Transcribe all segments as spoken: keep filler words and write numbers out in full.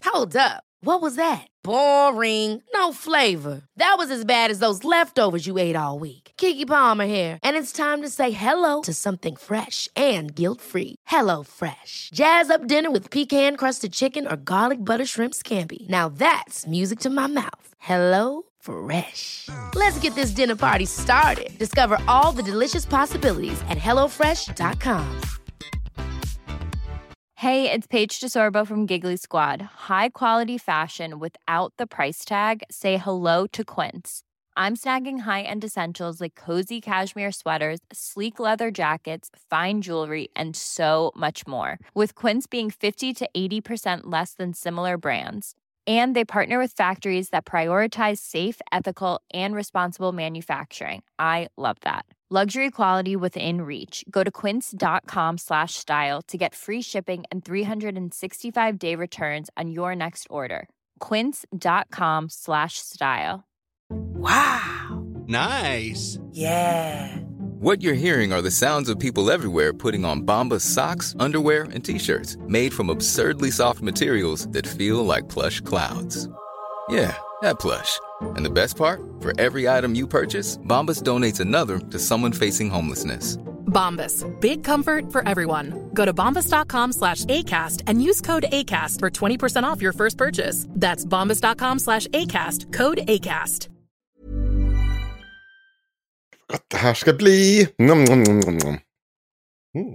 Hold up. What was that? Boring. No flavor. That was as bad as those leftovers you ate all week. Keke Palmer here. And it's time to say hello to something fresh and guilt-free. Hello Fresh. Jazz up dinner with pecan-crusted chicken or garlic butter shrimp scampi. Now that's music to my mouth. Hello Fresh. Let's get this dinner party started. Discover all the delicious possibilities at hello fresh dot com. Hey, it's Paige DeSorbo from Giggly Squad. High quality fashion without the price tag. Say hello to Quince. I'm snagging high-end essentials like cozy cashmere sweaters, sleek leather jackets, fine jewelry, and so much more. With Quince being fifty to eighty percent less than similar brands. And they partner with factories that prioritize safe, ethical, and responsible manufacturing. I love that. Luxury quality within reach. Go to quince.com slash style to get free shipping and three sixty-five day returns on your next order. Quince.com slash style. Wow. Nice. Yeah. What you're hearing are the sounds of people everywhere putting on Bombas socks, underwear, and T-shirts made from absurdly soft materials that feel like plush clouds. Yeah, that plush. And the best part? For every item you purchase, Bombas donates another to someone facing homelessness. Bombas. Big comfort for everyone. Go to bombas.com slash ACAST and use code ACAST for twenty percent off your first purchase. That's bombas.com slash ACAST. Code ACAST. Att det här ska bli... Nom, nom, nom, nom, nom. Mm.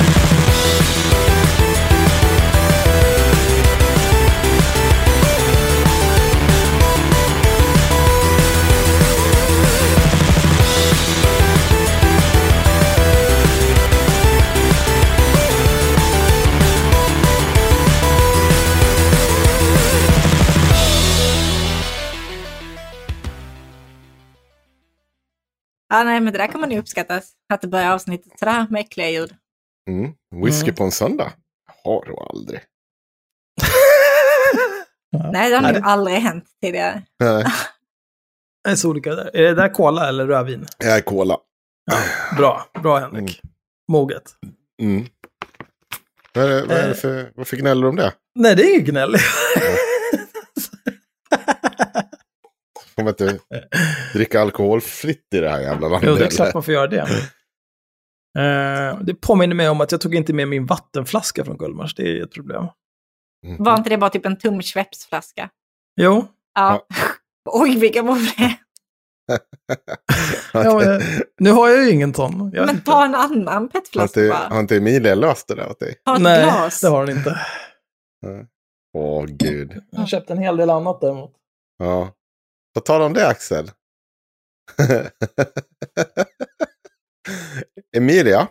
Ja, nej, men det där kan man ju uppskatta. Att det börjar avsnittet sådär med äckliga ljud. Mm. Whisky mm. på en söndag? Har du aldrig. Nej, det har nog aldrig hänt tidigare. Nej. Det är så olika där. Är det där cola eller rödvin? Jag är cola. Ja, bra, bra Henrik. Mm. Moget. Mm. Vad är, vad är det för, varför gnäller du om det? Nej, det är ingen gnäll. Får man inte dricka alkoholfritt i det här jävla landet? Jo, det är klart man får göra det. Uh, det påminner mig om att jag tog inte med min vattenflaska från Gullmars. Det är ett problem. Mm. Var inte det bara typ en tum Schweppes-flaska? Jo. Ja. ja. Oj, vilka problem. Ja, men, nu har jag ju ingen sån. Jag men inte. Ta en annan petflaska bara. Har inte Emilia löst det där åt dig? Ta ett Nej, glas. det har hon inte. Åh, gud. Jag har köpt en hel del annat däremot. Ja. Vad tar de det, Axel? Emilia?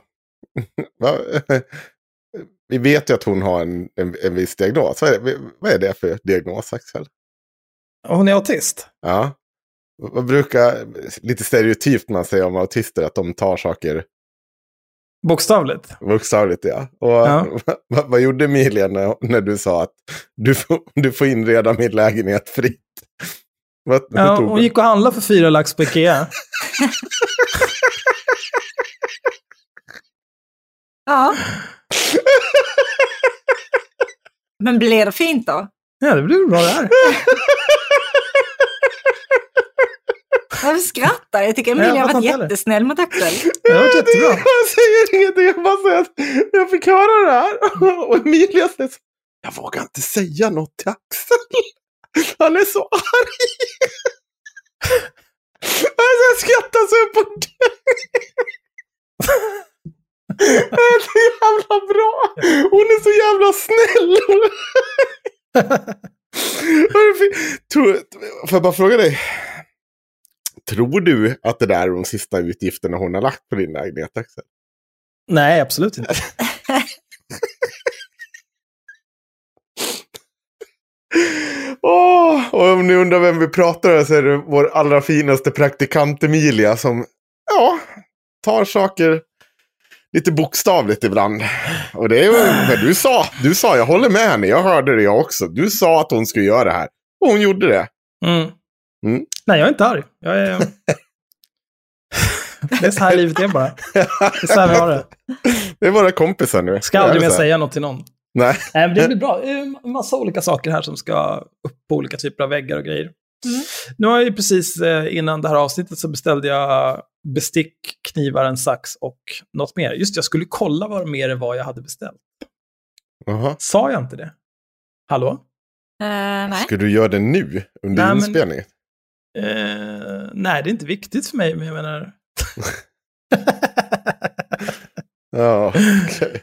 Vi vet ju att hon har en, en, en viss diagnos. Vad är, det, vad är det för diagnos, Axel? Hon är autist. Ja. Vad brukar, lite stereotypt man säger om autister, att de tar saker... Bokstavligt. Bokstavligt, ja. Och ja. vad, vad gjorde Emilia när, när du sa att du får, du får inreda min lägenhet fritt? Vad, ja, hon det? gick och handlade för fyra lax på Ikea. Ja. Men blev det fint då? Ja, det blev bra där. Jag skrattar. Jag tycker Emilia har varit jättesnäll mot Axel. Det har varit jättebra. Jag säger ingenting. Jag bara säger att jag fick höra det här. Och Emilia säger så, jag vågar inte säga något till Axel. Han är så arg. Jag skrattar så på det. Det är så jävla bra. Hon är så jävla snäll. Får jag bara fråga dig. Tror du att det där är de sista utgifterna hon har lagt på din lägenhet, Axel? Nej, absolut inte. Oh, och om ni undrar vem vi pratar om, så är det vår allra finaste praktikant Emilia som ja, tar saker lite bokstavligt ibland. Och det är vad du sa. Du sa, jag håller med henne. Jag hörde det jag också. Du sa att hon skulle göra det här. Och hon gjorde det. Mm. Mm. Nej, jag är inte arg. Jag är... Det är så här livet är bara. Det är så här vi har det. Det är våra kompisar nu. Ska aldrig mer säga något till någon. Nej. Nej, men det blir bra. Det är en massa olika saker här som ska upp på olika typer av väggar och grejer. Mm. Nu har jag ju precis innan det här avsnittet så beställde jag bestick, knivar, en sax och något mer. Just jag skulle kolla vad mer det var jag hade beställt. Uh-huh. Sa jag inte det? Hallå? Uh, nej. Ska du göra det nu under nej, inspelningen? Men, uh, nej, det är inte viktigt för mig, men jag menar... Ja, okej.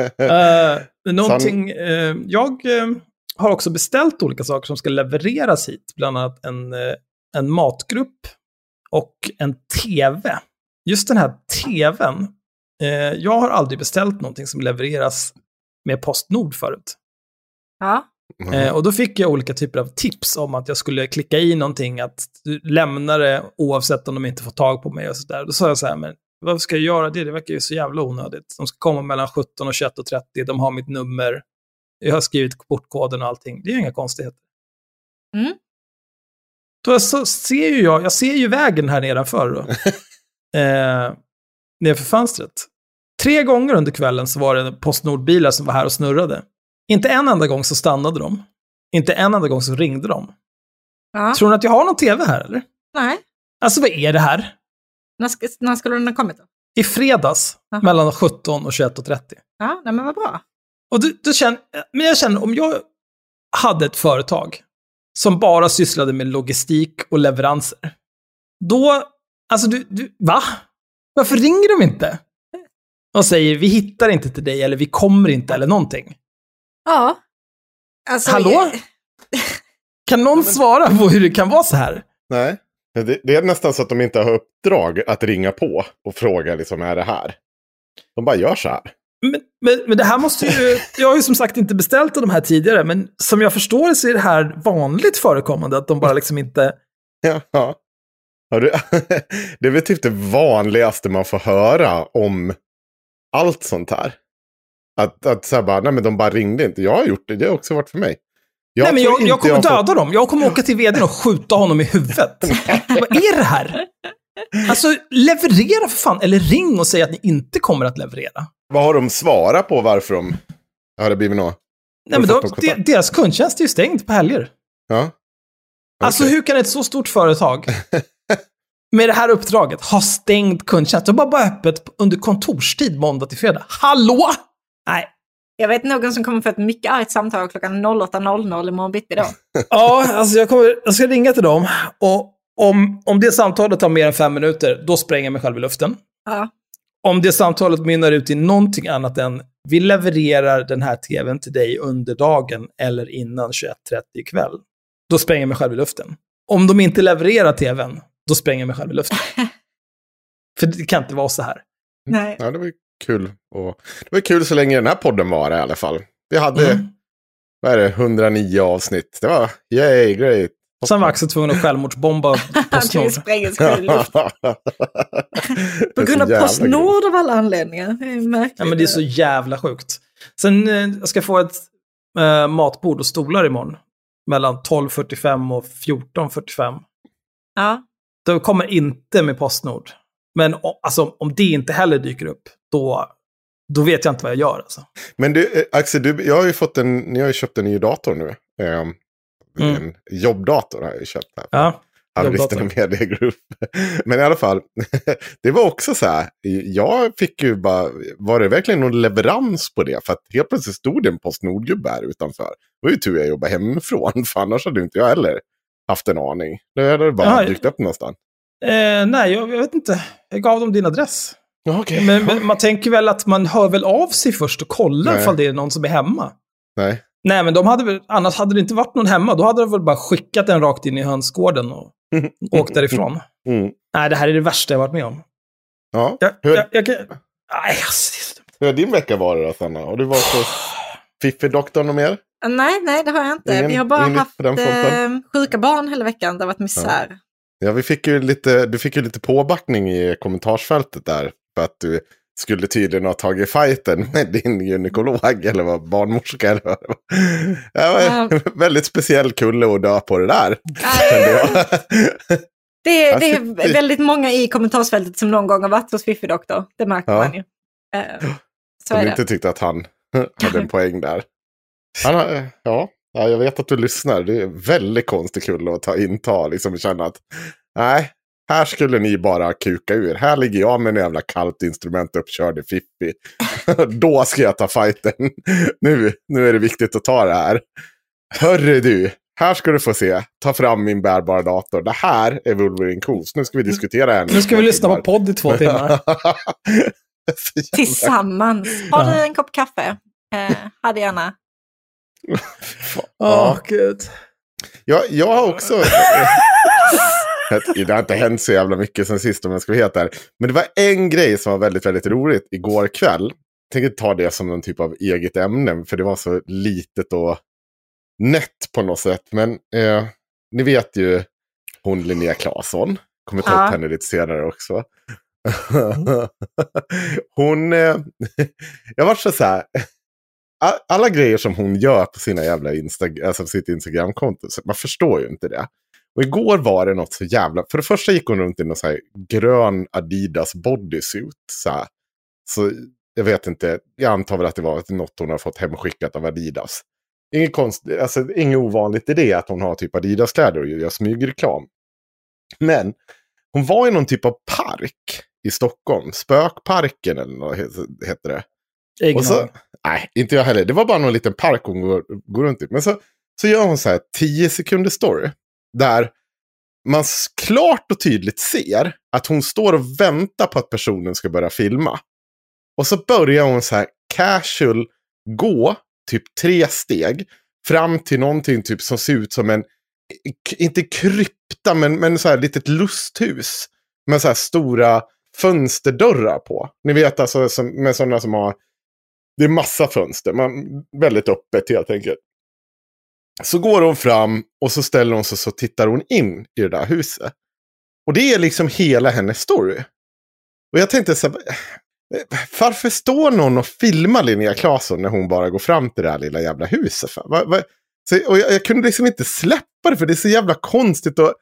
uh, någonting... Uh, jag uh, har också beställt olika saker som ska levereras hit. Bland annat en, uh, en matgrupp och en tv. Just den här tvn. Uh, jag har aldrig beställt någonting som levereras med Postnord förut. Ja. Mm. Eh, och då fick jag olika typer av tips om att jag skulle klicka i någonting, att lämna det oavsett om de inte får tag på mig och sådär. Då sa jag så här, men vad ska jag göra det? Det verkar ju så jävla onödigt. De ska komma mellan sjutton och tjugoett och trettio, de har mitt nummer. Jag har skrivit portkoden och allting. Det är ju inga konstigheter. Mm. Då så ser ju jag, jag ser ju vägen här nedanför då. eh, nedanför fönstret. Tre gånger under kvällen så var det Postnordbilar som var här och snurrade. Inte en enda gång så stannade de. Inte en enda gång så ringde de. Ja. Tror ni att jag har någon tv här, eller? Nej. Alltså, vad är det här? När, ska, när skulle den ha kommit då? I fredags, Aha. mellan sjutton och tjugoett och trettio. Ja, nej, men vad bra. Och du, du känner, men jag känner, om jag hade ett företag som bara sysslade med logistik och leveranser, då, alltså du, du va? Varför ringer de inte? Och säger, vi hittar inte till dig, eller vi kommer inte, eller någonting. Ja. Alltså, hallå? Jag... Kan någon svara på hur det kan vara så här? Nej, det, det är nästan så att de inte har uppdrag att ringa på och fråga liksom, är det här? De bara gör så här. Men, men, men det här måste ju, jag har ju som sagt inte beställt de här tidigare, men som jag förstår det så är det här vanligt förekommande, att de bara liksom inte... Ja, ja. Har du, det är väl typ det vanligaste man får höra om allt sånt här. Att, att så här bara, nej men de bara ringde inte. Jag har gjort det, det har också varit för mig. Jag nej men jag, jag kommer jag döda fått... dem. Jag kommer åka till vdn och skjuta honom i huvudet. Vad är det här? Alltså, leverera för fan. Eller ring och säg att ni inte kommer att leverera. Vad har de svarat på varför de... Har det blivit något? Nej men då, de, deras kundtjänst är ju stängd på helger. Ja. Okay. Alltså hur kan ett så stort företag med det här uppdraget ha stängd kundtjänst? Det var bara öppet under kontorstid måndag till fredag. Hallå? Nej. Jag vet någon som kommer få ett mycket argt samtal klockan åtta noll noll imorgon bitti då. Ja, alltså jag, kommer, jag ska ringa till dem. Och om, om det samtalet tar mer än fem minuter, då spränger jag mig själv i luften. Ja. Om det samtalet mynnar ut i någonting annat än vi levererar den här tvn till dig under dagen eller innan tjugoett trettio ikväll, då spränger jag mig själv i luften. Om de inte levererar tvn, då spränger jag mig själv i luften. För det kan inte vara så här. Nej. Ja, det var kul. Och det var kul så länge den här podden var i alla fall. Vi hade, mm. vad är det, hundranio avsnitt. Det var, yay, great. Sen var Axel tvungen att självmordsbomba Postnord. På grund av Postnord av alla anledningar. Det är märkligt. Ja, men det är så jävla sjukt. Sen eh, jag ska få ett eh, matbord och stolar imorgon. Mellan tolv fyrtiofem och fjorton fyrtiofem. Ja. Det kommer inte med Postnord. Men alltså, om det inte heller dyker upp, då, då vet jag inte vad jag gör. Alltså. Men du, Axel, du, jag har ju fått en, ni har ju köpt en ny dator nu. Um, mm. En jobbdator har jag ju köpt här. Ja, Halvlisten mediegrupp. Men i alla fall, det var också så här, jag fick ju bara, var det verkligen någon leverans på det? För att helt plötsligt stod det en Postnord-gubbe här utanför. Det var ju tur jag jobbade hemifrån, för annars hade inte jag heller haft en aning. Det hade bara Jaha, dykt upp någonstans. Eh, nej, jag, jag vet inte. Jag gav dem din adress. Okay. Men, men man tänker väl att man hör väl av sig först och kollar ifall det är någon som är hemma. Nej. Nej, men de hade väl, annars hade det inte varit någon hemma. Då hade de väl bara skickat den rakt in i hönsgården och åkt därifrån. Mm. Nej, det här är det värsta jag varit med om. Ja. Jag, hur, jag, jag, jag, nej, alltså, hur har din vecka varit då, Sanna? Har du varit hos Fiffi-doktorn och mer? Nej, nej, det har jag inte. Ingen, vi har bara haft eh, sjuka barn hela veckan. Det har varit misär. Ja. Ja, vi fick ju lite, du fick ju lite påbackning i kommentarsfältet där. För att du skulle tydligen ha tagit fighten med din gynekolog eller vad, barnmorska eller vad det var. Ja, ja. Väldigt speciell kulle att dö på det där. det, är, det är väldigt många i kommentarsfältet som någon gång har varit hos Fiffi-doktor. Det märker ja. man ju. Uh, så som inte tyckte att han hade en poäng där. Han har, ja, ja, jag vet att du lyssnar. Det är väldigt konstigt kul att ta inta. Liksom känna att, nej, här skulle ni bara kuka ur. Här ligger jag med en jävla kallt instrument uppkörd i Fippi. Då ska jag ta fighten. Nu, nu är det viktigt att ta det här. Hörru du, här ska du få se. Ta fram min bärbara dator. Det här är Wolverine Coast. Nu ska vi diskutera henne. Nu ska vi lyssna på podd i två timmar. Tillsammans. Har du en kopp kaffe? Eh, hade gärna. Åh, oh, gud. Jag, jag har också... Det har inte hänt så jävla mycket sen sist om jag ska vara helt där. Men det var en grej som var väldigt, väldigt roligt igår kväll. Jag tänker ta det som någon typ av eget ämne. För det var så litet och nätt på något sätt. Men eh, ni vet ju hon Linnea Claesson. Kommer ta upp ja. henne lite senare också. Hon... Eh, jag var så här... Alla grejer som hon gör på sina jävla Insta- alltså sitt Instagram-konto. Man förstår ju inte det. Och igår var det något så jävla... För det första gick hon runt i någon så här grön Adidas bodysuit. Så, här. Så jag vet inte. Jag antar väl att det var något hon har fått hemskickat av Adidas. Inget konst, alltså, inget ovanligt i det att hon har typ Adidas-kläder och gör smygreklam. Men hon var i någon typ av park i Stockholm. Spökparken eller vad heter det. Egen och så, nej, inte jag heller. Det var bara någon liten park hon går, går runt i. Men så, så gör hon så här tio sekunder story. Där man klart och tydligt ser att hon står och väntar på att personen ska börja filma. Och så börjar hon så här casual gå typ tre steg fram till någonting typ som ser ut som en, inte krypta men, men så här litet lusthus med så här stora fönsterdörrar på. Ni vet alltså som, med sådana som har, det är massa fönster, man, väldigt öppet helt enkelt. Så går hon fram och så ställer hon sig så tittar hon in i det där huset. Och det är liksom hela hennes story. Och jag tänkte så här, varför står någon och filmar Linnea Claesson när hon bara går fram till det här lilla jävla huset? Va, va? Så, och jag, jag kunde liksom inte släppa det för det är så jävla konstigt och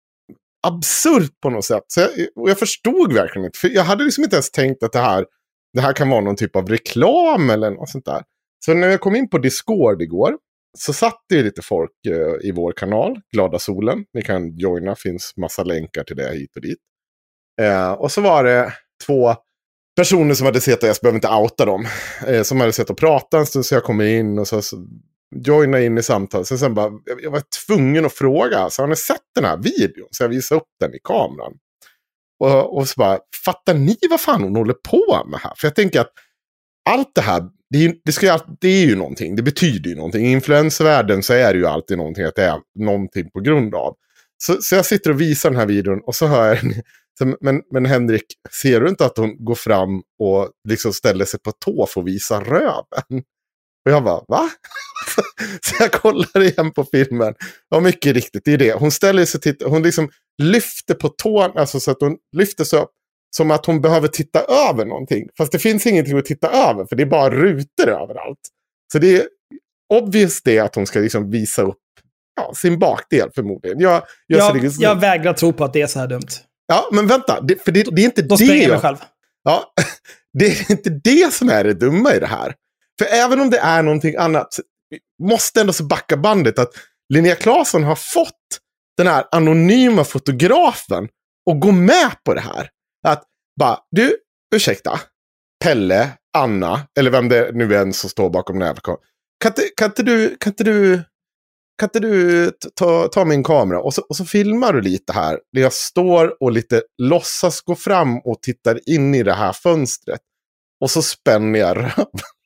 absurt på något sätt. Så jag, och jag förstod verkligen inte. För jag hade liksom inte ens tänkt att det här, det här kan vara någon typ av reklam eller något sånt där. Så när jag kom in på Discord igår så satt det ju lite folk uh, i vår kanal, Glada Solen. Ni kan joina, finns massa länkar till det hit och dit. Uh, och så var det två personer som hade sett, jag behöver inte outa dem, uh, som hade sett och prata en stund så jag kommer in och så, så joina in i samtal. Så sen bara, jag, jag var tvungen att fråga, så har ni sett den här videon? Så jag visade upp den i kameran. Och, och så bara, fattar ni vad fan hon håller på med här? För jag tänker att allt det här, det är, det, ska, det är ju någonting, det betyder ju någonting. I influensvärlden så är det ju alltid någonting att det är någonting på grund av. Så, så jag sitter och visar den här videon och så hör jag, så, men, men Henrik, ser du inte att hon går fram och liksom ställer sig på tå för att visa röven? Och jag bara, va? Så jag kollar igen på filmen. Ja, mycket riktigt, det är det. Hon ställer sig till, hon liksom lyfter på tån, alltså så att hon lyfter sig upp som att hon behöver titta över någonting. Fast det finns ingenting att titta över, för det är bara rutor överallt. Så det är obvious det att hon ska liksom visa upp ja, sin bakdel förmodligen. Jag, jag, jag, det, jag vägrar tro på att det är så här dumt. Ja, men vänta, det, för det, det är inte Då det. Då jag mig själv. Ja, det är inte det som är det dumma i det här. För även om det är någonting annat, måste ändå så backa bandet att Linnea Claesson har fått den här anonyma fotografen och gå med på det här. Att bara, du, ursäkta, Pelle, Anna, eller vem det nu är som står bakom den här. Kan inte, kan inte du, kan inte du, kan inte du ta, ta min kamera och så, och så filmar du lite här. Där jag står och lite låtsas gå fram och tittar in i det här fönstret. Och så spänner jag röven.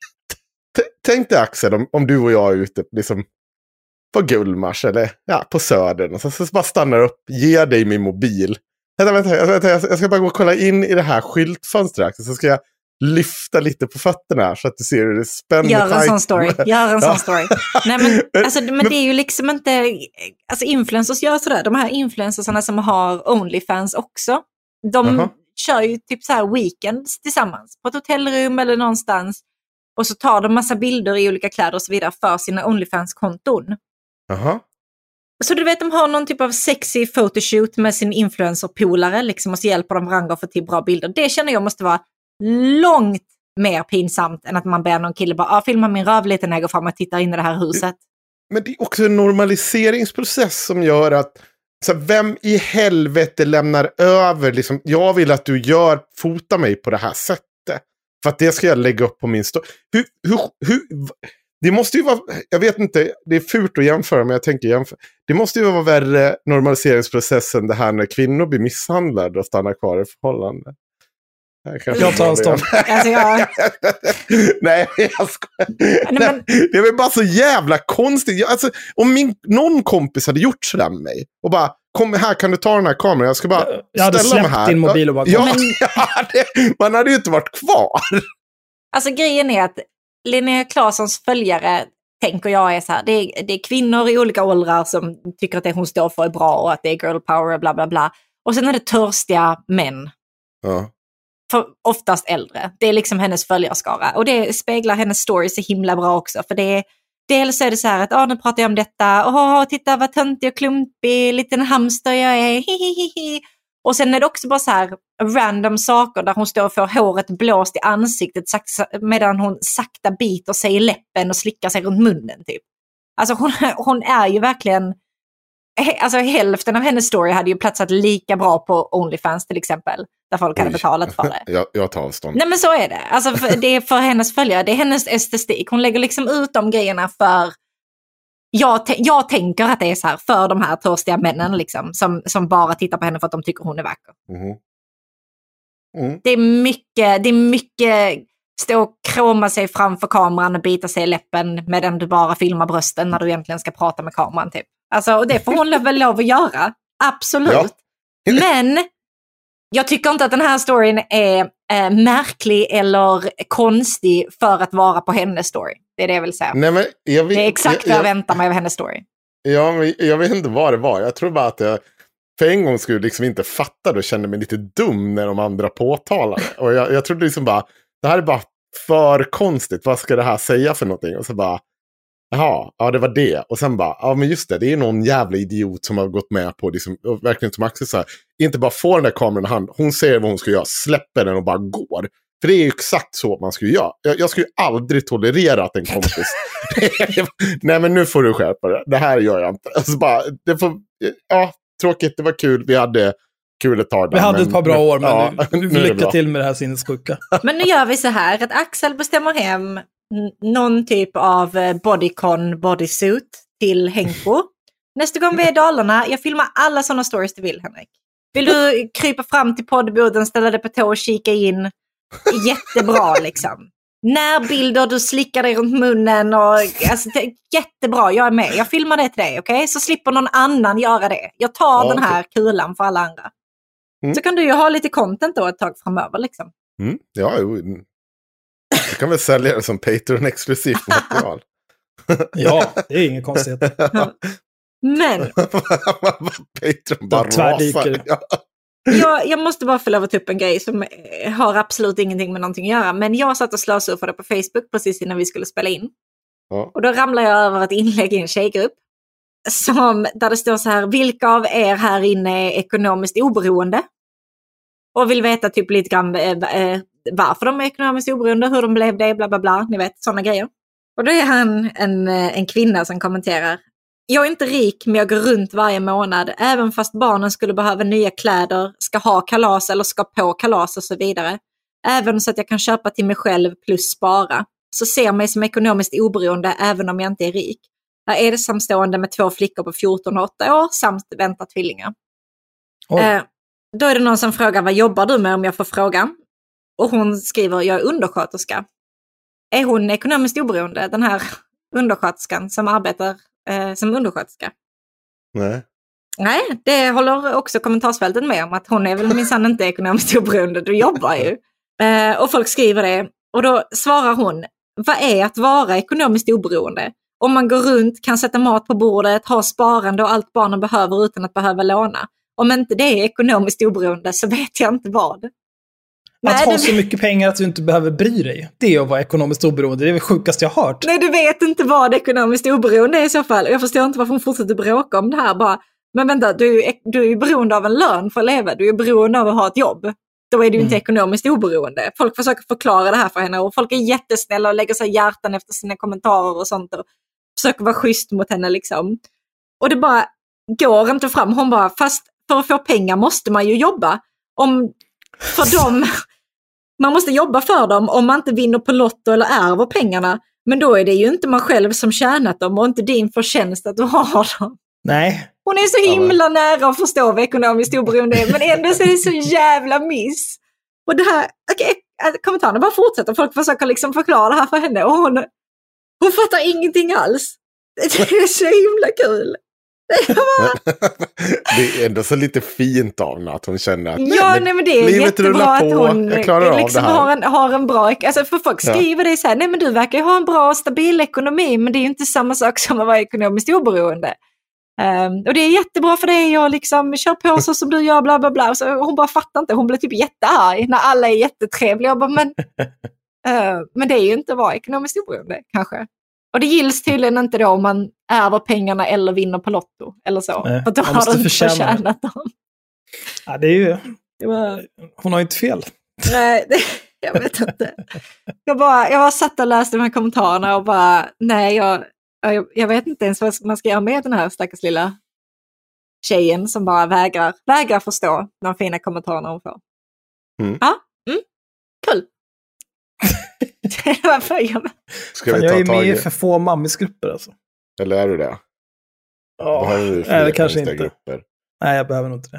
Tänk dig Axel, om, om du och jag är ute liksom, på Gullmars eller ja, på Södern. Och så, så bara stannar upp, ger dig min mobil. Vänta, vänta, vänta, jag ska bara gå och kolla in i det här skyltfönstret. Så ska jag lyfta lite på fötterna här så att du ser hur det spänner. Gör en sån story. Gör en sån story. Nej, men, alltså, men det är ju liksom inte... Alltså influencers gör sådär. De här influencersarna som har OnlyFans också. De uh-huh. kör ju typ så här weekends tillsammans. På ett hotellrum eller någonstans. Och så tar de massa bilder i olika kläder och så vidare för sina OnlyFans-konton. Jaha. Så du vet, de har någon typ av sexy photoshoot med sin influencer-polare liksom, och så hjälper de varandra att få till bra bilder. Det känner jag måste vara långt, mer pinsamt än att man ber någon kille bara, ah, filma min röv lite när jag går fram och tittar in i det här huset. Men det är också en normaliseringsprocess som gör att så vem i helvete lämnar över liksom, jag vill att du gör, fota mig på det här sättet. För att det ska jag lägga upp på min story. Hur, hur, hur, det måste ju vara, jag vet inte, det är fult att jämföra, men jag tänker jämföra. Det måste ju vara värre normaliseringsprocessen det här när kvinnor blir misshandlade och stannar kvar i förhållande. Jag, jag tar avstånd. Alltså jag... Nej, jag skojar. Nej, men... Det är väl bara så jävla konstigt. Jag, alltså, om min, någon kompis hade gjort sådär med mig och bara, kom här, kan du ta den här kameran? Jag ska bara jag ställa mig här. Din mobil och bara, ja, men... ja, det, man hade ju inte varit kvar. Alltså grejen är att Linnea Claessons följare, tänker jag, är så här, det är, det är kvinnor i olika åldrar som tycker att det hon står för är bra och att det är girl power och bla bla bla. Och sen är det törstiga män. Ja. För oftast äldre. Det är liksom hennes följarskara. Och det speglar hennes story så himla bra också. För det är, dels är det så här att, ah, nu pratar jag om detta. Åh, titta vad töntig och klumpig, liten hamster jag är. Hihihihi. Och sen är det också bara så här random saker där hon står och får håret blåst i ansiktet medan hon sakta biter sig i läppen och slickar sig runt munnen typ. Alltså hon, hon är ju verkligen, alltså hälften av hennes story hade ju platsat lika bra på OnlyFans till exempel, där folk Oj. hade betalat för det. jag, jag tar avstånd. Nej men så är det. Alltså för, det är för hennes följare, det är hennes estetik. Hon lägger liksom ut de grejerna för Jag, t- jag tänker att det är så här för de här törstiga männen liksom, som, som bara tittar på henne för att de tycker hon är vacker. Mm. Mm. Det är mycket, det är mycket stå och kroma sig framför kameran och bita sig i läppen medan du bara filmar brösten när du egentligen ska prata med kameran typ. Alltså, och det får hon väl lov att göra. Absolut. Ja. Men jag tycker inte att den här storyn är eh, märklig eller konstig för att vara på hennes story. Det är det jag vill säga. Nej, men jag vet, det är exakt vad jag, jag väntar mig av hennes story. Ja, men jag vet inte vad det var. Jag tror bara att jag för en gång skulle liksom inte fatta det och kände mig lite dum när de andra påtalade. Och jag, jag trodde liksom bara, det här är bara för konstigt. Vad ska det här säga för någonting? Och så bara, jaha, ja det var det. Och sen bara, ja men just det, det är någon jävla idiot som har gått med på, liksom, och verkligen som Axel sa, inte bara få den där kameran i hand, hon säger vad hon ska göra, släpper den och bara går. För det är ju exakt så man skulle göra. Jag, jag skulle aldrig tolerera att en kompis nej men nu får du skärpa det, det här gör jag inte. Alltså bara, det får, ja, tråkigt, det var kul, vi hade kul ett tag där, vi hade men, ett par bra år, men ja, nu, nu lycka till med det här sinnessjuka. Men nu gör vi så här, att Axel bestämmer hem någon typ av bodycon bodysuit till Henko. Nästa gång vi är i Dalarna, jag filmar alla sådana stories du vill, Henrik. Vill du krypa fram till poddboden, ställa dig på tå och kika in? Jättebra liksom. När bilder du slickar dig runt munnen och alltså, det, jättebra, jag är med. Jag filmar det till dig, okej? Okay? Så slipper någon annan göra det. Jag tar ja, den här okay. kulan för alla andra. Mm. Så kan du ju ha lite content då ett tag framöver liksom. Mm. Ja, jo. Du kan väl sälja det som Patreon-exklusivt material. Ja, det är ingen konstighet. Men Patreon bara rasar. Ja. Jag, jag måste bara få lov att ta upp en grej som har absolut ingenting med någonting att göra. Men jag satt och slösurfade på Facebook precis innan vi skulle spela in. Ja. Och då ramlade jag över ett inlägg i en tjejgrupp. Som, där det står så här, vilka av er här inne är ekonomiskt oberoende? Och vill veta typ lite grann eh, varför de är ekonomiskt oberoende, hur de blev det, bla bla bla. Ni vet, sådana grejer. Och då är han en, en kvinna som kommenterar. Jag är inte rik, men jag går runt varje månad. Även fast barnen skulle behöva nya kläder, ska ha kalas eller ska på kalas och så vidare. Även så att jag kan köpa till mig själv plus spara. Så ser mig som ekonomiskt oberoende även om jag inte är rik. Jag är det samstående med två flickor på fjorton och åtta år samt väntar tvillingar. Eh, då är det någon som frågar, vad jobbar du med om jag får fråga? Och hon skriver, jag är undersköterska. Är hon ekonomiskt oberoende, den här undersköterskan som arbetar eh, som undersköterska? Nej. Nej, det håller också kommentarsfältet med om, att hon är väl minsann inte ekonomiskt oberoende, du jobbar ju. Eh, och folk skriver det. Och då svarar hon, vad är att vara ekonomiskt oberoende? Om man går runt, kan sätta mat på bordet, ha sparande och allt barnen behöver utan att behöva låna. Om inte det är ekonomiskt oberoende så vet jag inte vad. Att Nej, ha det... så mycket pengar att du inte behöver bry dig. Det är att vara ekonomiskt oberoende. Det är det sjukaste jag har hört. Nej, du vet inte vad ekonomiskt oberoende är i så fall. Jag förstår inte varför hon fortsätter bråka om det här. Bara, men vänta, du är, du är beroende av en lön för att leva. Du är beroende av att ha ett jobb. då är det ju inte Mm. ekonomiskt oberoende. Folk försöker förklara det här för henne och folk är jättesnälla och lägger sig hjärtan efter sina kommentarer och sånt och försöker vara schysst mot henne liksom. Och det bara går inte fram. Hon bara, fast för att få pengar måste man ju jobba. Om, för dem, man måste jobba för dem om man inte vinner på lotto eller ärver pengarna. Men då är det ju inte man själv som tjänat dem och inte din förtjänst att du har dem. Nej. Hon är så himla nära att förstå vad ekonomiskt oberoende är, men ändå så är det så jävla miss. Och det här, okej, okay, kommentarerna bara fortsätter. Folk försöker liksom förklara det här för henne och hon, hon fattar ingenting alls. Det är så himla kul. Det är, bara... det är ändå så lite fint av henne att hon känner att ja, nej, men det är jättebra att hon liksom har, en, har en bra... Alltså för folk skriver ja. det så här, nej men du verkar ju ha en bra och stabil ekonomi, men det är ju inte samma sak som att vara ekonomiskt oberoende. Um, och det är jättebra för dig och liksom kör på så som du gör, bla bla bla. Så hon bara fattar inte, hon blir typ jättearg när alla är jättetrevliga. Jag bara, men, uh, men det är ju inte att vara ekonomiskt oberoende kanske. Och det gills tydligen inte då om man ärver pengarna eller vinner på lotto eller så. Nej, för då har du inte förtjänat dem. Ja, det är ju... Det var... Hon har ju inte fel. Nej, det... jag vet inte. Jag bara, jag bara satt och läste de här kommentarerna och bara, nej, jag, jag, jag vet inte ens vad man ska göra med den här stackars lilla tjejen som bara vägrar, vägrar förstå de fina kommentarerna hon får. Mm. Ja, mm. Kul. Varför jag... Ska vi ta jag är tag med i i för få mammisgrupper alltså. Eller är du det? Ja, har du nej, det kanske inte. Grupper. Nej, jag behöver nog inte det.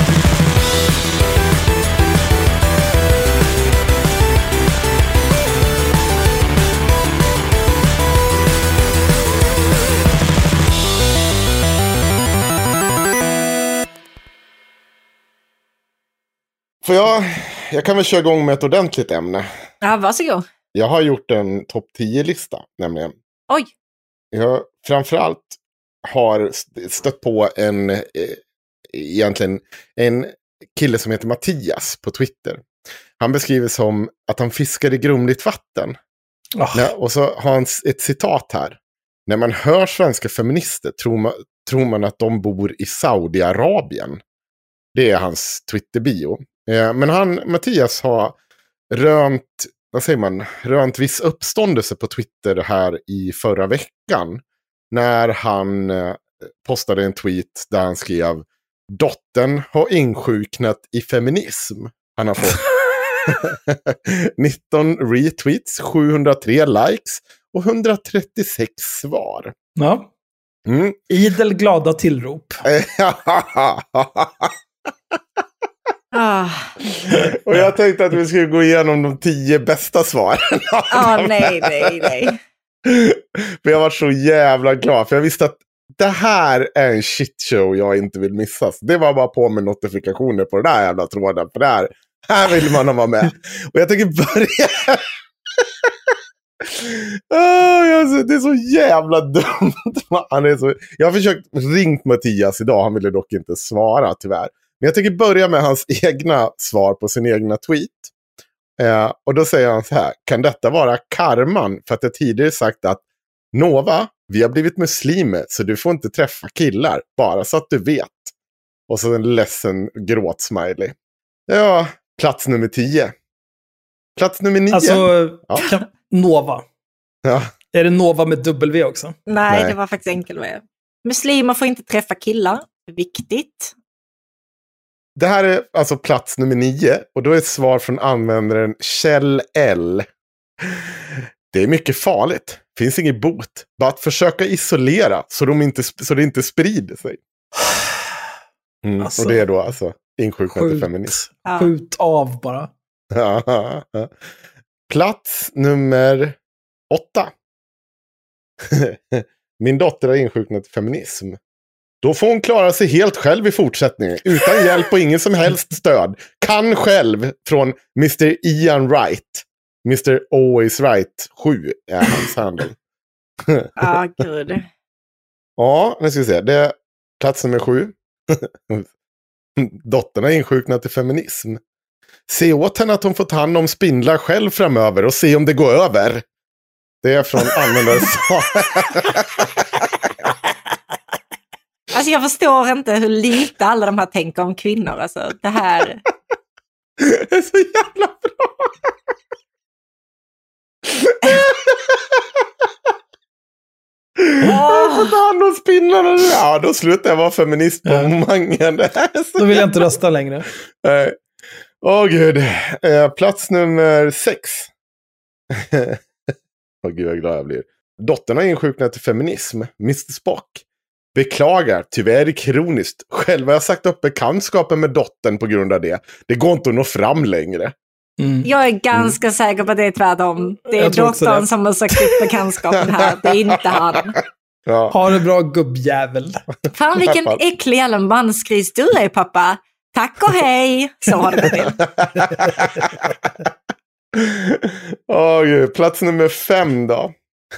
För jag, jag kan väl köra igång med ett ordentligt ämne. Ja, varsågod. Jag har gjort en topp tio-lista nämligen. Oj. Jag framförallt har stött på en, eh, egentligen en kille som heter Mattias på Twitter. Han beskriver som att han fiskar i grumligt vatten. Oh. När, och så har han ett citat här. När man hör svenska feminister tror man, tror man att de bor i Saudiarabien. Det är hans Twitter-bio. Eh, men han, Mattias har rönt, vad säger man, rönt viss uppståndelse på Twitter här i förra veckan. När han eh, postade en tweet där han skrev: dottern har insjuknat i feminism. Han har fått nitton retweets, sjuhundratre likes och etthundratrettiosex svar. Ja. Mm. Idel glada tillrop. Ah. Och jag tänkte att vi skulle gå igenom de tio bästa svaren. Ah, nej, nej, nej. För jag var så jävla glad. För jag visste att det här är en shitshow jag inte vill missa. Det var bara på med notifikationer på den där jävla tråden. För det här, här vill man ha med. Och jag tänker börja... oh, det är så jävla dumt. Han är så... Jag har försökt ringt Mattias idag. Han ville dock inte svara tyvärr. Men jag tänker börja med hans egna svar på sin egna tweet. Eh, och då säger han så här: kan detta vara karman för att jag tidigare sagt att Nova, vi har blivit muslimer så du får inte träffa killar, bara så att du vet. Och så en ledsen gråtsmiley. Ja, plats nummer tio. Plats nummer nio. Alltså, ja. kan... Nova. Ja. Är det Nova med W också? Nej, Nej. det var faktiskt enkel med. Muslimer får inte träffa killar. Viktigt. Det här är alltså plats nummer nio. Och då är ett svar från användaren Kjell L. Det är mycket farligt. Finns ingen bot. Bara att försöka isolera så, de inte, så det inte sprider sig. Mm, alltså, och det är då alltså insjuknat i feminism. Ja. Skjut av bara. Plats nummer åtta. Min dotter har insjuknat i feminism. Då får hon klara sig helt själv i fortsättningen. Utan hjälp och ingen som helst stöd. Kan själv från mister Ian Wright. mister Always Right sju är hans handel. Ja, gud. Ja, nu ska vi se. Det är plats nummer sju. Dottern har insjuknat i feminism. Se åt henne att hon får ta hand om spindlar själv framöver och se om det går över. Det är från användare. Alltså jag förstår inte hur lite alla de här tänker om kvinnor. Alltså det här... Det är så jävla bra. Jag får ta hand om spinnarna. Ja, då slutar jag vara feminist på ja. många. Då vill jag inte rösta längre. Nej. Åh oh, gud. Eh, plats nummer sex. Åh oh, gud, vad glad jag blir. Dottern har insjuknat till feminism. mister Spock. Beklagar, tyvärr kroniskt. Själv har jag sagt upp bekantskapen med dottern på grund av det. Det går inte att nå fram längre. Mm. Jag är ganska mm. säker på att det är tvärtom. Det är dottern som har sagt upp bekantskapen här. Det är inte han. Ja. Ha det bra, gubbjävel. Fan, vilken äcklig jävla mansgris du är, pappa. Tack och hej. Så har det gått till. Åh, gud. Plats nummer fem då.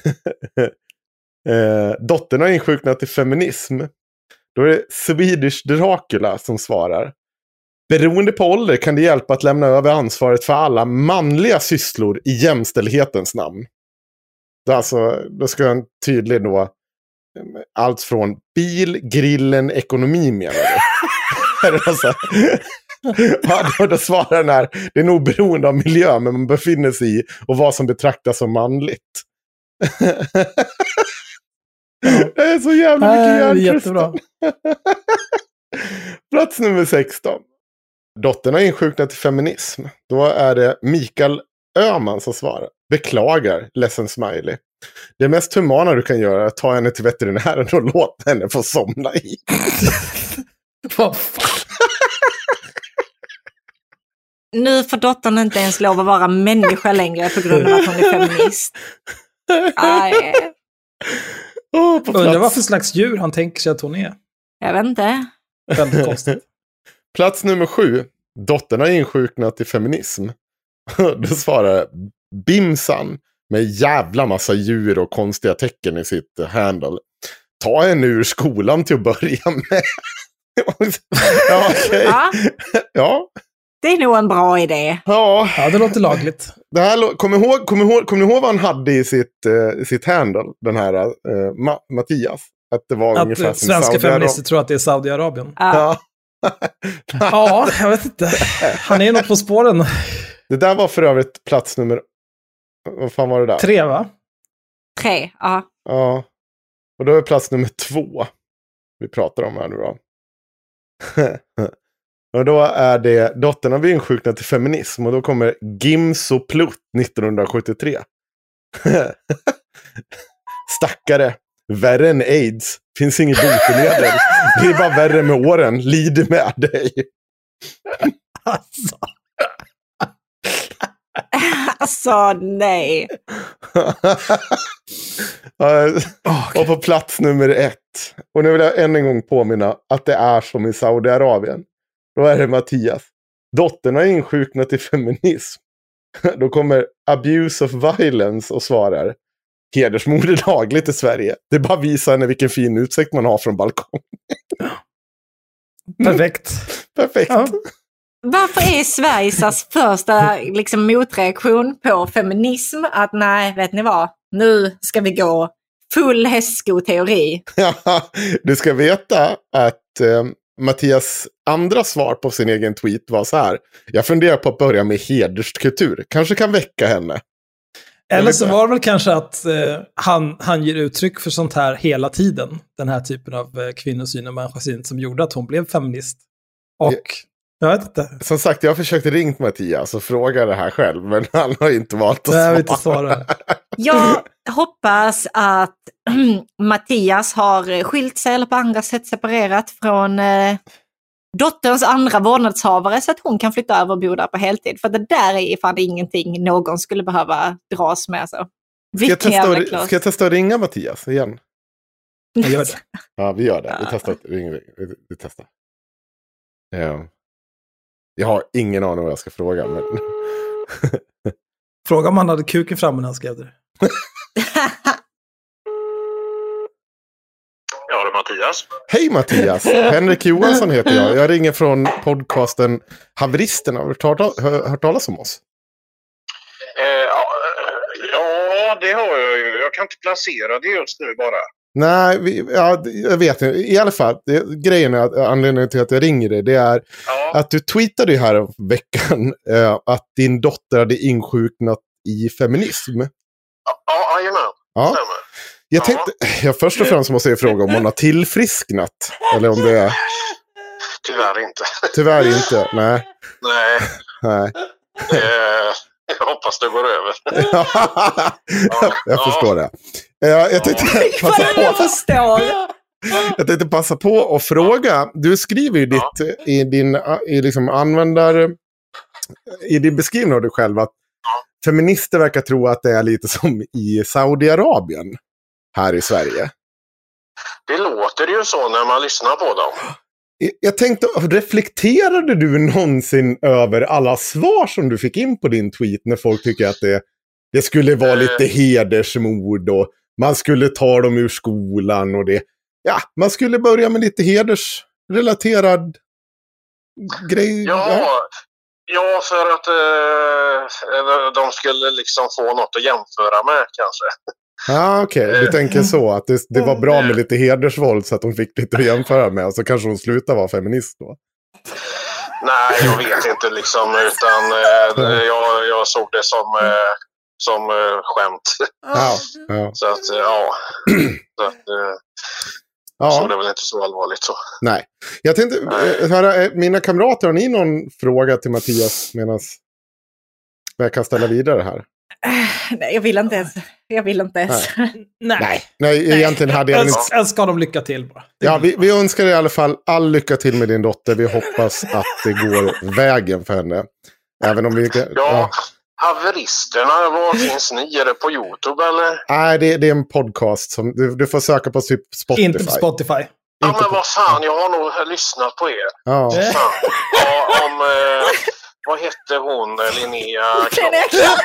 eh, dottern har insjuknat till feminism. Då är det Swedish Dracula som svarar. Beroende på ålder kan det hjälpa att lämna över ansvaret för alla manliga sysslor i jämställdhetens namn. Det alltså, då ska jag tydligt då allt från bil, grillen, ekonomi menar du. alltså, ja, då, då svarar den här, det är nog beroende av miljö men man befinner sig i och vad som betraktas som manligt. Det är så jävla mycket jättebra. Plats nummer sexton. Dottern har insjuknat till feminism. Då är det Mikael Öhman som svarar. Beklagar, ledsen smiley. Det mest humana du kan göra är att ta henne till veterinären och låta henne få somna i. Vad fan? Nu får dottern inte ens lov att vara människa längre på grund av att hon är feminist. Aj. Oh, undrar vad för slags djur han tänker sig att hon är. Jag vet inte. Väldigt konstigt. Plats nummer sju. Dottern har insjuknat till feminism. Då svarar Bimsan med jävla massa djur och konstiga tecken i sitt handle. Ta henne ur skolan till att börja med. Ja, okay. Ja. Ja. Det är nog en bra idé. Ja, ja det låter lagligt. Det här, kom ihåg, kom ihåg, kom ihåg vad han hade i sitt, uh, sitt handle, den här uh, Ma- Mattias? Att det var att ungefär som svenska feminister tror att det är Saudiarabien. Ja. Ja, jag vet inte. Han är något på spåren. Det där var för övrigt plats nummer... Vad fan var det där? Tre, va? Tre, ja. Ja. Och då är plats nummer två. Vi pratar om här nu då. Och då är det dottern har insjuknat till feminism. Och då kommer Gimsoplut nittonhundrasjuttiotre. Stackare. Värre än AIDS. Finns inget botemedel. Det är bara värre med åren. Lider med dig. Alltså. Alltså, nej. Och på plats nummer ett. Och nu vill jag än en gång påminna att det är som i Saudiarabien. Då är det Mattias. Dottern har insjuknat till feminism. Då kommer Abuse of Violence och svarar. Hedersmord är lagligt i Sverige. Det bara visar henne vilken fin utsikt man har från balkong. Perfekt. Perfekt. Ja. Varför är Sveriges första liksom, motreaktion på feminism att nej, vet ni vad? Nu ska vi gå full hästskoteori. Ja, du ska veta att eh, Mattias andra svar på sin egen tweet var så här. Jag funderar på att börja med hederskultur. Kanske kan väcka henne. Eller så var det väl kanske att eh, han, han ger uttryck för sånt här hela tiden. Den här typen av eh, kvinnosyn och människosyn som gjorde att hon blev feminist. Och jag, jag vet inte. Som sagt, jag har försökt ringa Mattias och fråga det här själv. Men han har inte valt att svara. Jag vet inte svara. Jag hoppas att Mattias har skilt sig eller på andra sätt separerat från eh, dotterns andra vårdnadshavare så att hon kan flytta över och bo där på heltid. För det där är fan ingenting någon skulle behöva dras med. Så. Ska jag, testa, ska jag testa att ringa Mattias igen? Jag gör det. Ja, vi gör det. Vi testar. Vi, vi, vi testar. Ja. Jag har ingen aning vad jag ska fråga. Men... Fråga om han hade kuken fram när han skrev det. Ja, det är Mattias. Hej Mattias, Henrik Johansson heter jag. Jag ringer från podcasten Haveristerna. Har du hört, hört talas om oss? Eh, ja, ja, det har jag ju. Jag kan inte placera det just nu bara. Nej, vi, ja, jag vet inte. I alla fall, det, grejen är att anledningen till att jag ringer dig, det är ja. att du tweetade ju här om veckan eh, att din dotter hade insjuknat i feminism. Ja, jajamän. Ja. Stämmer. Jag tänkte, jag först och främst måste jag fråga om hon har tillfrisknat. Eller om det är... Tyvärr inte. Tyvärr inte, nej. Nej. Nej. Eh, jag hoppas det går över. Jag förstår det. Jag, jag tänkte passa på. Jag förstår. Jag tänkte passa på att fråga. Du skriver ju Ja. ditt, i din i liksom användare, i din beskrivning av dig själv att feminister verkar tro att det är lite som i Saudiarabien här i Sverige. Det låter ju så när man lyssnar på dem. Jag tänkte, reflekterade du någonsin över alla svar som du fick in på din tweet när folk tycker att det, det skulle vara lite hedersmord och man skulle ta dem ur skolan och det, ja, man skulle börja med lite hedersrelaterad grej. Ja, ja för att eh, de skulle liksom få något att jämföra med kanske. Ja, okej. Okay. Du tänker så, att det, det var bra med lite hedersvåld så att de fick lite att jämföra med och så kanske hon slutar vara feminist då. Nej, jag vet inte liksom, utan eh, jag, jag såg det som, eh, som eh, skämt. Ja, ja. Så att, ja. Så att, eh, ja. Så det är väl inte så allvarligt så. Nej. Jag tänkte eh, höra, mina kamrater, har ni någon fråga till Mattias medan jag kan ställa vidare här? Nej, jag vill inte ens. Jag vill inte ens. Nej. Nej, Nej egentligen hade jag inte... Jag ska de lycka till bara. Ja, vi, vi önskar i alla fall all lycka till med din dotter. Vi hoppas att det går vägen för henne. Även om vi... Ja, ja. haveristerna, var finns ni? Är det på YouTube eller? Nej, det, det är en podcast som du, du får söka på typ Spotify. Inte på Spotify. Ja, men på... vad fan, jag har nog lyssnat på er. Ja. Fan. Ja, om... Eh, vad hette hon? Linnea Klock?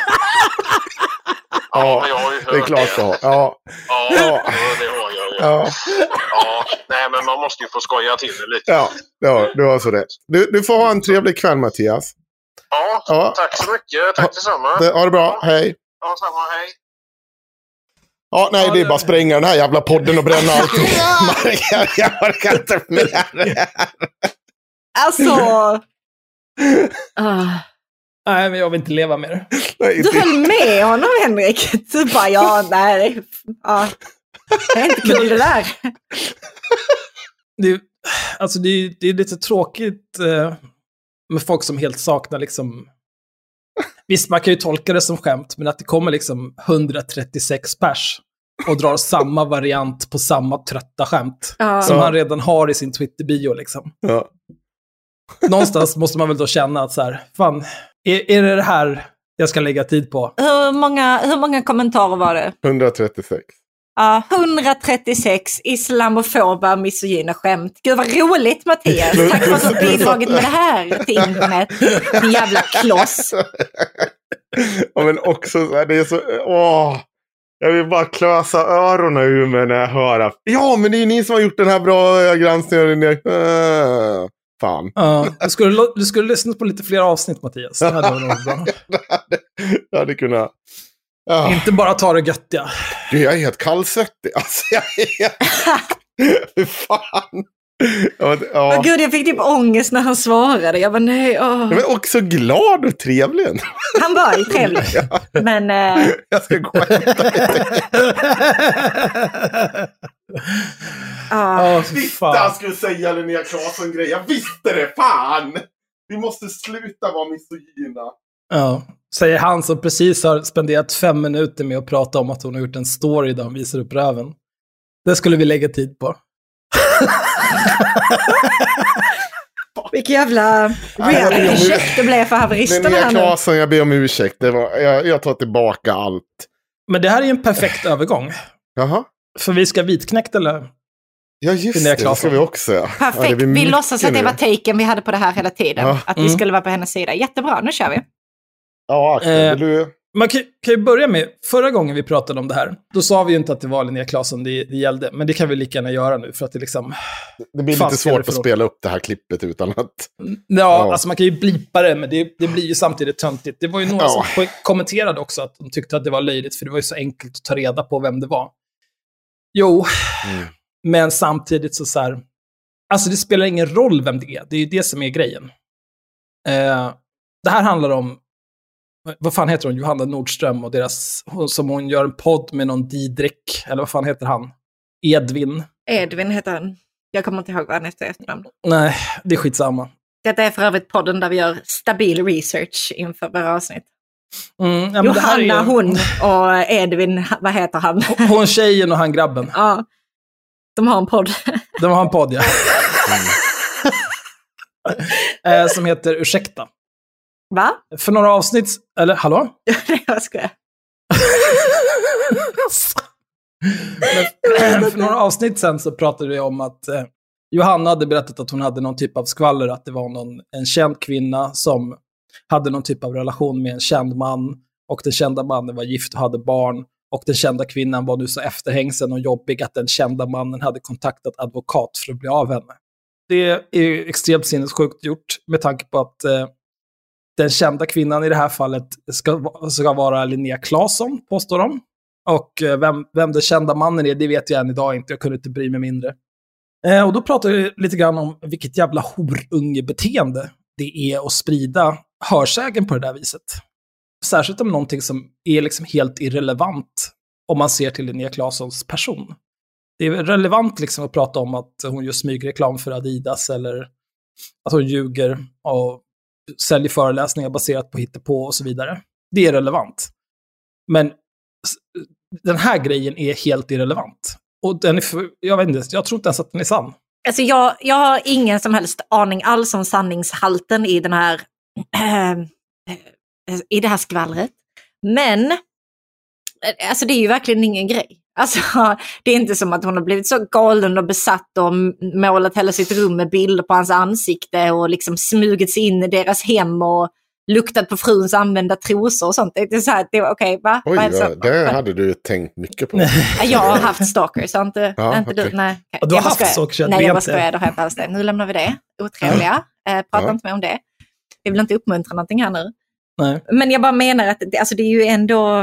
Ja, jag har ju det är hört klart så. Ja. Ja, Ja. det har jag ju. Ja. Ja, nej, men man måste ju få skoja till det lite. Ja, ja, du har så rätt. Du, du får ha en trevlig kväll, Mattias. Ja, Ja. tack så mycket. Tack detsamma. Det, ha det bra, hej. Ja, samma, hej. Ja, nej, det är bara att spränga den här jävla podden och bränna allting. jag, jag orkar inte med det här. Alltså... Uh. Nej, men jag vill inte leva med det. Du höll med honom, Henrik. Du bara, ja, nej. Ja. Det är inte kul det där. Det är, alltså det är, det är lite tråkigt eh, med folk som helt saknar liksom... Visst, man kan ju tolka det som skämt, men att det kommer liksom hundratrettiosex pers och drar samma variant på samma trötta skämt Ja. som han redan har i sin Twitter-bio liksom. Ja. Någonstans måste man väl då känna att så här, fan, är, är det det här jag ska lägga tid på? Hur många, hur många kommentarer var det? hundratrettiosex. Ja, hundratrettiosex islamofoba, misogyna skämt. Gud vad roligt, Mattias. Tack för att du har bidragit med det här till internet. Din jävla kloss. Ja, men också så här, det är så... Åh, jag vill bara klösa öronen ur mig när jag hör att... Ja, men det är ju ni som har gjort den här bra granskningen. Äh, fan. Ja, du skulle, du skulle lyssna på lite fler avsnitt, Mattias. Det hade varit bra. Jag hade kunnat... Ja. Inte bara ta det göttiga. Du, jag är helt kallsvettig. Alltså, jag är helt... Fy fan. Ja, ja. Åh, Gud, jag fick typ ångest när han svarade. Jag var nej. Åh. Jag var också glad och trevlig. Han var ju trevlig. Ja. Men... Eh... Jag ska gå och hämta lite. Ah. Jag visste att jag skulle säga Linnea Claesson-grej. Jag visste det, fan! Vi måste sluta vara misogyna. Ja, säger han som precis har spenderat fem minuter med att prata om att hon har gjort en story där hon visar upp röven. Det skulle vi lägga tid på. Vilken jävla reality-check det blev för haveristerna. Linnea Claesson, jag ber om ursäkt. Det var, jag, jag tar tillbaka allt. Men det här är ju en perfekt övergång. Jaha. För vi ska vitknäckt eller? Ja, just det. Det ska vi också. Perfekt. Ja, vi vi låtsas att det var taken vi hade på det här hela tiden. Ja. Att Mm. vi skulle vara på hennes sida. Jättebra, nu kör vi. Ja, Axel, Eh, du... Man kan, kan ju börja med, förra gången vi pratade om det här, då sa vi ju inte att det var Linnea Claesson det, det gällde, men det kan vi lika gärna göra nu för att det liksom... Det blir Fan, lite spelar svårt för att roll. spela upp det här klippet utan att... Ja, Ja. alltså man kan ju blipa det, men det, det blir ju samtidigt töntigt. Det var ju några Ja. som kommenterade också att de tyckte att det var löjligt, för det var ju så enkelt att ta reda på vem det var. Jo, Mm. men samtidigt så så här, alltså det spelar ingen roll vem det är. Det är ju det som är grejen. Eh, det här handlar om, vad fan heter hon? Johanna Nordström och deras, som hon gör en podd med någon Didrik, eller vad fan heter han? Edvin. Edvin heter han. Jag kommer inte ihåg vad han heter efternamn. Nej, det är skitsamma. Detta är för övrigt podden där vi gör stabil research inför våra avsnitt. Mm, ja, men Johanna, det här är, hon och Edvin, vad heter han? hon tjejen och han grabben. Ja, de har en podd. De har en podd, ja. eh, som heter Ursäkta. Va? För några avsnitt, eller hallå? Nej, jag skojar. Men, för några avsnitt sen så pratade vi om att eh, Johanna hade berättat att hon hade någon typ av skvaller, att det var någon, en känd kvinna som hade någon typ av relation med en känd man, och den kända mannen var gift och hade barn, och den kända kvinnan var nu så efterhängsen och jobbig att den kända mannen hade kontaktat advokat för att bli av henne. Det är extremt sinnessjukt gjort med tanke på att eh, den kända kvinnan i det här fallet ska, ska vara Linnea Claesson, påstår de. Och eh, vem, vem den kända mannen är, det vet jag än idag inte. Jag kunde inte bry mig mindre. Eh, och då pratar vi lite grann om vilket jävla horungebeteende det är att sprida hörsägen på det där viset. Särskilt om någonting som är liksom helt irrelevant om man ser till Linnea Claessons person. Det är relevant liksom att prata om att hon gör smygreklam för Adidas, eller att hon ljuger och säljer föreläsningar baserat på hittepå och så vidare. Det är relevant. Men den här grejen är helt irrelevant. Och den är för, jag vet inte, jag tror inte ens att den är sann. Alltså jag, jag har ingen som helst aning alls om sanningshalten i den här äh, i det här skvallret. Men alltså det är ju verkligen ingen grej. Alltså det är inte som att hon har blivit så galen och besatt och målat hela sitt rum med bilder på hans ansikte och liksom smugit sig in i deras hem och luktat på fruns använda trosor och sånt. Det är så här, det var okej, okay, va? Oj, va ja, det hade du tänkt mycket på. Jag har haft stalkers, så inte, ja, inte okay. du. Nej, och du har jag haft stalkers? Nej, jag bara skojar, det har jag inte alls det. Nu lämnar vi det. Otrevliga. Eh, prata ja. inte mer om det. Vi vill inte uppmuntra någonting här nu. Nej. Men jag bara menar att det, alltså det är ju ändå...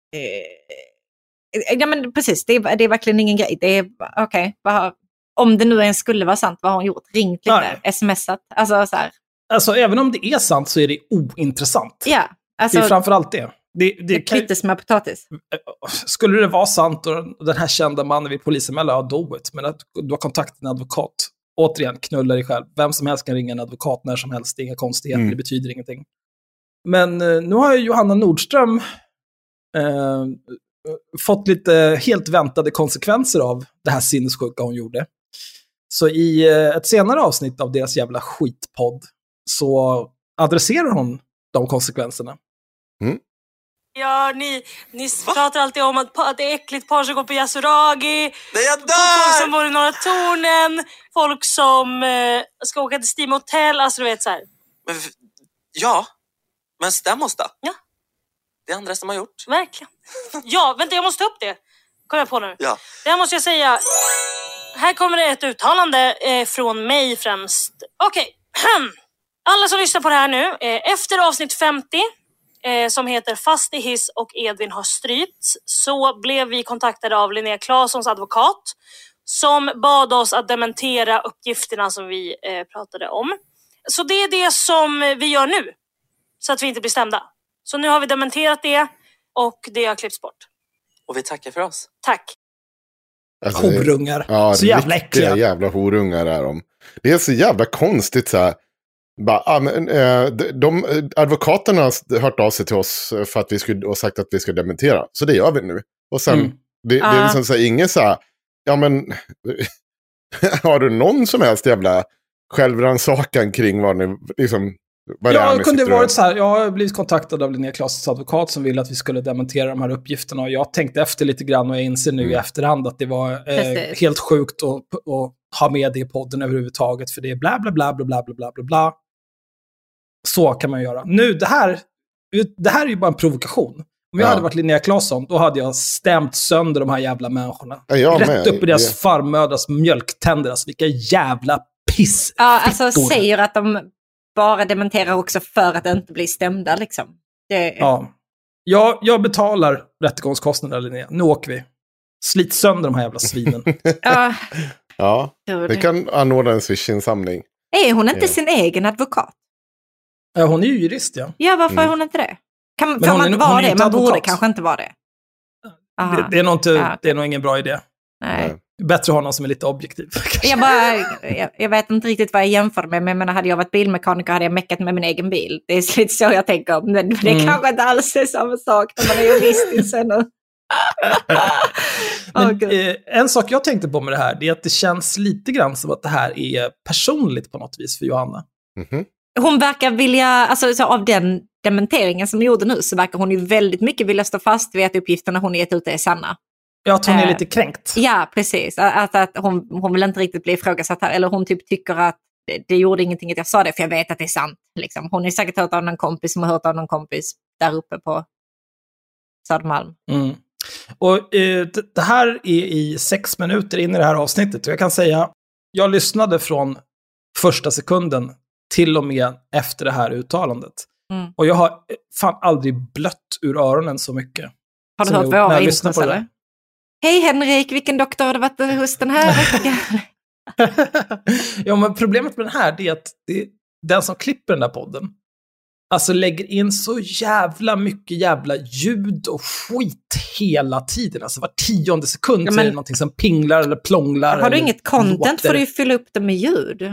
Eh, ja, men precis. Det är, det är verkligen ingen grej. Det är okej. Okay, om det nu ens skulle vara sant, vad har hon gjort? Ringt lite, Nej. smsat. Alltså så här. Alltså även om det är sant så är det ointressant. Ja. Alltså, det är framförallt det. Det, det, det kan, kvittas med potatis. Skulle det vara sant och den här kända mannen vid polisanmälan, ja, do it. Men att du har kontakt med en advokat. Återigen, knulla dig själv. Vem som helst kan ringa en advokat när som helst. Det är inga konstigheter, mm. det betyder ingenting. Men eh, nu har ju Johanna Nordström eh, fått lite helt väntade konsekvenser av det här sinnessjuka hon gjorde. Så i eh, ett senare avsnitt av deras jävla skitpodd så adresserar hon de konsekvenserna. Mm. Ja, ni, ni pratar alltid om att, att det är äckligt par som går på Yasuragi. Nej, jag dör! Folk som bor i Norra Tornen. Folk som eh, ska åka till Steam Hotel. Alltså du vet så här. Men, ja, men stäm oss då. Ja. Det är andra som har gjort. Verkligen. Ja, vänta, jag måste ta upp det. Kommer jag på nu. Ja. Det här måste jag säga. Här kommer det ett uttalande eh, från mig främst. Okej. Okay. Alla som lyssnar på det här nu. Eh, efter avsnitt femtio. Eh, som heter Fast i hiss och Edvin har strypts, så blev vi kontaktade av Linnea Claessons advokat som bad oss att dementera uppgifterna som vi eh, pratade om. Så det är det som vi gör nu, så att vi inte blir stämda. Så nu har vi dementerat det och det har klippts bort. Och vi tackar för oss. Tack. Alltså, horungar. Ja, så jävla äckliga. jävla horungar är de. Det är så jävla konstigt så här. Bara, ah, men, eh, de, de, advokaterna har hört av sig till oss för att vi skulle, och sagt att vi ska dementera. Så det gör vi nu. Och sen, Mm. det, det är liksom så här, ingen så här, ja men, har du någon som helst jävla självrannsakan kring vad ni, liksom, vad det är Jag ni kunde sitter och- varit så här, jag har blivit kontaktad av Linnea Claessons advokat som ville att vi skulle dementera de här uppgifterna, och jag tänkte efter lite grann och jag inser nu Mm. i efterhand att det var eh, Precis. helt sjukt att, att ha med det i podden överhuvudtaget, för det är bla bla bla bla bla bla bla bla bla. Så kan man göra. Nu, det här, det här är ju bara en provokation. Om jag Ja. hade varit Linnea Claesson, då hade jag stämt sönder de här jävla människorna. Ja, jag Rätt med. upp i deras Ja. farmödras mjölktänder. Alltså, vilka jävla piss. Ja, alltså säger att de bara dementerar också för att inte bli stämda liksom. Det, Ja. Jag, jag betalar rättegångskostnader, Linnea. Nu åker vi. Slit sönder de här jävla svinen. Ja. Ja, det kan anordna en Swish-insamling. Är hon inte Ja. sin egen advokat? Ja, hon är ju jurist, ja. Ja, varför Mm. är hon inte det? Kan, Men får hon man är- inte hon vara är det? inte Man borde advokat. kanske inte vara det. Aha. Det, det, är nog inte, Ja. det är nog ingen bra idé. Nej. Bättre att ha någon som är lite objektiv. Jag, bara, jag, jag vet inte riktigt vad jag jämför med, men jag menar, hade jag varit bilmekaniker hade jag meckat med min egen bil. Det är lite så jag tänker, men det Mm. kanske inte alls är samma sak när man är jurist sen. Och... Men, Åh, Gud. eh, en sak jag tänkte på med det här, det är att det känns lite grann som att det här är personligt på något vis för Johanna. Mhm. Hon verkar vilja, alltså så av den dementeringen som hon gjorde nu så verkar hon ju väldigt mycket vilja stå fast vid att uppgifterna hon gett ut är sanna. Ja, att hon är Eh, lite kränkt. Ja, precis. Att, att hon, hon vill inte riktigt bli ifrågasatt här. Eller hon typ tycker att det, det gjorde ingenting att jag sa det för jag vet att det är sant. Liksom. Hon är säkert hört av någon kompis som har hört av någon kompis där uppe på Södermalm. Mm. Och eh, det, det här är i sex minuter in i det här avsnittet. Och jag kan säga, jag lyssnade från första sekunden till och med efter det här uttalandet. Mm. Och jag har eh, fan aldrig blött ur öronen så mycket. Har du som hört jag gjorde när våra jag lyssnade intros på det eller? Hej Henrik, vilken doktor har du varit hos den här veckan? Ja, men problemet med den här det är att det, den som klipper den där podden alltså lägger in så jävla mycket jävla ljud och skit hela tiden. Alltså var tionde sekund Ja, så men- är det någonting som pinglar eller plånglar. Har du eller inget content låter. får du ju fylla upp det med ljud.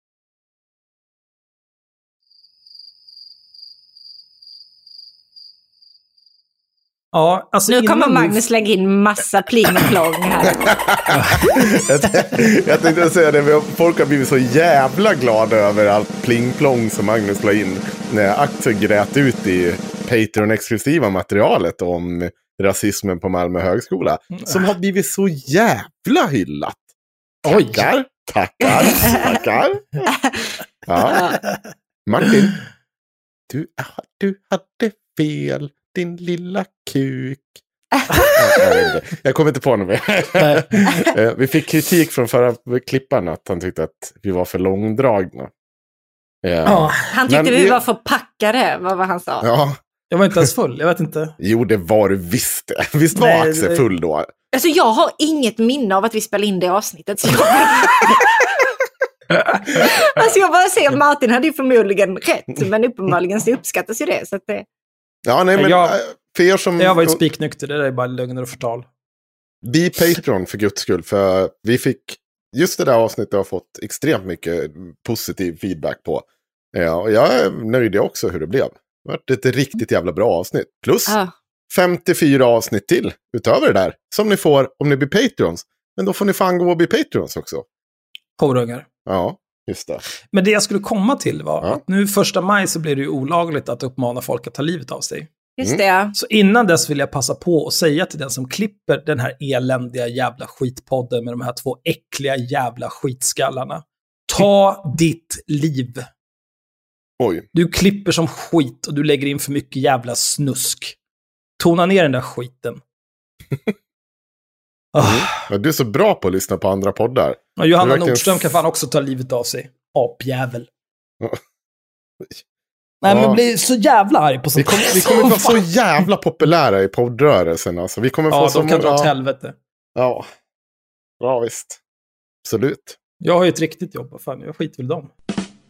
Ja, alltså Nu innan kommer vi- Magnus lägga in massa pling och plong här. jag, t- jag tänkte säga det, men folk har blivit så jävla glada över allt pling-plong som Magnus la in när Axel grät ut i Patreon-exklusiva materialet om rasismen på Malmö högskola. Som har blivit så jävla hyllat. Tackar, tackar, tackar. Ja. Martin, du, du hade fel, din lilla kuk. Ja, jag vet inte. Jag kommer inte på något mer. Eh, Vi fick kritik från förra klippan att han tyckte att vi var för långdragna. Eh, Ja, Han tyckte men vi det- var för packade, vad var han sa. Ja, jag var inte ens full, jag vet inte. jo det var du visst det. Visst var Nej, Axel det- full då? Alltså jag har inget minne av att vi spelade in det avsnittet. Så jag... alltså jag bara säger, Martin hade ju förmodligen rätt, men uppenbarligen så uppskattas ju det. Så att det... Ja, nej men Jag- eh, för er som... Jag var ju spiknykter, det där är bara lögner och förtal. Bli Patreon för guds skull, för vi fick, just det där avsnittet har fått extremt mycket positiv feedback på. Ja, och jag är nöjd också hur det blev. Det var ett riktigt jävla bra avsnitt. Plus Ah. femtiofyra avsnitt till utöver det där, som ni får om ni blir Patreons. Men då får ni fan gå och bli Patreons också. Horungar. Ja, just det. Men det jag skulle komma till var Ja. att nu första maj så blir det ju olagligt att uppmana folk att ta livet av sig. Just det. Så innan dess vill jag passa på att säga till den som klipper den här eländiga jävla skitpodden med de här två äckliga jävla skitskallarna. Ta ditt liv. Oj. Du klipper som skit och du lägger in för mycket jävla snusk. Tona ner den där skiten. Oh. Men du är så bra på att lyssna på andra poddar. Och Johanna Det är verkligen- Nordström kan fan också ta livet av sig. Apjävel. Ja. Nej, men Ja. jag blir så jävla arg på Vi sånt. kommer, vi kommer vara så jävla populära i poddrörelsen. Alltså. Vi kommer få Ja, så de kan dra åt ja, helvete. ja. ja, visst. Absolut. Jag har ju ett riktigt jobb, vad fan, jag skiter väl i dem.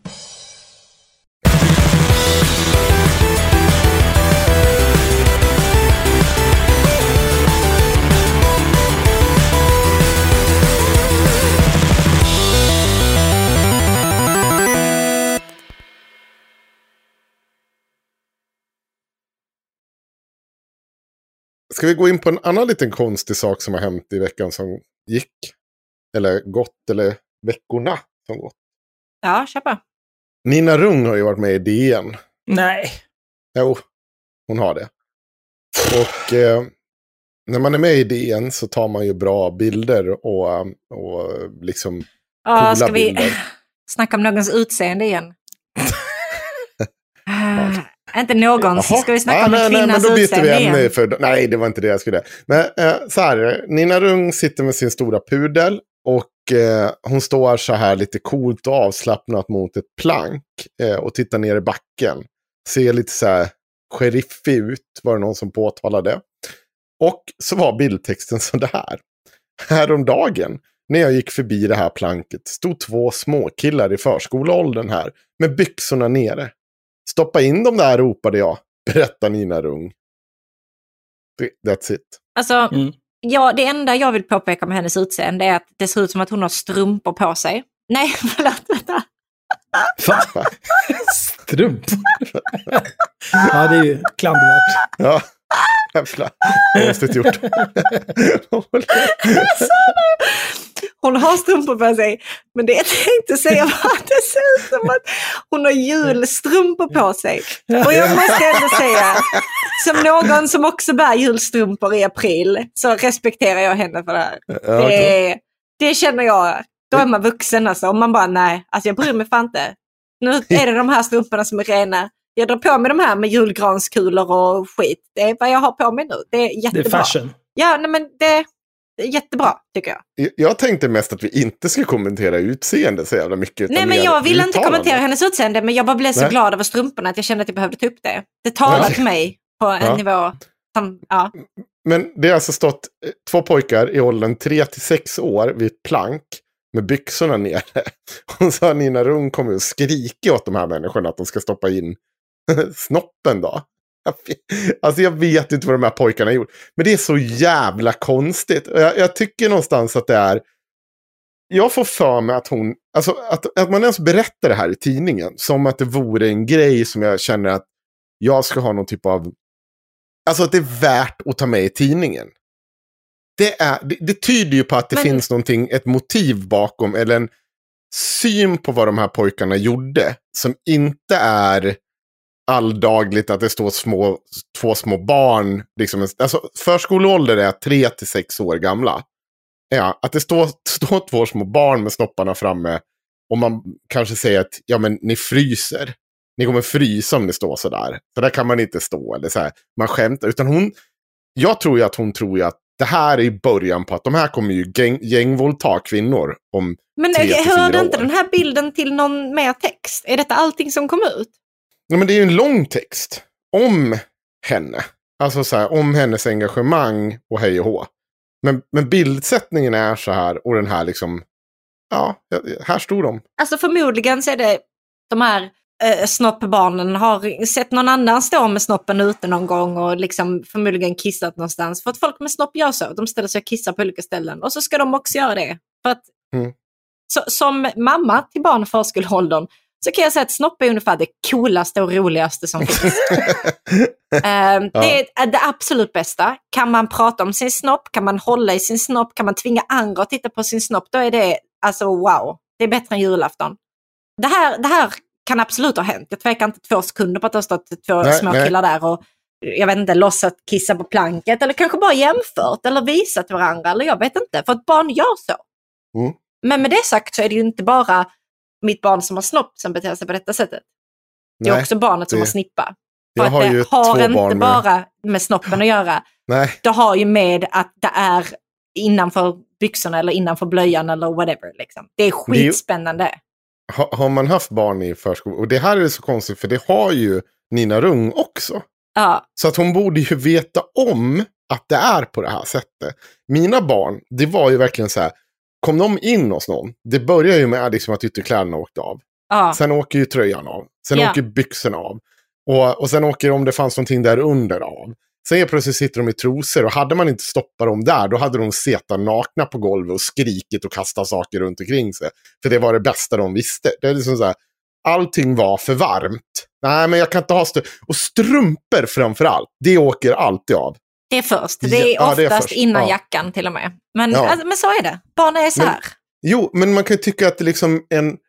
Ska vi gå in på en annan liten konstig sak som har hänt i veckan som gick? Eller gått, eller veckorna som gått. Ja, köpa. Nina Rung har ju varit med i D N. Nej. Jo, hon har det. Och eh, när man är med i D N så tar man ju bra bilder och, och liksom Ja, coola ska vi bilder. snacka om någons utseende igen? Ah, inte någons. Jaha. Ska vi snacka Ja, om nej, en nej, men kvinnas då byter vi utseende ämne. igen? För, nej, det var inte det jag skulle. Men eh, så här, Nina Rung sitter med sin stora pudel och eh, hon står så här lite coolt och avslappnat mot ett plank eh, och tittar ner i backen. Ser lite så här sheriffig ut, var det någon som påtalade. Och så var bildtexten så där. Häromdagen, när jag gick förbi det här planket, stod två småkillar i förskoleåldern här, med byxorna nere. Stoppa in dem där, ropade jag, berättar Nina Rung. That's it. Alltså, mm. ja, det enda jag vill påpeka med hennes utseende är att det ser ut som att hon har strumpor på sig. Nej, förlåt, vänta. Fan. Strumpor? Ja, det är ju klandervärt. Ja, jävlar. Jag måste inte gjort. Hon har strumpor på sig. Men det jag tänkte säga var att det ser ut som att hon har julstrumpor på sig. Och jag måste ändå säga, som någon som också bär julstrumpor i april, så respekterar jag henne för det här. Det, det känner jag. Då är man vuxen alltså. Och man bara, nej, alltså jag bryr mig fan inte. Nu är det de här strumporna som är rena. Jag drar på mig de här med julgranskulor och skit. Det är vad jag har på mig nu. Det är jättebra. Det är fashion. Ja, nej, men det är jättebra, tycker jag. Jag tänkte mest att vi inte ska kommentera utseende så jävla mycket. Nej, men jag vill inte kommentera hennes utseende, men jag bara blev så nej. glad över strumporna att jag kände att jag behövde ta upp det. Det talade till mig på en ja. nivå som, ja. Men det har alltså stått två pojkar i åldern tre till sex år vid ett plank med byxorna nere. Och så har Nina Rung kommit och skrikit åt de här människorna att de ska stoppa in snoppen då. Alltså jag vet inte vad de här pojkarna gjort. Men det är så jävla konstigt. Jag, jag tycker någonstans att det är... Jag får för mig att hon... Alltså att, att man ens berättar det här i tidningen som att det vore en grej som jag känner att jag ska ha någon typ av... Alltså att det är värt att ta med i tidningen. Det, är, det, det tyder ju på att det men... finns någonting, ett motiv bakom eller en syn på vad de här pojkarna gjorde som inte är alldagligt att det står små, två små barn. Liksom, alltså förskoleålder är tre till sex år gamla. Ja, att det står, står två små barn med snopparna framme och man kanske säger att ja, men ni fryser. Ni kommer frysa om ni står så där. Så där kan man inte stå. Eller så här. Man skämtar. Utan hon, jag tror ju att hon tror ju att det här är i början på att de här kommer ju gäng, gängvåldta kvinnor om men tre till fyra år. Men hörde inte den här bilden till någon mer text? Är detta allting som kom ut? Nej, men det är ju en lång text om henne. Alltså så här, om hennes engagemang och hej och hå. Men, men bildsättningen är så här och den här liksom, ja, här stod de. Alltså förmodligen så är det de här eh, snoppbarnen har sett någon annan stå med snoppen ute någon gång och liksom förmodligen kissat någonstans. För att folk med snopp gör så. De ställer sig och kissar på olika ställen. Och så ska de också göra det. För att mm. så, som mamma till barn i förskoleåldern så kan jag säga att snopp är ungefär det coolaste och roligaste som finns. uh, ja. Det är det absolut bästa. Kan man prata om sin snopp, kan man hålla i sin snopp, kan man tvinga andra att titta på sin snopp, då är det alltså wow. Det är bättre än julafton. Det här, det här kan absolut ha hänt. Jag tvekar inte två sekunder på att det har stått två nej, små killar där och jag vet inte, låtsat kissa på planket eller kanske bara jämfört eller visat varandra eller jag vet inte. För ett barn gör så. Mm. Men med det sagt så är det ju inte bara mitt barn som har snopp som beter sig på detta sättet. Det är nej, också barnet som det... har snippa. För jag har att det ju har inte med... bara med snoppen att göra. Nej. Det har ju med att det är innanför byxorna eller innanför blöjan eller whatever. Liksom. Det är skitspännande. Det är ju... ha, har man haft barn i förskolan, och det här är så konstigt för det har ju Nina Rung också. Ja. Så att hon borde ju veta om att det är på det här sättet. Mina barn, det var ju verkligen så här. Kom de in hos någon, det börjar ju med liksom att ytterkläderna åkte av. Ja. Sen åker ju tröjan av. Sen ja. åker byxorna av. Och, och sen åker om det fanns någonting där under av. Sen är plötsligt sitter de i trosor och hade man inte stoppat dem där då hade de suttit nakna på golvet och skrikit och kastat saker runt omkring sig. För det var det bästa de visste. Det är liksom så här, allting var för varmt. Nej, men jag kan inte ha stö- och strumpor framförallt. Det åker alltid av. Det är först. Det är ja, oftast ja, det är innan ja. jackan till och med. Men, ja. alltså, men så är det. Barn är så men, här. Jo, men man kan ju tycka att det liksom en...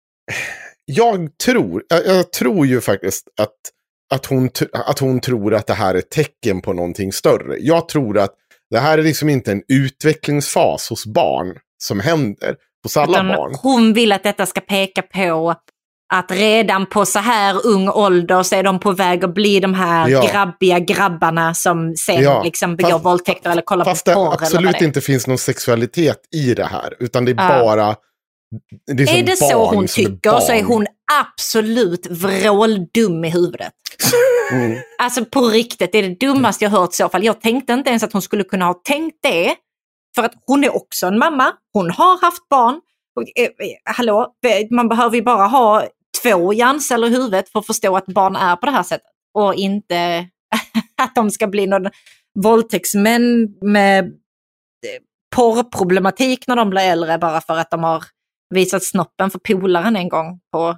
Jag tror, jag, jag tror ju faktiskt att, att, hon, att hon tror att det här är ett tecken på någonting större. Jag tror att det här är liksom inte en utvecklingsfas hos barn som händer hos alla Utan barn. Hon vill att detta ska peka på att redan på så här ung ålder så är de på väg att bli de här ja. grabbiga grabbarna som sen ja. liksom begår fast, våldtäkter eller kollar fast på porr. Fast det absolut inte finns någon sexualitet i det här. Utan det är ja. bara det är, är det så hon tycker så är hon absolut vråldum i huvudet. Mm. Alltså på riktigt, det är det dummaste jag hört i så fall. Jag tänkte inte ens att hon skulle kunna ha tänkt det. För att hon är också en mamma. Hon har haft barn. Och, eh, hallå, man behöver ju bara ha två hjärnceller i huvudet för att förstå att barn är på det här sättet. Och inte att de ska bli någon våldtäktsmän med porrproblematik när de blir äldre bara för att de har visat snoppen för polaren en gång på...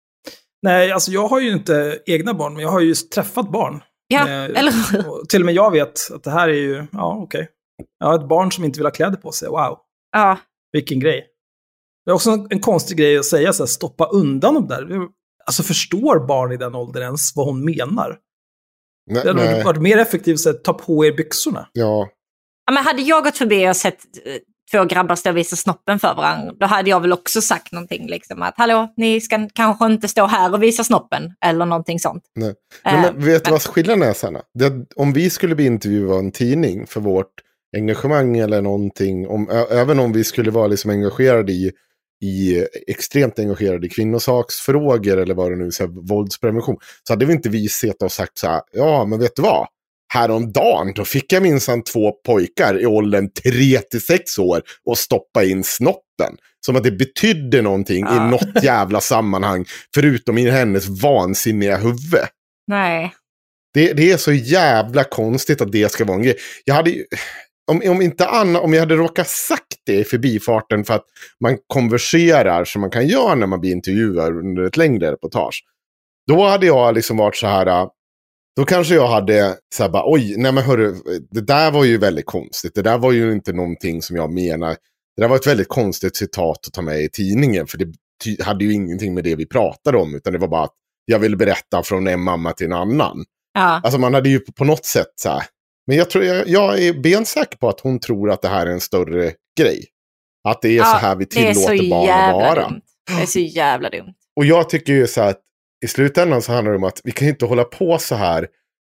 Nej, alltså jag har ju inte egna barn, men jag har ju just träffat barn. Ja, eh, eller och till och med jag vet att det här är ju, ja okej. Okay. Jag har ett barn som inte vill ha kläder på sig, wow. Ja. Vilken grej. Det är också en, en konstig grej att säga så här, stoppa undan dem där. Alltså förstår barn i den åldern ens vad hon menar? Nej, det hade nej. varit mer effektivt att ta på er byxorna. Ja. Ja, men hade jag gått förbi och sett två grabbar stå och visa snoppen för varandra, då hade jag väl också sagt någonting liksom att hallå, ni ska kanske inte stå här och visa snoppen eller någonting sånt. Nej. Men, äh, men vet du vad skillnaden är, Sanna? Det, om vi skulle bli intervjuade en tidning för vårt engagemang eller någonting, om, ä, även om vi skulle vara liksom engagerade i, i extremt engagerade i kvinnosaksfrågor eller vad det nu är, våldsprevention, så hade vi inte visat och sagt så här, ja men vet du vad? Häromdagen, då fick jag minsann två pojkar i åldern tre till sex år och stoppa in snoppen. Som att det betydde någonting ja. i något jävla sammanhang, förutom i hennes vansinniga huvud. Nej. Det, det är så jävla konstigt att det ska vara en grej. Jag hade ju, om, om inte Anna, om jag hade råkat sagt det i förbifarten för att man konverserar som man kan göra när man blir intervjuad under ett längre reportage. Då hade jag liksom varit så här... Då kanske jag hade så här bara, oj, nej men hörru, det där var ju väldigt konstigt. Det där var ju inte någonting som jag menar. Det där var ett väldigt konstigt citat att ta med i tidningen. För det ty- hade ju ingenting med det vi pratade om. Utan det var bara att jag ville berätta från en mamma till en annan. Ja. Alltså man hade ju på något sätt så här. Men jag, tror, jag, jag är bensäker på att hon tror att det här är en större grej. Att det är ja, så här vi tillåter barn att vara. Dumt. Det är så jävla dumt. Och jag tycker ju så här att i slutändan så handlar det om att vi kan inte hålla på så här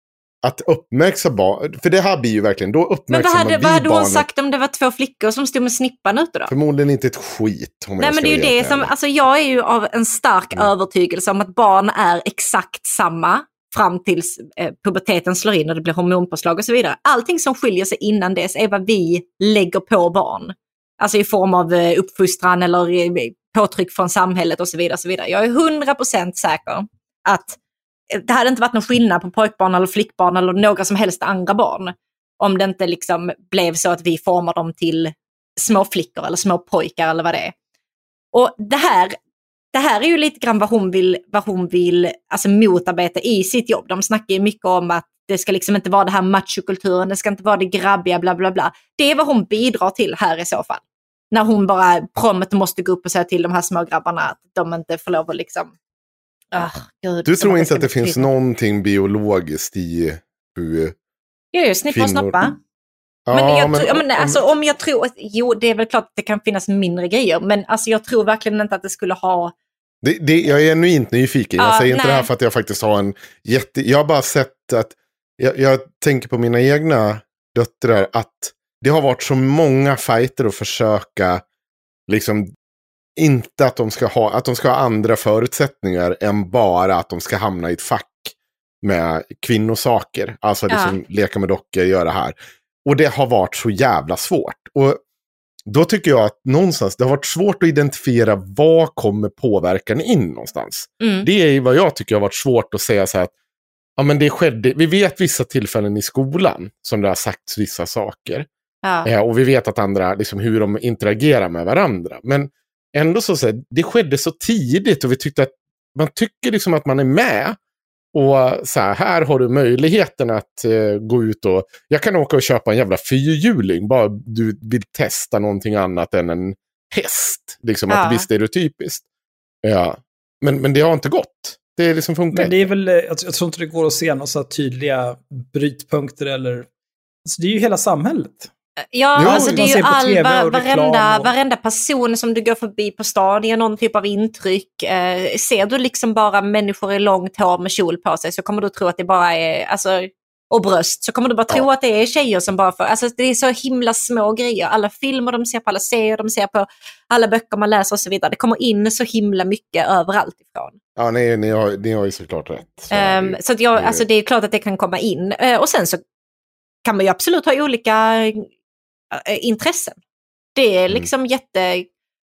att uppmärksamma barn. För det här blir ju verkligen, då uppmärksammar men vad hade, vi vad hade hon barnet. sagt om det var två flickor som stod med snippan ute då? Förmodligen inte ett skit. Nej men det är ju det som, alltså jag är ju av en stark mm. övertygelse om att barn är exakt samma fram tills eh, puberteten slår in och det blir hormonpåslag och så vidare. Allting som skiljer sig innan dess är vad vi lägger på barn. Alltså i form av eh, uppfostran eller eh, påtryck från samhället och så vidare, så vidare. Jag är hundra procent säker att det hade inte varit någon skillnad på pojkbarn eller flickbarn eller några som helst andra barn om det inte liksom blev så att vi formar dem till små flickor eller små pojkar eller vad det är. Och det här, det här är ju lite grann vad hon vill, vad hon vill alltså motarbeta i sitt jobb. De snackar ju mycket om att det ska liksom inte vara det här machokulturen, det ska inte vara det grabbiga, bla bla bla. Det är vad hon bidrar till här i så fall. När hon bara prompt måste gå upp och säga till de här små grabbarna att de inte får lov att liksom... Oh, Gud, du tror inte att det finns någonting biologiskt i hur jo, jo, snippa och snappa. Ja, men jag men, tro, men alltså, om jag tror... Jo, det är väl klart att det kan finnas mindre grejer. Men alltså, jag tror verkligen inte att det skulle ha... Det, det, jag är genuint nyfiken. Jag ah, säger inte nej. det här för att jag faktiskt har en jätte... Jag har bara sett att... Jag, jag tänker på mina egna döttrar att det har varit så många fighter att försöka liksom inte att de ska ha att de ska ha andra förutsättningar än bara att de ska hamna i ett fack med kvinnosaker. Alltså liksom ja. leka med dockor, göra det här. Och det har varit så jävla svårt. Och då tycker jag att någonstans det har varit svårt att identifiera vad kommer påverkan in någonstans. Mm. Det är vad jag tycker har varit svårt att säga så här att ja, men det skedde, vi vet vissa tillfällen i skolan som det har sagts vissa saker. Ja. Eh, och vi vet att andra, liksom hur de interagerar med varandra. Men ändå så, så här, det skedde så tidigt och vi tyckte att man tycker liksom att man är med. Och så här, här har du möjligheten att eh, gå ut och, jag kan åka och köpa en jävla fyrhjuling, bara du vill testa någonting annat än en häst. Liksom ja. att visst är det typiskt. Ja. Men, men det har inte gått. Det liksom funkar. Men det är väl, jag, jag tror inte det går att se några så tydliga brytpunkter eller, alltså det är ju hela samhället. Ja, jo, alltså det är ju all, var, varenda, och... varenda person som du går förbi på stan ger någon typ av intryck. Eh, ser du liksom bara människor i långt hår med kjol på sig så kommer du tro att det bara är, alltså och bröst så kommer du bara tro Ja. att det är tjejer som bara får, alltså det är så himla små grejer. Alla filmer de ser på, alla serier de ser på, alla böcker man läser och så vidare. Det kommer in så himla mycket överallt ifrån. Ja, ni, ni, har, ni har ju såklart rätt. Så, Um, så att jag, det- alltså det är klart att det kan komma in. Uh, och sen så kan man ju absolut ha olika uh, intressen. Det är liksom jätte...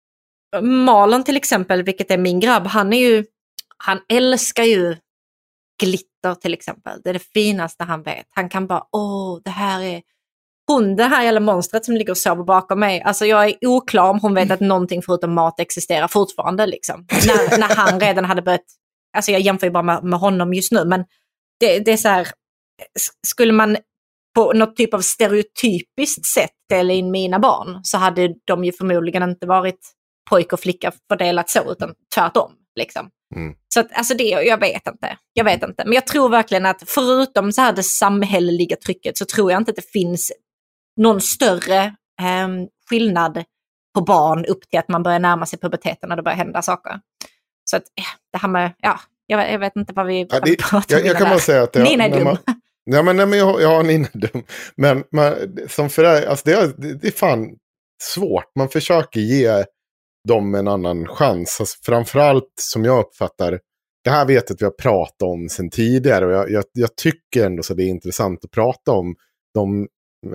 Malon till exempel, vilket är min grabb, han är ju, han älskar ju glitter till exempel. Det är det finaste han vet. Han kan bara, åh, det här är hon, det här jävla monstret som ligger och sover bakom mig. Alltså jag är oklar om hon vet att någonting förutom mat existerar fortfarande liksom. När, när han redan hade börjat, alltså jag jämför ju bara med, med honom just nu, men det, det är så här, skulle man på något typ av stereotypiskt sätt dela in mina barn så hade de ju förmodligen inte varit pojk och flicka fördelat så, utan tvärtom liksom. Mm. Så att, alltså det, jag vet inte. Jag vet inte. Men jag tror verkligen att förutom så här det samhälleliga trycket så tror jag inte att det finns någon större eh, skillnad på barn upp till att man börjar närma sig puberteten och det börjar hända saker. Så att det här med, ja, jag, jag vet inte vad vi, Ja, vad det, vi pratar om. jag, jag kan bara säga att... Jag, Nina är när dum. Man, ja, men, nej, men jag, ja, Nina är dum. Men man, som föräldrar, alltså det, är, det, det är fan svårt. Man försöker ge dem en annan chans. Alltså, framförallt som jag uppfattar, det här vet jag att vi har pratat om sedan tidigare. Och jag, jag, jag tycker ändå så det är intressant att prata om de,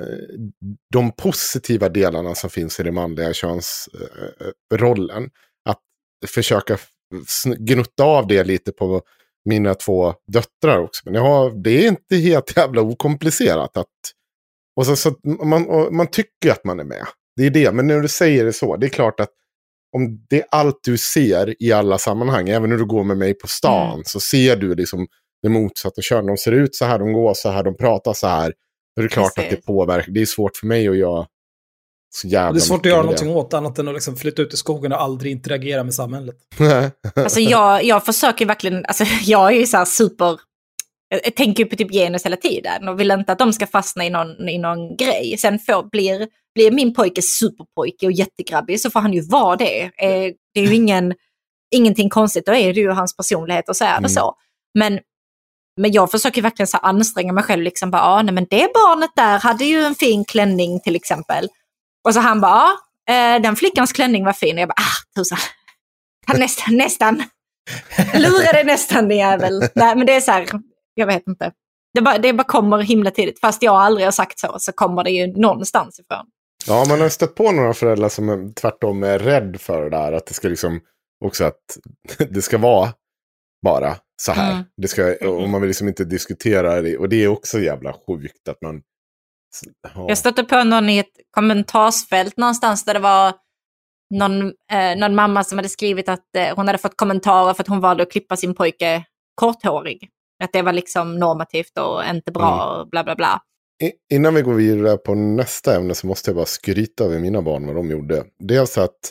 de positiva delarna som finns i den manliga könsrollen. Att försöka gnutta av det lite på mina två döttrar också. Men ja, det är inte helt jävla okomplicerat. Att, och så, så man, och man tycker att man är med. Det är det, men när du säger det så, det är klart att om det är allt du ser i alla sammanhang, även när du går med mig på stan, mm. så ser du liksom det motsatta kön. De ser ut så här, de går så här, de pratar så här. Då är det klart Precis. Att det påverkar. Det är svårt för mig att göra så jävla Det är svårt att göra någonting åt annat än att liksom flytta ut i skogen och aldrig interagera med samhället. Alltså jag, jag försöker verkligen, alltså jag är ju så här super, jag tänker på typ genus hela tiden och vill inte att de ska fastna i någon, i någon grej. Sen får, blir, blir min pojke superpojke och jättegrabbig så får han ju vara det. Det är ju ingen, ingenting konstigt, då är det ju hans personlighet och så är det mm. så. Men, men jag försöker verkligen så anstränga mig själv liksom bara, ah, nej men det barnet där hade ju en fin klänning till exempel. Och så han bara, ah, den flickans klänning var fin och jag bara, ah tusan. Han nästan, nästan. Lurade nästan det jävel. Nej men det är så här, jag vet inte. Det bara, det bara kommer himla tidigt. Fast jag aldrig har sagt så, så kommer det ju någonstans ifrån. Ja, man har stött på några föräldrar som är, tvärtom är rädd för det där. Att det ska liksom också att det ska vara bara så här. Mm. Det ska, och man vill liksom inte diskutera det. Och det är också jävla sjukt att man... Ja. Jag stötte på någon i ett kommentarsfält någonstans där det var någon, eh, någon mamma som hade skrivit att eh, hon hade fått kommentarer för att hon valde att klippa sin pojke korthårig. Att det var liksom normativt och inte bra mm. och bla bla bla. I, innan vi går vidare på nästa ämne så måste jag bara skryta över mina barn vad de gjorde. Dels att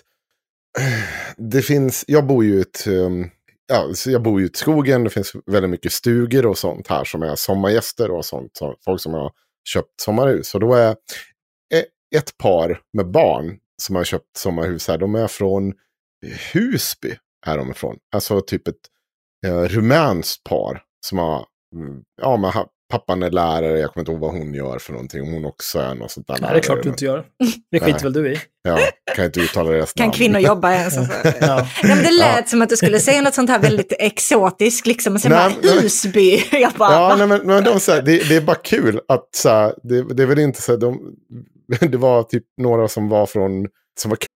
det finns, jag bor ju ett, ja, jag bor ju i skogen, det finns väldigt mycket stugor och sånt här som är sommargäster och sånt. Så folk som har köpt sommarhus. Och då är ett par med barn som har köpt sommarhus här, de är från Husby är de ifrån. Alltså typ ett eh, rumänskt par som har, ja men pappan är lärare, jag kommer inte ihåg vad hon gör för någonting, om hon också är något sånt där. Nej, det är klart du inte gör. Det skiter väl du i. Ja, kan inte uttala det. Kan kvinnor jobba ens? Alltså. Ja. Nej, men det lät ja. som att du skulle säga något sånt här väldigt exotiskt, liksom, och sen nej, bara Husby. Jag bara, ja, nej, men, men de, så här, det, det är bara kul att så här, det, det är väl inte så här, de, det var typ några som var från, som var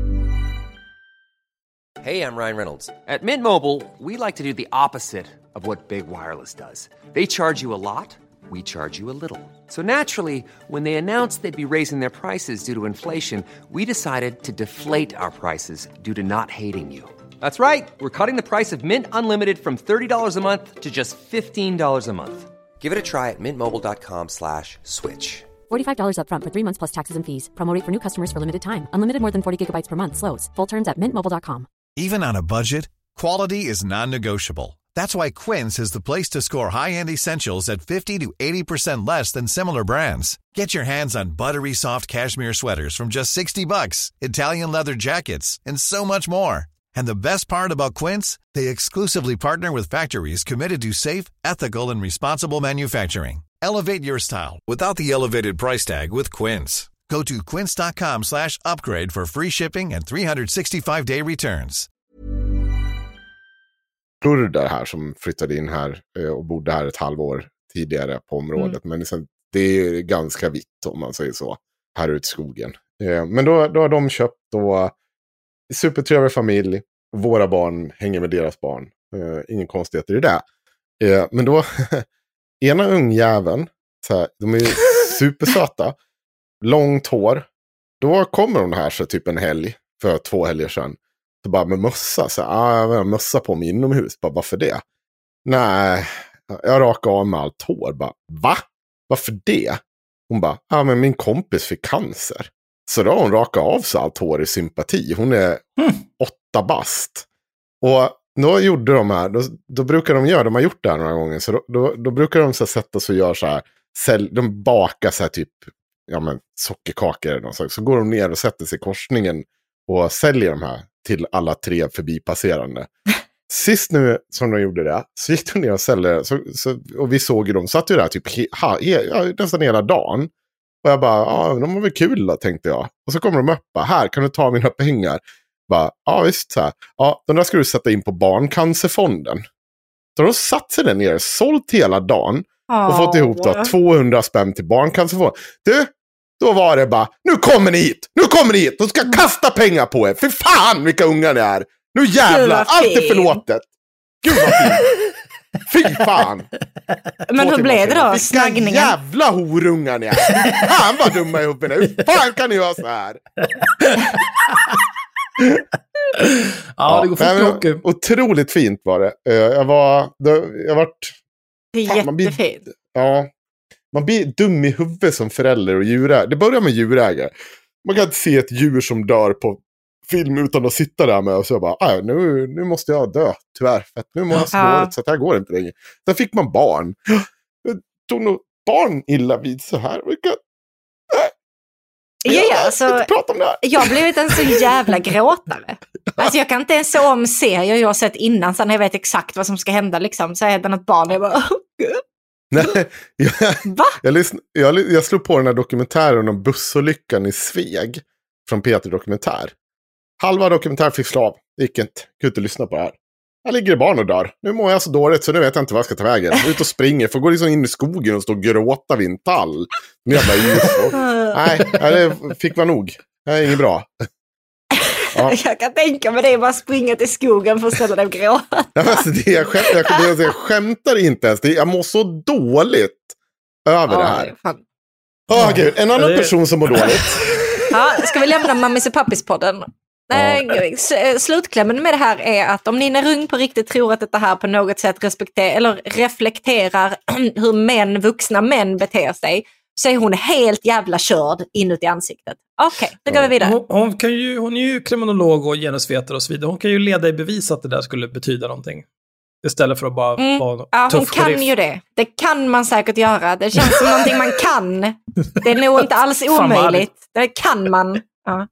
Hey, I'm Ryan Reynolds. At Mint Mobile, we like to do the opposite of what Big Wireless does. They charge you a lot, we charge you a little. So naturally, when they announced they'd be raising their prices due to inflation, we decided to deflate our prices due to not hating you. That's right. We're cutting the price of Mint Unlimited from thirty dollars a month to just fifteen dollars a month. Give it a try at mintmobile.com slash switch. forty-five dollars up front for three months plus taxes and fees. Promo rate for new customers for limited time. Unlimited more than forty gigabytes per month slows. Full terms at mint mobile dot com. Even on a budget, quality is non-negotiable. That's why Quince is the place to score high-end essentials at fifty to eighty percent less than similar brands. Get your hands on buttery soft cashmere sweaters from just sixty bucks, Italian leather jackets, and so much more. And the best part about Quince, they exclusively partner with factories committed to safe, ethical, and responsible manufacturing. Elevate your style without the elevated price tag with Quince. Go to quince.com slash upgrade for free shipping and three sixty-five day returns. Kurder här som flyttade in här och bodde här ett halvår tidigare på området. Mm. Men liksom, det är ganska vitt om man säger så, här ut i skogen. Men då, då har de köpt då supertrevlig familj. Våra barn hänger med deras barn. Ingen konstigheter i det. Men då, ena ungjäveln, så här, de är ju supersöta. Långt hår. Då kommer de här så typ en helg för två helger sedan. Så bara med mössa. Så ah, jag har mössa på mig inomhus. Bara, varför det? Nej, jag rakar av med allt hår. Bara, va? Varför det? Hon bara, ja ah, men min kompis fick cancer. Så då har hon rakat av sig allt hår i sympati. Hon är mm. åtta bast. Och då gjorde de här, då, då brukar de göra, de har gjort det här några gånger. Så då, då, då brukar de så sätta sig och göra så här, sälj, de bakar så här typ, ja men sockerkakor eller något sånt. Så går de ner och sätter sig i korsningen och säljer de här till alla tre förbipasserande. Sist nu som de gjorde det, så gick de ner och sålde, så, så, och vi såg ju dem, satt ju där typ he, ha, he, nästan hela dagen. Och jag bara, ja de var väl kul då, tänkte jag. Och så kommer de upp, bara, här kan du ta mina pengar. Bara, ja visst så här. Ja, de där ska du sätta in på barncancerfonden. Så de satt sig där nere, sålt hela dagen. Och oh, fått ihop då tvåhundra spänn till barncancerfonden. Du, då var det bara, nu kommer ni hit, nu kommer ni hit. De ska kasta pengar på er, för fan vilka ungar ni är. Nu jävlar, allt är förlåtet. Gud vad fint. Fy fan. Men hur blev det då? Vilka snaggningen? Jävla horungar ni är. Fan vad dumma i huvudet. Hur fan kan ni göra så här? Ja, det går fort mycket. Otroligt fint var det. Jag var... Jag var det är fan, jättefint. Man blir, ja, man blir dum i huvudet som förälder och djurägare. Det börjar med djurägare. Man kan inte se ett djur som dör på film utan att sitta där med och så bara, nu, nu måste jag dö, tyvärr. För att nu mår jag så dåligt så att det här går inte längre. Sen fick man barn. Jag tog nog barn illa vid så här. Vilka... Ja, ja, alltså, jag har blivit en så jävla gråtare. Alltså jag kan inte ens så om serier jag har sett innan så när jag vet exakt vad som ska hända liksom. Så är det något barn och jag bara, oh, gud. Nej, jag, Va? Jag, lyssn, jag, jag slog på den här dokumentären om bussolyckan i Sveg från P tre Dokumentär. Halva dokumentär fick slav. Det gick inte. Kunde inte lyssna på det här. Här ligger det barn och dör. Nu mår jag så dåligt så nu vet jag inte vad jag ska ta vägen. Jag är ute och springer. Får gå liksom in i skogen och stå och gråta vid en tall. Jävla ljus. Nej, det fick man nog. Det är inget bra. Ja. Jag kan tänka mig det är bara springa till skogen för att ställa dig och gråta. Ja, alltså det jag, skämt, jag, jag, jag skämtar inte ens. Det, jag mår så dåligt över ja, det här. Åh oh, gud, en annan det... person som mår dåligt. Ja, ska vi lämna Mammis och Pappis-podden? Nej, slutklämmen med det här är att om Nina Rung på riktigt tror att det här på något sätt respekterar eller reflekterar hur män, vuxna män beter sig, så är hon helt jävla körd inuti ansiktet. Okej, okay, då går vi vidare. Hon, hon, kan ju, hon är ju kriminolog och genusvetare och så vidare. Hon kan ju leda i bevis att det där skulle betyda någonting. Istället för att bara mm. vara ja, tuff hon kan sheriff. ju det. Det kan man säkert göra. Det känns som någonting man kan. Det är nog inte alls omöjligt. Det kan man. Ja.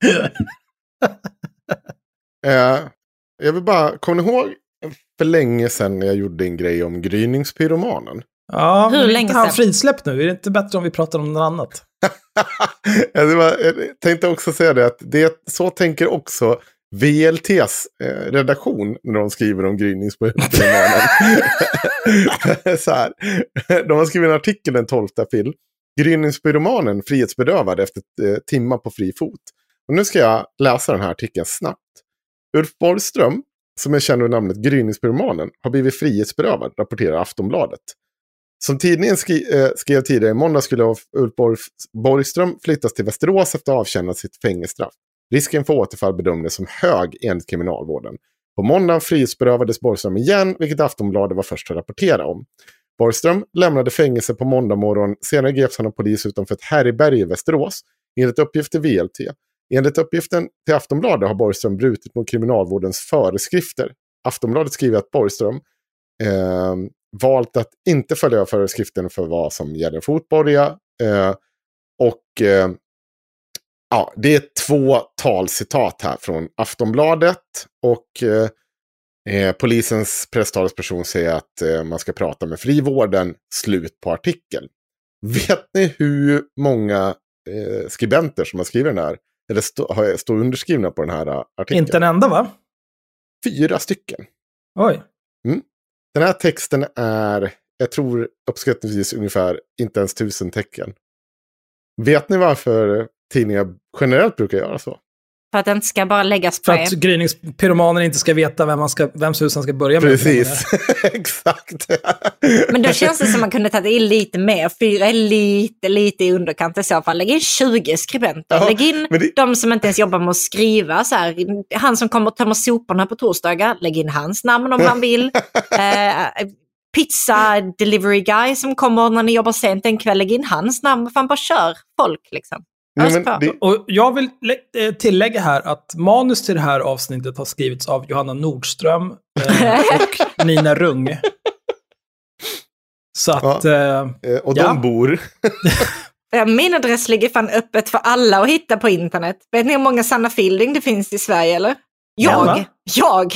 uh, jag vill bara, kommer ni ihåg för länge sedan när jag gjorde en grej om gryningspyromanen? Ja, hur länge sedan? Han frisläppt nu. Är det inte bättre om vi pratar om något annat? ja, det var, jag tänkte också säga det att det, så tänker också V L T:s eh, redaktion när de skriver om gryningspyromanen. Så här. De har skrivit en artikel den tolfte april. Gryningspyromanen frihetsberövad efter eh, timmar på fri fot. Och nu ska jag läsa den här artikeln snabbt. Ulf Borgström, som är känd under namnet Gryningspyromanen, har blivit frihetsberövad, rapporterar Aftonbladet. Som tidningen skri- äh, skrev tidigare i måndag skulle Ulf Borg- Borgström flyttas till Västerås efter att avtjäna sitt fängelsestraff. Risken för återfall bedömdes som hög enligt kriminalvården. På måndag frihetsberövades Borgström igen, vilket Aftonbladet var först att rapportera om. Borgström lämnade fängelse på måndag morgon. Senare greps han av polis utanför ett Härryberg i Västerås. Enligt uppgift till V L T. Enligt uppgiften till Aftonbladet har Borgström brutit mot kriminalvårdens föreskrifter. Aftonbladet skriver att Borgström eh, valt att inte följa föreskriften för vad som gäller fotboja. Eh, och eh, ja, det är två talcitat här från Aftonbladet. Och eh, eh, polisens presstalesperson säger att eh, man ska prata med frivården. Slut på artikeln. Vet ni hur många eh, skribenter som har skrivit den här, eller stå, har, står underskrivna på den här uh, artikeln? Inte en enda, va? Fyra stycken. Oj. Mm. Den här texten är, jag tror uppskattningsvis ungefär inte ens tusen tecken. Vet ni varför tidningar generellt brukar göra så? För att det inte ska bara läggas på För att gryningspyromaner inte ska veta vem man ska, vems hus han ska börja med. Precis, exakt. Men då känns det som man kunde ta det in lite mer. Fyra är lite, lite i underkant i så fall. Lägg in tjugo skribenter. Ja, lägg in det... de som inte ens jobbar med att skriva. Så här, han som kommer att tömma soporna på torsdagar. Lägg in hans namn om han vill. eh, pizza delivery guy som kommer när ni jobbar sent en kväll. Lägg in hans namn. Fan, bara kör folk liksom. Nej, men det... Och jag vill tillägga här att manus till det här avsnittet har skrivits av Johanna Nordström eh, och Nina Rung. Så att... Ja. Eh, och de ja. bor... Min adress ligger fan öppet för alla att hitta på internet. Vet ni hur många Sanna Fielding det finns i Sverige, eller? Jag! Ja, jag!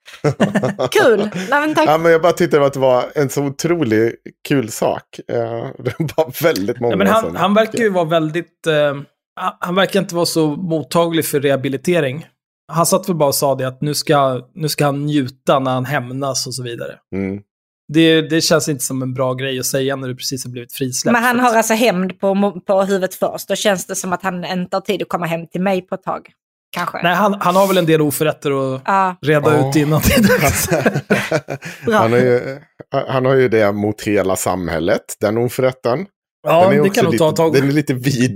Kul! Nej, men tack. Ja, men jag bara tyckte att det var en så otroligt kul sak. Uh, det var väldigt många. Ja, men han, han verkar ju vara väldigt... Uh, han verkar inte vara så mottaglig för rehabilitering. Han satt väl bara och sa det att nu ska, nu ska han njuta när han hämnas och så vidare. Mm. Det, det känns inte som en bra grej att säga när du precis har blivit frisläppt. Men han har alltså hämnd på, på huvudet först. Då känns det som att han inte har tid att komma hem till mig på ett tag. Kanske. Nej, han, han har väl en del oförrätter att ah. reda oh. ut innan det är dags. han, har ju, han har ju det mot hela samhället, den oförrätten. Ja, det kan nog ta ett tag. Den är lite vid.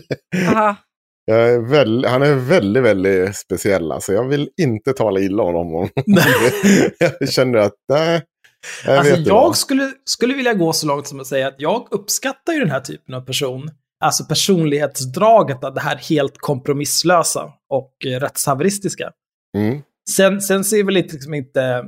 Jag är väl, han är väldigt, väldigt speciell. Alltså, jag vill inte tala illa om honom. Jag känner att, nej. Jag, alltså, jag skulle, skulle vilja gå så långt som att säga att jag uppskattar ju den här typen av person. Alltså personlighetsdraget av det här helt kompromisslösa och eh, rättshaveristiska. Mm. Sen, sen så är väl inte, liksom inte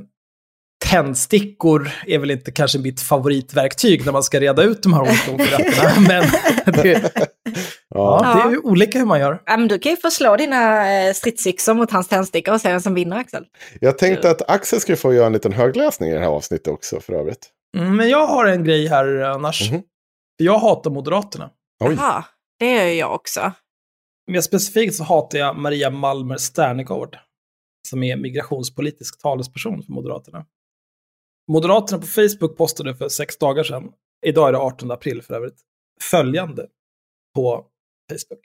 tändstickor är väl inte kanske mitt favoritverktyg när man ska reda ut de här olika oförrätterna. Men det, ja, ja. det är ju olika hur man gör. Ja, men du kan ju få slå dina stridsyxor mot hans tändstickor och se vem som vinner, Axel. Jag tänkte att Axel skulle få göra en liten högläsning i det här avsnittet också för övrigt. Mm, men jag har en grej här annars. Mm-hmm. Jag hatar Moderaterna. Jaha, det gör jag också. Mer specifikt så hatar jag Maria Malmer Sternegård som är migrationspolitisk talesperson för Moderaterna. Moderaterna på Facebook postade för sex dagar sedan, idag är det artonde april för övrigt, följande på Facebook.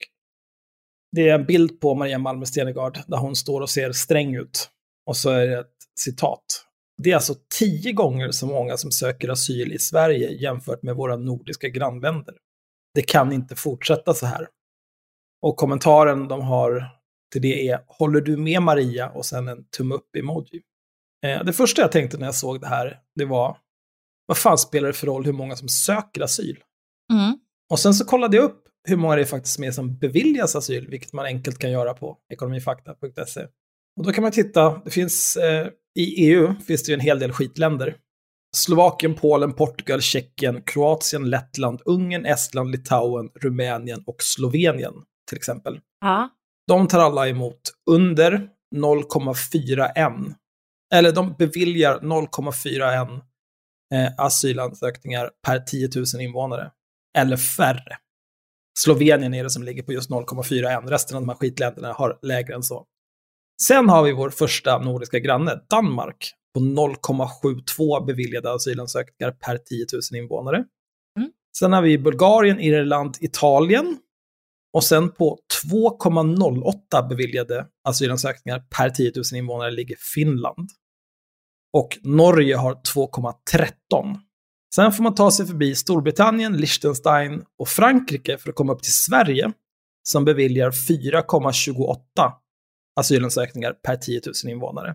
Det är en bild på Maria Malmer Sternegård där hon står och ser sträng ut. Och så är det ett citat. Det är alltså tio gånger så många som söker asyl i Sverige jämfört med våra nordiska grannländer. Det kan inte fortsätta så här. Och kommentaren de har till det är: håller du med Maria? Och sen en tumme upp emoji. Eh, det första jag tänkte när jag såg det här, det var: vad fan spelar det för roll hur många som söker asyl? Mm. Och sen så kollade jag upp hur många det är faktiskt med som beviljas asyl, vilket man enkelt kan göra på ekonomifakta punkt se. Och då kan man titta, det finns eh, i E U finns det ju en hel del skitländer. Slovakien, Polen, Portugal, Tjeckien, Kroatien, Lettland, Ungern, Estland, Litauen, Rumänien och Slovenien till exempel. Ja. De tar alla emot under noll komma fyra en. Eller de beviljar noll komma fyra en eh, asylansökningar per tio tusen invånare. Eller färre. Slovenien är det som ligger på just noll komma fyra en. Resten av de här skitländerna har lägre än så. Sen har vi vår första nordiska granne, Danmark, på noll komma sjuttiotvå beviljade asylansökningar per tio tusen invånare. Mm. Sen har vi Bulgarien, Irland, Italien. Och sen på två komma noll åtta beviljade asylansökningar per tio tusen invånare ligger Finland. Och Norge har två komma tretton. Sen får man ta sig förbi Storbritannien, Liechtenstein och Frankrike för att komma upp till Sverige, som beviljar fyra komma tjugoåtta asylansökningar per tio tusen invånare.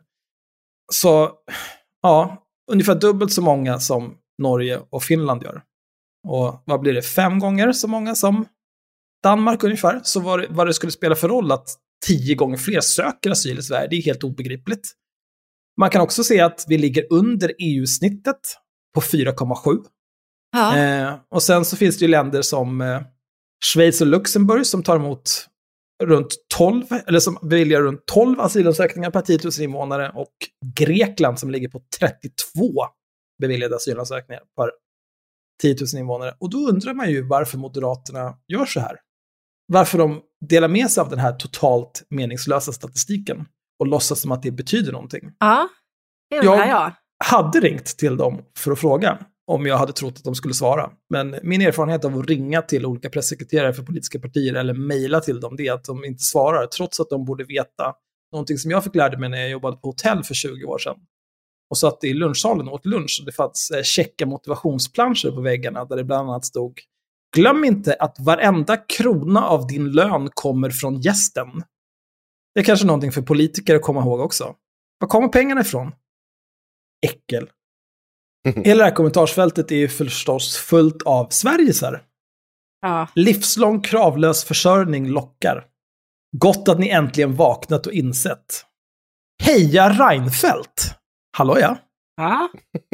Så ja, ungefär dubbelt så många som Norge och Finland gör. Och vad blir det? Fem gånger så många som Danmark ungefär. Så vad, vad det skulle spela för roll att tio gånger fler söker asyl i Sverige, det är helt obegripligt. Man kan också se att vi ligger under E U-snittet på fyra komma sju. Ja. Eh, och sen så finns det ju länder som eh, Schweiz och Luxemburg som tar emot runt tolv, eller som beviljar runt tolv asylansökningar per tio tusen invånare, och Grekland som ligger på trettiotvå beviljade asylansökningar per tio tusen invånare. Och då undrar man ju varför Moderaterna gör så här. Varför de delar med sig av den här totalt meningslösa statistiken och låtsas som att det betyder någonting. Ja, det undrar jag. Jag hade ringt till dem för att fråga om jag hade trott att de skulle svara. Men min erfarenhet av att ringa till olika pressekreterare för politiska partier eller mejla till dem, det är att de inte svarar, trots att de borde veta någonting som jag fick lära mig när jag jobbade på hotell för tjugo år sedan. Och satt i lunchsalen och åt lunch och det fanns eh, checka motivationsplanscher på väggarna där det bland annat stod: glöm inte att varenda krona av din lön kommer från gästen. Det är kanske någonting för politiker att komma ihåg också. Var kommer pengarna ifrån? Äckel. Hela det här kommentarsfältet är ju förstås fullt av Sverigesar. Ja. Livslång kravlös försörjning lockar. Gott att ni äntligen vaknat och insett. Heja Reinfeldt! Hallå ja? Ja.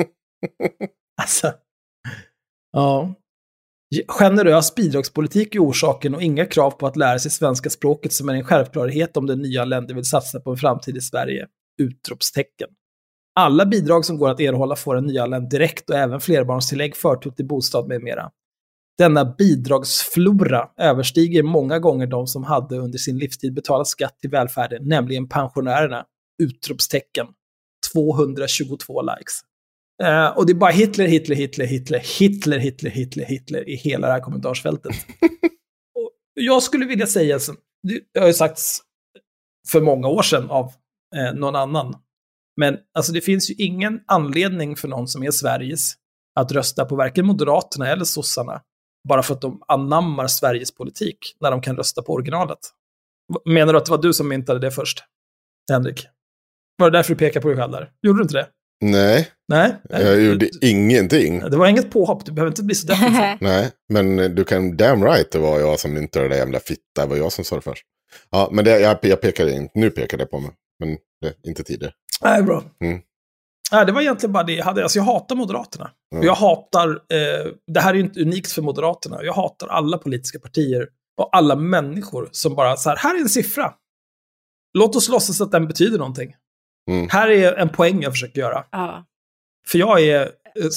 Alltså. Ja. Generös bidragspolitik är orsaken och inga krav på att lära sig svenska språket som är en självklarhet om den nya länder vill satsa på en framtid i Sverige. Utropstecken. Alla bidrag som går att erhålla får en nyanländ direkt och även flerbarnstillägg, förtur till bostad med mera. Denna bidragsflora överstiger många gånger de som hade under sin livstid betalat skatt till välfärden, nämligen pensionärerna. Utropstecken. tvåhundratjugotvå likes. Uh, och det är bara Hitler, Hitler, Hitler, Hitler, Hitler, Hitler, Hitler, Hitler i hela det här kommentarsfältet. Och jag skulle vilja säga, det har ju sagts för många år sedan av eh, någon annan, men alltså det finns ju ingen anledning för någon som är Sveriges att rösta på varken Moderaterna eller sossarna bara för att de anammar Sveriges politik när de kan rösta på originalet. Menar du att det var du som myntade det först, Henrik? Var det därför du pekade på dig själv där? Gjorde du inte det? Nej. Nej. Jag gjorde ingenting. Det var inget påhopp, du behöver inte bli så definitiv. Nej, men du kan damn right, det var jag som myntade det jävla fitta, det var jag som sa det först. Ja, men det, jag, jag pekade in, nu pekade jag på mig, men det, inte tidigare. Nej, bra. Mm. Nej, det var egentligen bara det jag hade. Alltså jag hatar Moderaterna. Mm. Jag hatar, eh, det här är ju inte unikt för Moderaterna, jag hatar alla politiska partier och alla människor som bara så här, här är en siffra. Låt oss låtsas att den betyder någonting. Mm. Här är en poäng jag försöker göra. Ja. För jag är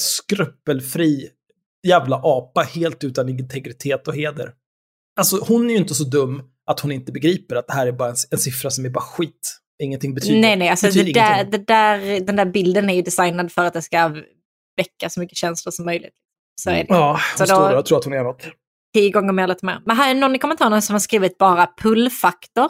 skrupelfri jävla apa, helt utan integritet och heder. Alltså hon är ju inte så dum att hon inte begriper att det här är bara en, en siffra som är bara skit. Ingenting betyder. Nej, nej, alltså betyder det där, det där, den där bilden är ju designad för att det ska väcka så mycket känslor som möjligt. Så är det. Ja, så då, står det. Jag tror att hon är något. Tio gånger mer lite mer. Men här är någon i kommentarerna som har skrivit bara pullfaktor.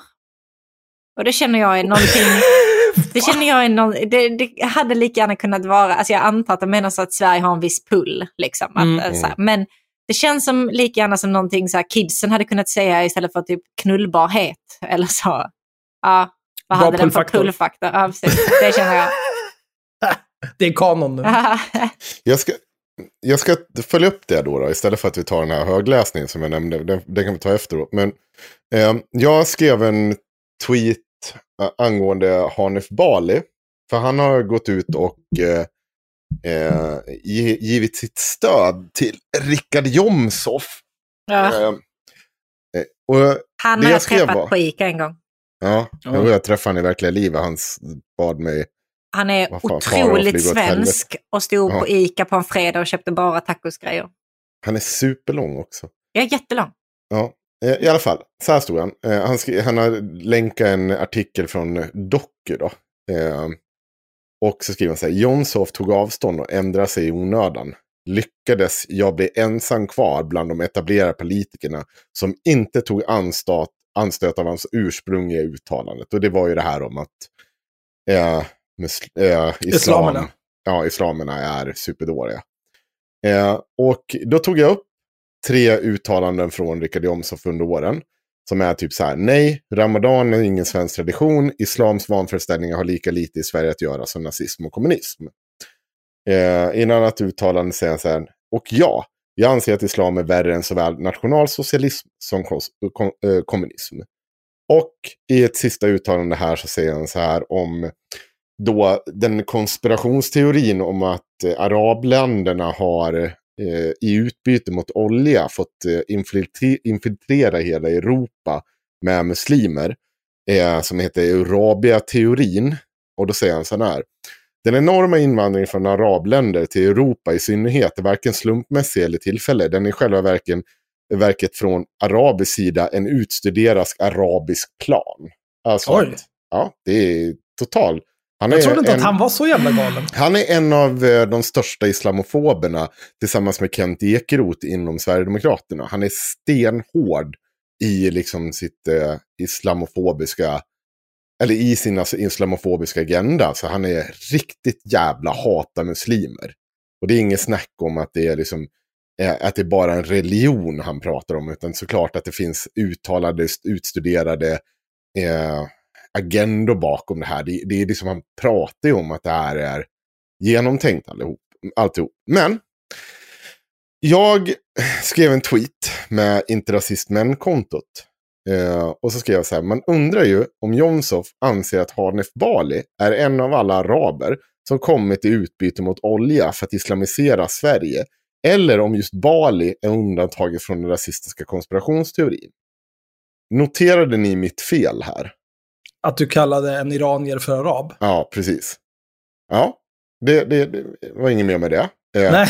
Och det känner jag är någonting... Det känner jag är någon, det, det hade lika gärna kunnat vara, alltså jag antar att det menas att Sverige har en viss pull liksom, att, mm. så här, men det känns som lika gärna som någonting så här, kidsen hade kunnat säga istället för typ knullbarhet eller så. Ja, vad hade den för pullfaktor? Ja, precis. Det känner jag. Det är kanon nu. jag, ska, jag ska följa upp det då, då istället för att vi tar den här högläsningen som jag nämnde, den, den kan vi ta efteråt. Men eh, jag skrev en tweet angående Hanif Bali, för han har gått ut och eh, eh, givit sitt stöd till Richard Jomshof. Ja. Eh, och han har jag träffat var, på Ica en gång. Ja, ja. Jag träffade han i verkliga livet. Han bad mig. Han är fan, otroligt svensk och stod ja. på Ica på en fredag och köpte bara tacosgrejer. Han är superlång också. Ja, jättelång. Ja. I alla fall, så här stod han. Han, skri- han har länkat en artikel från Doku då. Eh, och så skriver han så här: Jomshof tog avstånd och ändrade sig i onödan. Lyckades jag bli ensam kvar bland de etablerade politikerna som inte tog anstat, anstöt av hans ursprungliga uttalandet. Och det var ju det här om att eh, musl- eh, islam, islamerna. Ja, islamerna är superdåliga. Eh, och då tog jag upp tre uttalanden från Richard Jomshof under åren. Som är typ så här: nej, Ramadan är ingen svensk tradition. Islams vanföreställningar har lika lite i Sverige att göra som nazism och kommunism. Eh, I en annat uttalande säger han så här: och ja, jag anser att islam är värre än såväl nationalsocialism som kom- kom- eh, kommunism. Och i ett sista uttalande här så säger han så här om då den konspirationsteorin om att eh, arabländerna har i utbyte mot olja fått infiltre- infiltrera hela Europa med muslimer eh, som heter Eurabia-teorin. Och då säger han så här: Den enorma invandringen från arabländer till Europa i synnerhet är varken slumpmässig eller tillfälle. Den är i själva verken, verket från arabisk sida en utstuderad arabisk plan. Alltså, Oj. Ja, det är total. Han Jag är trodde inte en, att han var så jävla galen. Han är en av eh, de största islamofoberna tillsammans med Kent Ekeroth inom Sverigedemokraterna. Han är stenhård i liksom sitt eh, islamofobiska eller i sin islamofobiska agenda. Så han är riktigt jävla hata muslimer. Och det är inget snack om att det är liksom eh, att det är bara en religion han pratar om, utan såklart att det finns uttalade, utstuderade eh, agendor bakom det här. Det, det är liksom, han pratar ju om att det här är genomtänkt allihop, alltihop. Men jag skrev en tweet med Inte rasist men-kontot. Uh, och så skrev jag så här: man undrar ju om Jomshof anser att Hanif Bali är en av alla araber som kommit i utbyte mot olja för att islamisera Sverige, eller om just Bali är undantaget från den rasistiska konspirationsteorin. Noterade ni mitt fel här? Att du kallade en iranier för arab? Ja, precis. Ja, det, det, det var inget mer med det. Nej.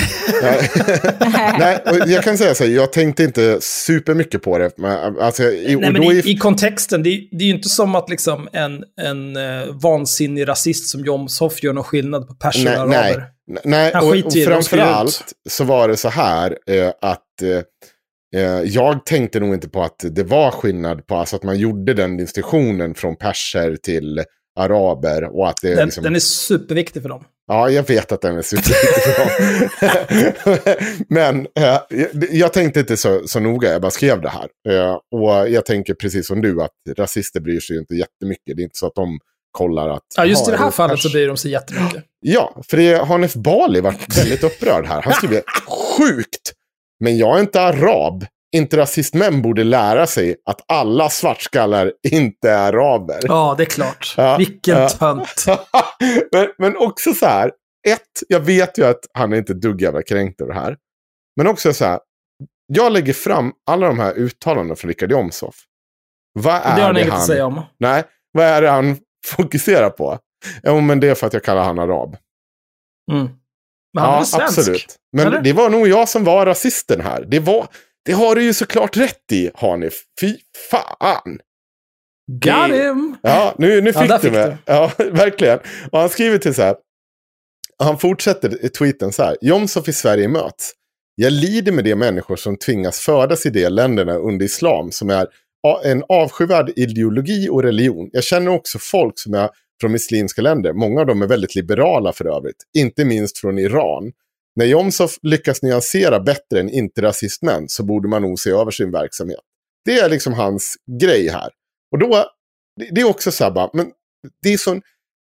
Nej, och jag kan säga så här, jag tänkte inte supermycket på det. Men, alltså, i, Nej, och men då i, i, i kontexten, det, det är ju inte som att liksom en, en uh, vansinnig rasist som Jomshof gör någon skillnad på perser och araber. Nej, nej och, och framförallt så var det så här eh, att eh, jag tänkte nog inte på att det var skillnad på, alltså att man gjorde den distinktionen från perser till araber. Och att det den, liksom, den är superviktig för dem. Ja, jag vet att den är superviktig för dem. Men eh, jag tänkte inte så, så noga, jag bara skrev det här. Eh, och jag tänker precis som du att rasister bryr sig ju inte jättemycket. Det är inte så att de kollar att... Ja, just i det här fallet så bryr de sig jättemycket. Ja, för det har Hanif Bali varit väldigt upprörd här. Han skriver sjukt, men jag är inte arab. Inte rasist, men borde lära sig att alla svartskallar inte är araber. Ja, det är klart. Ja, vilken ja. tönt. men, men också så här, ett, jag vet ju att han är inte dugg jävla kränkt över det här. Men också så här, jag lägger fram alla de här uttalanden från Richard Jomshof. Vad är det har han det inget han, att säga om. Nej, vad är det han fokuserar på? Jo, men det är för att jag kallar han arab. Mm. Men han ja, är svensk. Absolut. Men eller? Det var nog jag som var rasisten här. Det var... Det har du ju såklart rätt i, Hanif. Fy fan. Got him! Ja, nu, nu fick ja, du med. Ja, verkligen. Och han skriver till så här. Han fortsätter i tweeten så här. Jomshof i Sverige möts. Jag lider med de människor som tvingas födas i de länderna under islam, som är en avskyvärd ideologi och religion. Jag känner också folk som är från muslimska länder. Många av dem är väldigt liberala för övrigt. Inte minst från Iran. När Jomshof lyckas nyansera bättre än inte rasistmän så borde man nog se över sin verksamhet. Det är liksom hans grej här. Och då, det är också så här bara, men det är sån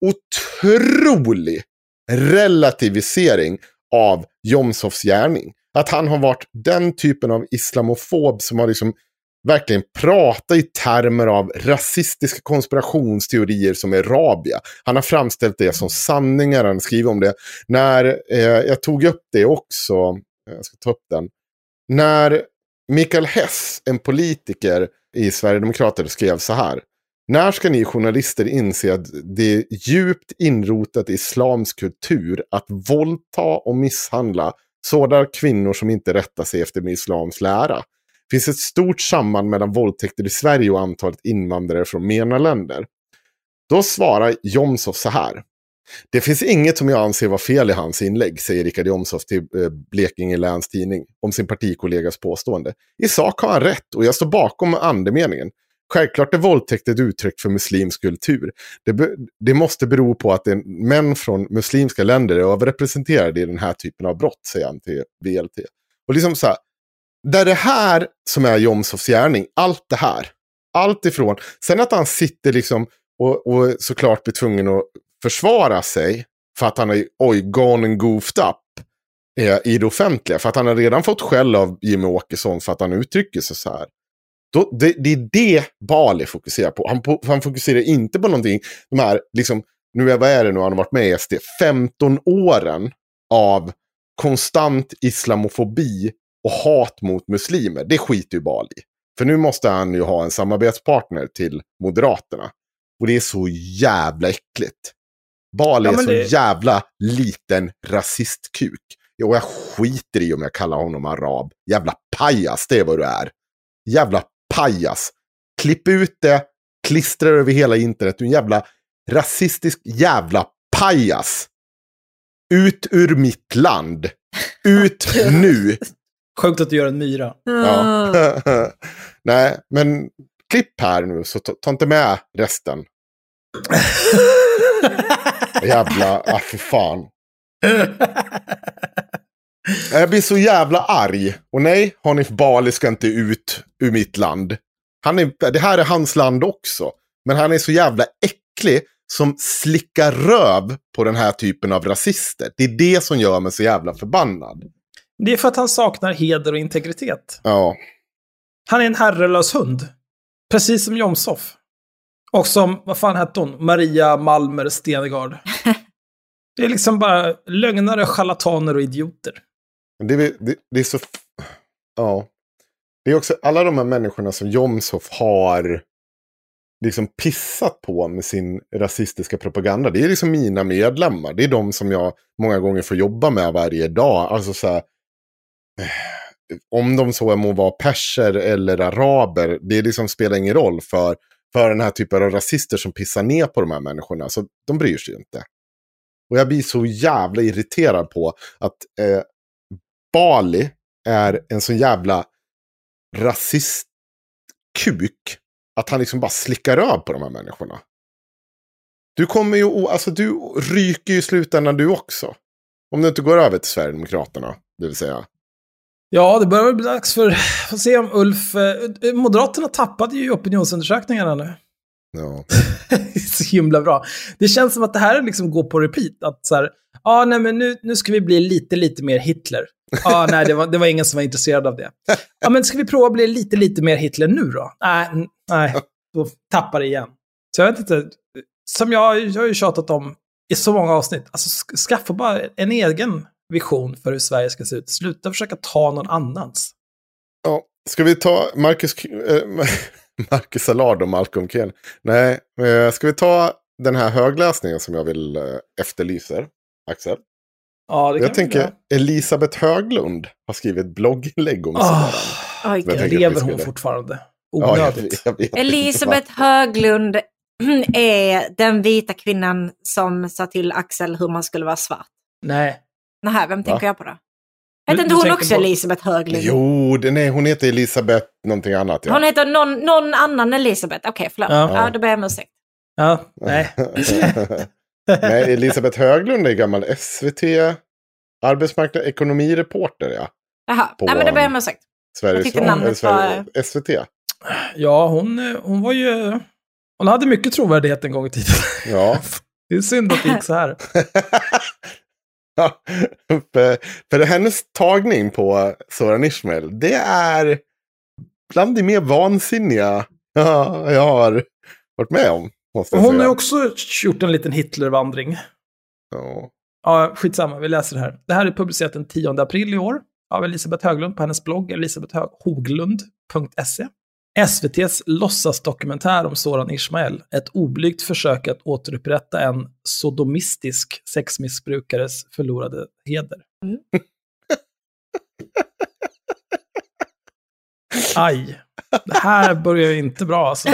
otrolig relativisering av Jomshofs gärning. Att han har varit den typen av islamofob som har liksom verkligen pratat i termer av rasistiska konspirationsteorier som är rabia. Han har framställt det som sanningar, han skriver om det. När eh, jag tog upp det också, jag ska ta upp den. När Mikael Hess, en politiker i Sverigedemokrater, skrev så här. När ska ni journalister inse att det är djupt inrotat i islams kultur att våldta och misshandla sådana kvinnor som inte rättar sig efter islams lära? Det finns ett stort samband mellan våldtäkter i Sverige och antalet invandrare från MENA-länder. Då svarar Jomshof så här. Det finns inget som jag anser var fel i hans inlägg, säger Richard Jomshof till Blekinge Läns Tidning om sin partikollegas påstående. I sak har han rätt och jag står bakom andemeningen. Självklart är våldtäkt ett uttryck för muslimsk kultur. Det, be- det måste bero på att en män från muslimska länder är överrepresenterade i den här typen av brott, säger han till V L T. Och liksom så här, där det här som är Jomshofs gärning, allt det här, allt ifrån, sen att han sitter liksom och, och såklart blir tvungen att försvara sig för att han är oj, gone and goofed up eh, i det offentliga, för att han har redan fått skäll av Jimmy Åkesson för att han uttrycker sig så här. Då, det, det är det Bali fokuserar på. Han, på. han fokuserar inte på någonting, de här, liksom, nu är, vad är det nu, han har varit med i S D, femton åren av konstant islamofobi och hat mot muslimer. Det skiter ju Bali. För nu måste han ju ha en samarbetspartner till Moderaterna. Och det är så jävla äckligt. Bali Ja, är så det... jävla liten rasistkuk. Och jag skiter i om jag kallar honom arab. Jävla pajas, det är vad du är. Jävla pajas. Klipp ut det, klistra över hela internet. Du är en jävla rasistisk jävla pajas. Ut ur mitt land. Ut nu. Sjukt att du gör en myra. Ja. Nej, men klipp här nu så ta, ta inte med resten. Jävla, ah för fan. Jag blir så jävla arg. Och nej, Hanif Bali ska inte ut ur mitt land. Han är, det här är hans land också. Men han är så jävla äcklig som slickar röv på den här typen av rasister. Det är det som gör mig så jävla förbannad. Det är för att han saknar heder och integritet. Ja. Han är en herrelös hund. Precis som Jomshof. Och som, vad fan hette hon? Maria Malmer Stenegard. Det är liksom bara lögnare, charlataner och idioter. Det är, det, det är så... Ja. Det är också alla de här människorna som Jomshof har liksom pissat på med sin rasistiska propaganda. Det är liksom mina medlemmar. Det är de som jag många gånger får jobba med varje dag. Alltså så här, om de så må vara perser eller araber, det liksom spelar ingen roll för, för den här typen av rasister som pissar ner på de här människorna. Så de bryr sig inte. Och jag blir så jävla irriterad på att eh, Bali är en så jävla rasistkuk att han liksom bara slickar röv på de här människorna. Du kommer ju, alltså du ryker ju i slutändan du också. Om du inte går över till Sverigedemokraterna, det vill säga. Ja, det börjar bli dags för att se om Ulf... Eh, Moderaterna tappade ju opinionsundersökningarna nu. Ja. Det är så himla bra. Det känns som att det här liksom går på repeat. Att så här, ja ah, nej men nu, nu ska vi bli lite, lite mer Hitler. Ja, ah, nej det var, det var ingen som var intresserad av det. Ja, ah, men ska vi prova att bli lite, lite mer Hitler nu då? Nej, nej, då tappar det igen. Så jag vet inte, som jag, jag har ju tjatat om i så många avsnitt. Alltså skaffa bara en egen vision för hur Sverige ska se ut. Sluta försöka ta någon annans. Ja, ska vi ta Marcus... Äh, Marcus Allard och Malcolm Kiel. Nej, äh, ska vi ta den här högläsningen som jag vill äh, efterlyser, Axel? Ja, det kan jag tänker, göra. Elisabeth Höglund har skrivit blogginlägg om oh, sådär. Jag lever hon fortfarande? Onödigt. Ja, jag vet, jag vet Elisabeth Höglund är den vita kvinnan som sa till Axel hur man skulle vara svart. Nej. Nej, vem tänker Va? jag på då? Heter inte hon också på... Elisabeth Höglund? Jo, den är, hon heter Elisabeth någonting annat. Ja. Hon heter någon, någon annan Elisabeth. Okej, okay, förlåt. Ja. Ja, då ber jag om ursäkt. Ja, nej. Nej, Elisabeth Höglund är gammal S V T arbetsmarknad ekonomireporter, ja. Jaha, på, nej men då ber jag om ursäkt. Sveriges jag namnet Sverige, var... S V T. Ja, hon, hon var ju... Hon hade mycket trovärdighet en gång i tiden. Ja. Det är synd att det gick så här. Ja, för, för hennes tagning på Soran Ismail, det är bland det mer vansinniga ja, jag har varit med om. Måste jag hon säga. har också gjort en liten Hitlervandring. Ja. Ja, skitsamma, vi läser det här. Det här är publicerat den tionde april i år av Elisabeth Höglund på hennes blogg elisabeth hoglund punkt se. S V T:s låtsasdokumentär om Soran Ismail, ett oblygt försök att återupprätta en sodomistisk sexmissbrukares förlorade heder. Mm. Aj, det här börjar ju inte bra alltså.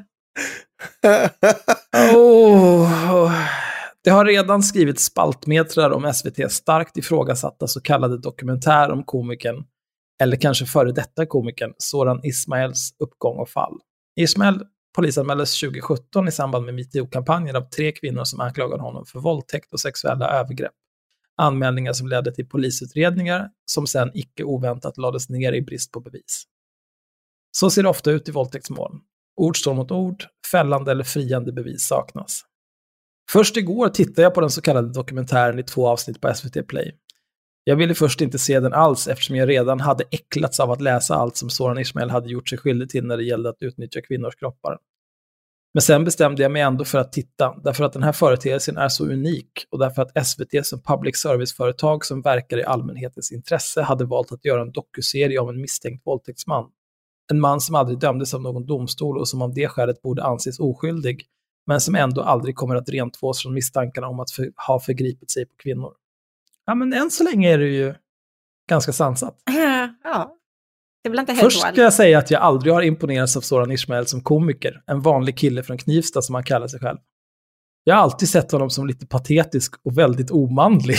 Oh, det har redan skrivit spaltmetrar om S V T:s starkt ifrågasatta så kallade dokumentär om komikern, eller kanske före detta komikern, Soran Ismails uppgång och fall. Ismail polisanmäldes tjugo sjutton i samband med MeToo-kampanjen av tre kvinnor som anklagade honom för våldtäkt och sexuella övergrepp. Anmälningar som ledde till polisutredningar som sen icke oväntat lades ner i brist på bevis. Så ser det ofta ut i våldtäktsmål. Ord står mot ord, fällande eller friande bevis saknas. Först igår tittade jag på den så kallade dokumentären i två avsnitt på S V T Play. Jag ville först inte se den alls eftersom jag redan hade äcklats av att läsa allt som Soran Ismail hade gjort sig skyldig till när det gällde att utnyttja kvinnors kroppar. Men sen bestämde jag mig ändå för att titta, därför att den här företeelsen är så unik och därför att S V T som public service-företag som verkar i allmänhetens intresse hade valt att göra en dokuserie om en misstänkt våldtäktsman. En man som aldrig dömdes av någon domstol och som av det skälet borde anses oskyldig, men som ändå aldrig kommer att rentvås från misstankarna om att för, ha förgripit sig på kvinnor. Ja, men än så länge är det ju ganska sansat. Ja, det är väl inte helt Först ska jag säga att jag aldrig har imponerats av Soran Ismail som komiker, en vanlig kille från Knivsta som han kallar sig själv. Jag har alltid sett honom som lite patetisk och väldigt omanlig.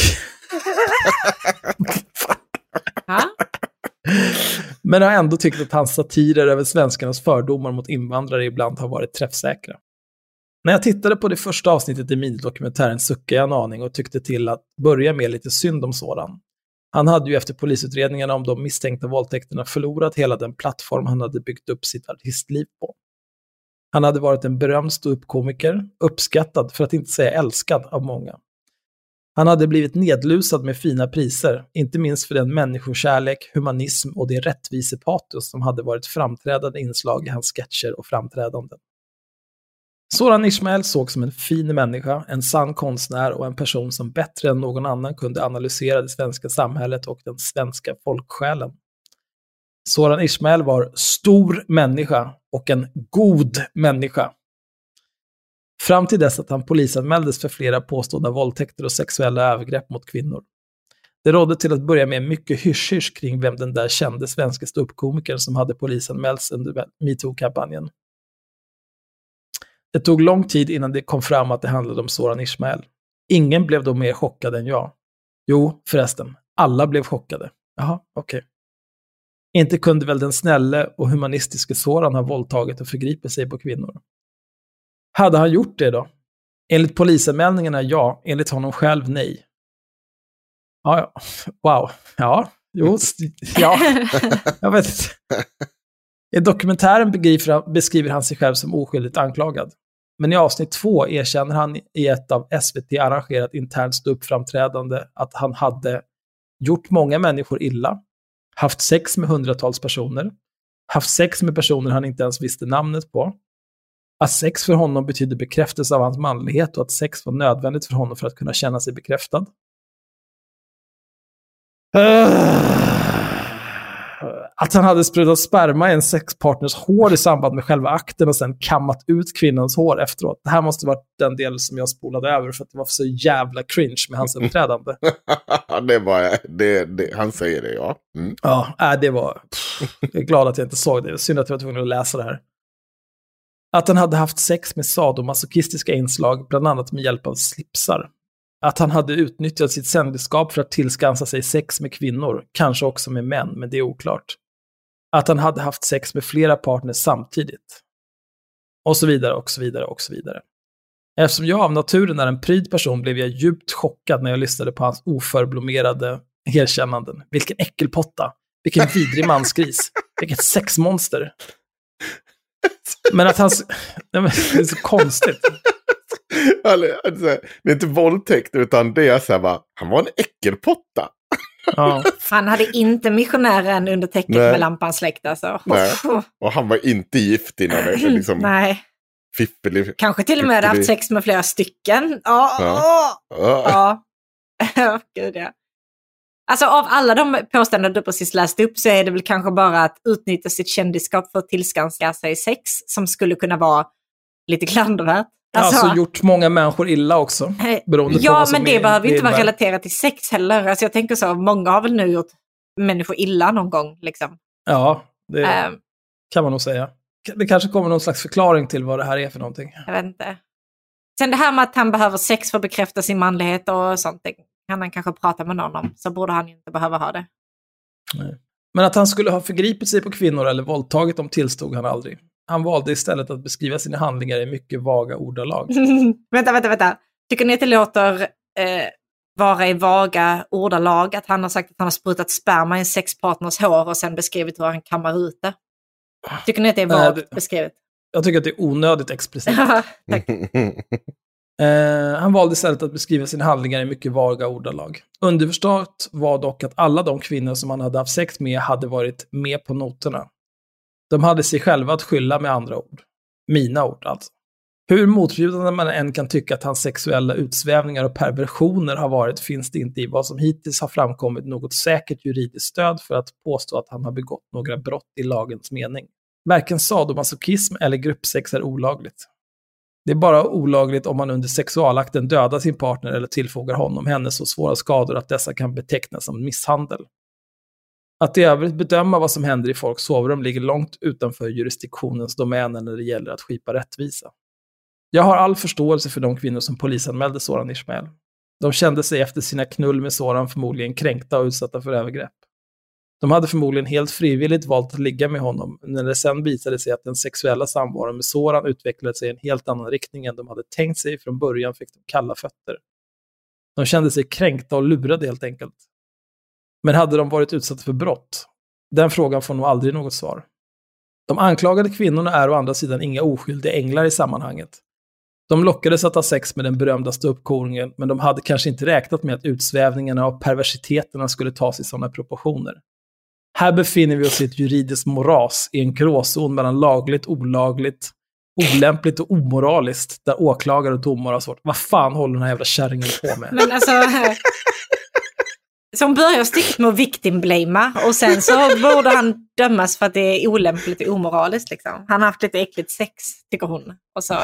Men jag har ändå tyckt att hans satirer över svenskarnas fördomar mot invandrare ibland har varit träffsäkra. När jag tittade på det första avsnittet i minidokumentären suckade jag en aning och tyckte till att börja med lite synd om Soran. Han hade ju efter polisutredningarna om de misstänkta våldtäkterna förlorat hela den plattform han hade byggt upp sitt artistliv på. Han hade varit en berömd ståuppkomiker, uppskattad för att inte säga älskad av många. Han hade blivit nedlusad med fina priser, inte minst för den människokärlek, humanism och det rättvisepatos som hade varit framträdande inslag i hans sketcher och framträdanden. Soran Ismail såg som en fin människa, en sann konstnär och en person som bättre än någon annan kunde analysera det svenska samhället och den svenska folksjälen. Soran Ismail var stor människa och en god människa. Fram till dess att han polisanmäldes för flera påstådda våldtäkter och sexuella övergrepp mot kvinnor. Det rådde till att börja med mycket hysch-hysch kring vem den där kände svenska ståuppkomikern som hade polisanmälts under MeToo-kampanjen. Det tog lång tid innan det kom fram att det handlade om Soran Ismail. Ingen blev då mer chockad än jag. Jo, förresten, alla blev chockade. Jaha, okej. Okay. Inte kunde väl den snälle och humanistiska Soran ha våldtagit och förgripit sig på kvinnor. Hade han gjort det då? Enligt polisanmälningarna ja, enligt honom själv nej. Ja, ja. Wow. Ja, jo, ja. Jag vet inte. I dokumentären beskriver han sig själv som oskyldigt anklagad. Men i avsnitt två erkänner han i ett av S V T-arrangerat internt ståuppframträdande att han hade gjort många människor illa, haft sex med hundratals personer, haft sex med personer han inte ens visste namnet på, att sex för honom betydde bekräftelse av hans manlighet och att sex var nödvändigt för honom för att kunna känna sig bekräftad. Att han hade sprutat sperma i en sexpartners hår i samband med själva akten och sen kammat ut kvinnans hår efteråt. Det här måste vara den del som jag spolade över för att det var så jävla cringe med hans uppträdande. det var, det, det, han säger det, ja. Mm. Ja, äh, det var... Pff, jag är glad att jag inte såg det. Synd att jag var tvungen att läsa det här. Att han hade haft sex med sadomasochistiska inslag, bland annat med hjälp av slipsar. Att han hade utnyttjat sitt sändeskap för att tillskansa sig sex med kvinnor, kanske också med män, men det är oklart. Att han hade haft sex med flera partners samtidigt. Och så vidare, och så vidare, och så vidare. Eftersom jag av naturen är en pryd person blev jag djupt chockad när jag lyssnade på hans oförblommerade erkännanden. Vilken äckelpotta, vilken vidrig mansgris, vilket sexmonster. Men att han... Nej, men det är så konstigt. Alltså, det är inte våldtäkt utan det är så här bara, han var en äckelpotta. Ja. Han hade inte missionären under täcket Nej. Med lampan släckt alltså. Nej. Och han var inte gift innan det liksom. Nej. Fiffelig. Kanske till och med haft sex med flera stycken. Ja. Ja. Ja. Ja. Gud, ja. Alltså av alla de påståenden du precis läste upp så är det väl kanske bara att utnyttja sitt kändisskap för att tillskanska sig sex som skulle kunna vara lite klandervärt. Alltså, alltså gjort många människor illa också. Beroende ja, på vad som men det är, behöver det inte vara väl. relaterat till sex heller. Alltså jag tänker så, många har väl nu gjort människor illa någon gång liksom. Ja, det um, kan man nog säga. Det kanske kommer någon slags förklaring till vad det här är för någonting. Jag vet inte. Sen det här med att han behöver sex för att bekräfta sin manlighet och sånt, det kan han kanske prata med någon om. Så borde han inte behöva ha det. Nej. Men att han skulle ha förgripit sig på kvinnor eller våldtagit dem tillstod han aldrig. Han valde istället att beskriva sina handlingar i mycket vaga ordalag. vänta, vänta, vänta. Tycker ni att det låter eh, vara i vaga ordalag att han har sagt att han har sprutat sperma i en sexpartners hår och sen beskrivit hur han kammar ut det? Tycker ni att det är vagt Nej, det, beskrivet? Jag tycker att det är onödigt explicit. Tack. eh, han valde istället att beskriva sina handlingar i mycket vaga ordalag. Underförstått var dock att alla de kvinnor som han hade haft sex med hade varit med på noterna. De hade sig själva att skylla med andra ord. Mina ord alltså. Hur motbjudande man än kan tycka att hans sexuella utsvävningar och perversioner har varit finns det inte i vad som hittills har framkommit något säkert juridiskt stöd för att påstå att han har begått några brott i lagens mening. Varken sadomasochism eller gruppsex är olagligt. Det är bara olagligt om man under sexualakten dödar sin partner eller tillfogar honom henne så svåra skador att dessa kan betecknas som misshandel. Att i övrigt bedöma vad som händer i folks sovrum ligger långt utanför jurisdiktionens domäner när det gäller att skipa rättvisa. Jag har all förståelse för de kvinnor som polisanmälde Soran Ismail. De kände sig efter sina knull med Soran förmodligen kränkta och utsatta för övergrepp. De hade förmodligen helt frivilligt valt att ligga med honom, när det sen visade sig att den sexuella samvaron med Soran utvecklade sig i en helt annan riktning än de hade tänkt sig från början fick de kalla fötter. De kände sig kränkta och lurade helt enkelt. Men hade de varit utsatta för brott? Den frågan får nog aldrig något svar. De anklagade kvinnorna är å andra sidan inga oskyldiga änglar i sammanhanget. De lockades att ha sex med den berömda ståuppkoringen, men de hade kanske inte räknat med att utsvävningarna och perversiteterna skulle tas i sådana proportioner. Här befinner vi oss i ett juridiskt moras, i en gråzon mellan lagligt, olagligt, olämpligt och omoraliskt, där åklagare och domare har svårt. Vad fan håller den här jävla kärringen på med? Men alltså... Som börjar styckt med att victim-blama och sen så borde han dömas för att det är olämpligt och omoraliskt liksom. Han har haft lite äckligt sex, tycker hon. Och så...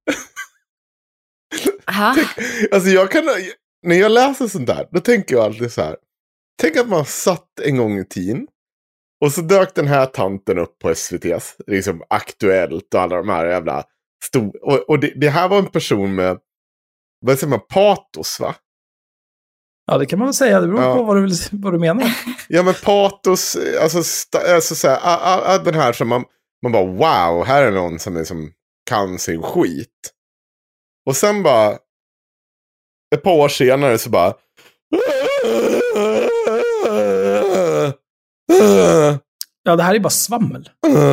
Tänk, alltså jag kan, när jag läser sånt där, då tänker jag alltid så här. Tänk att man satt en gång i tiden och så dök den här tanten upp på S V T:s, liksom Aktuellt och alla de här jävla stor, och, och det, det här var en person med, vad säger man, patos, va? Ja, det kan man väl säga. Det beror ja. på vad du, vill, vad du menar. Ja, men patos, alltså, sta, alltså så här, a, a, a, den här som man, man bara, wow, här är någon som liksom kan sin skit. Och sen bara, ett par år senare så bara, ja, det här är bara svammel.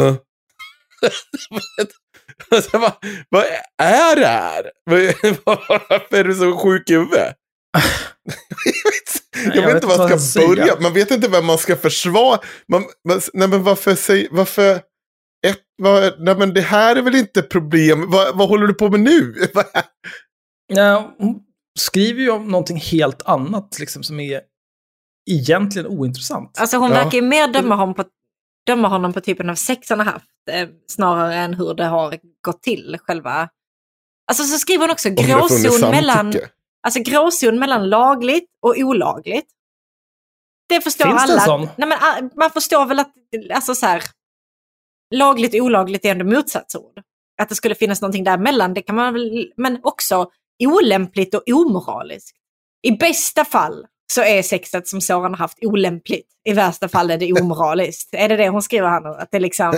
Alltså, vad, vad är det här? Varför är du så sjuk i huvudet? jag vet, jag vet inte vad man ska börja. Man vet inte vem man ska försvara. Man, man, nej, men varför säg, varför ett, vad, nej, men det här är väl inte problem. Vad, vad håller du på med nu? Ja, hon skriver ju om någonting helt annat liksom, som är egentligen ointressant. Alltså hon ja. verkar ju mer döma honom på, döma honom på typen av sex han har haft eh, snarare än hur det har gått till själva. Alltså så skriver hon också gråzon mellan alltså gråzon mellan lagligt och olagligt. Det förstår Finns alla. Det sån? Nej, men man förstår väl att alltså så här, lagligt och olagligt är ändå motsatsord. Att det skulle finnas någonting däremellan, det kan man väl, men också olämpligt och omoraliskt. I bästa fall så är sexet som Soran har haft olämpligt. I värsta fall är det omoraliskt. Är det det hon skriver här nu? Att det är liksom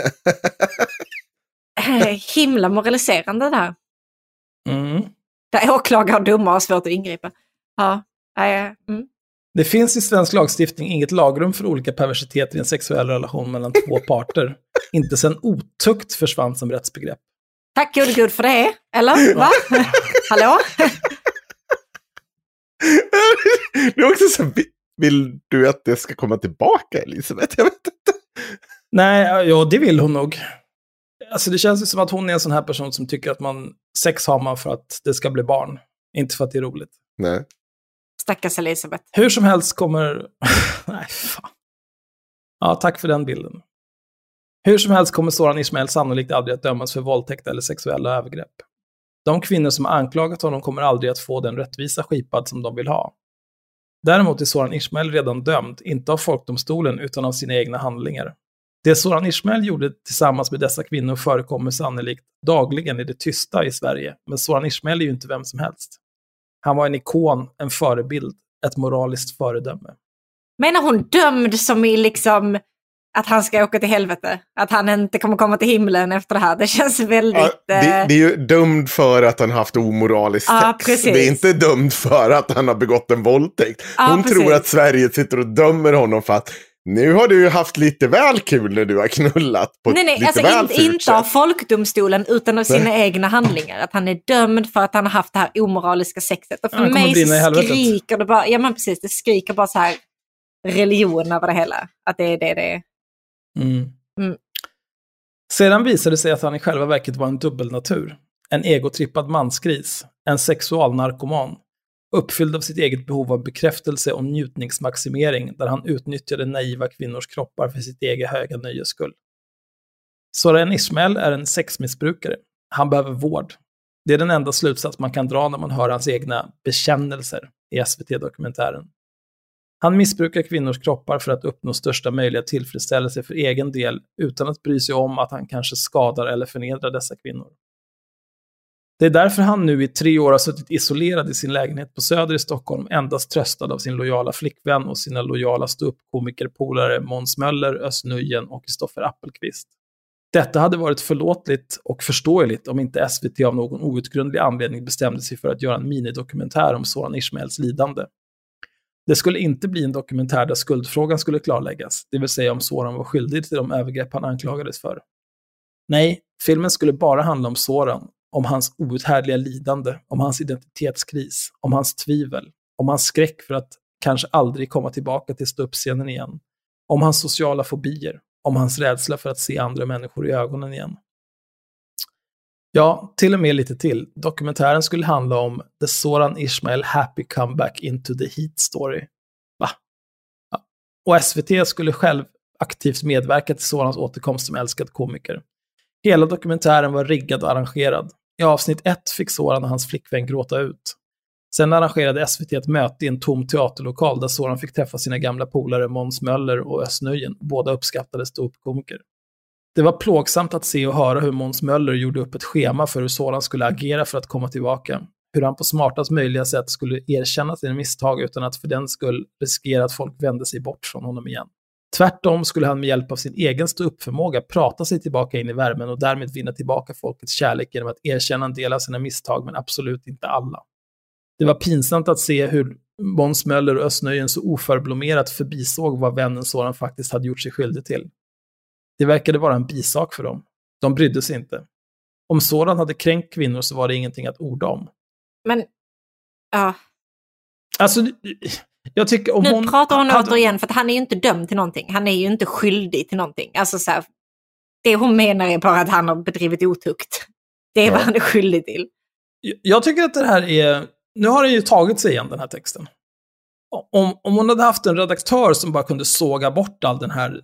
himla moraliserande där. Mm. Där åklagare och domare har svårt att ingripa. Ja, äh, mm. Det finns i svensk lagstiftning inget lagrum för olika perversiteter i en sexuell relation mellan två parter. Inte sen otukt försvann som rättsbegrepp. Tack gode gud för det, eller? Va? Hallå? Det är också så, vill du att det ska komma tillbaka, Elisabeth? Jag vet inte. Nej, ja, det vill hon nog. Alltså det känns ju som att hon är en sån här person som tycker att man sex har man för att det ska bli barn. Inte för att det är roligt. Nej. Stackars Elisabeth. Hur som helst kommer... Nej, fan. Ja, tack för den bilden. Hur som helst kommer Soran Ismail sannolikt aldrig att dömas för våldtäkt eller sexuella övergrepp. De kvinnor som anklagat honom kommer aldrig att få den rättvisa skipad som de vill ha. Däremot är Soran Ismail redan dömd, inte av folkdomstolen utan av sina egna handlingar. Det Soran Ismail gjorde tillsammans med dessa kvinnor förekommer sannolikt dagligen i det tysta i Sverige, men Soran Ismail är ju inte vem som helst. Han var en ikon, en förebild, ett moraliskt föredöme. Menar hon dömd som i liksom att han ska åka till helvete? Att han inte kommer komma till himlen efter det här? Det känns väldigt... Ja, det, det är ju dömd för att han haft omoraliskt ja, sex. Precis. Det är inte dömd för att han har begått en våldtäkt. Ja, hon precis. tror att Sverige sitter och dömer honom för att nu har du ju haft lite väl kul när du har knullat på nej, nej, lite alltså väl inte, inte av folkdomstolen utan av sina nej. egna handlingar. Att han är dömd för att han har haft det här omoraliska sexet. Och för ja, mig så skriker det bara, ja men precis, det skriker bara så här religion över det hela. Att det är det det är. Mm. Mm. Sedan visade det sig att han i själva verket var en dubbelnatur. En egotrippad mansgris. En sexualnarkoman. Uppfylld av sitt eget behov av bekräftelse och njutningsmaximering där han utnyttjade naiva kvinnors kroppar för sitt eget höga nöjes skull. Soran Ismail är en sexmissbrukare. Han behöver vård. Det är den enda slutsats man kan dra när man hör hans egna bekännelser i S V T-dokumentären. Han missbrukar kvinnors kroppar för att uppnå största möjliga tillfredsställelse för egen del utan att bry sig om att han kanske skadar eller förnedrar dessa kvinnor. Det är därför han nu i tre år har suttit isolerad i sin lägenhet på Söder i Stockholm, endast tröstad av sin lojala flickvän och sina lojala ståuppkomikerpolare Måns Möller, Özz Nujen och Kristoffer Appelqvist. Detta hade varit förlåtligt och förståeligt om inte S V T av någon outgrundlig anledning bestämde sig för att göra en minidokumentär om Soran Ismails lidande. Det skulle inte bli en dokumentär där skuldfrågan skulle klarläggas, det vill säga om Soran var skyldig till de övergrepp han anklagades för. Nej, filmen skulle bara handla om Soran, om hans outhärdliga lidande, om hans identitetskris, om hans tvivel, om hans skräck för att kanske aldrig komma tillbaka till ståuppscenen igen, om hans sociala fobier, om hans rädsla för att se andra människor i ögonen igen. Ja, till och med lite till. Dokumentären skulle handla om The Soran Ismail Happy Comeback into the Heat Story. Va? Ja. Och S V T skulle själv aktivt medverka till Sorans återkomst som älskad komiker. Hela dokumentären var riggad och arrangerad. I avsnitt ett fick Soran och hans flickvän gråta ut. Sen arrangerade S V T ett möte i en tom teaterlokal där Soran fick träffa sina gamla polare Måns Möller och Özz Nujen, båda uppskattade ståuppkomiker. Det var plågsamt att se och höra hur Måns Möller gjorde upp ett schema för hur Soran skulle agera för att komma tillbaka. Hur han på smartast möjliga sätt skulle erkänna sina misstag utan att för den skull riskera att folk vände sig bort från honom igen. Tvärtom skulle han med hjälp av sin egen ståuppförmåga prata sig tillbaka in i värmen och därmed vinna tillbaka folkets kärlek genom att erkänna en del av sina misstag, men absolut inte alla. Det var pinsamt att se hur Måns Möller och Özz Nujen så oförblommerat förbisåg vad vännen Soran faktiskt hade gjort sig skyldig till. Det verkade vara en bisak för dem. De brydde sig inte. Om Soran hade kränkt kvinnor så var det ingenting att orda om. Men, ja. Alltså, jag tycker om nu hon... pratar hon hade... återigen, för att han är ju inte dömd till någonting. Han är ju inte skyldig till någonting. Alltså så här, det hon menar är bara att han har bedrivit otukt. Det är ja. vad han är skyldig till. Jag tycker att det här är... Nu har den ju tagit sig igen, den här texten. Om, om hon hade haft en redaktör som bara kunde såga bort all den här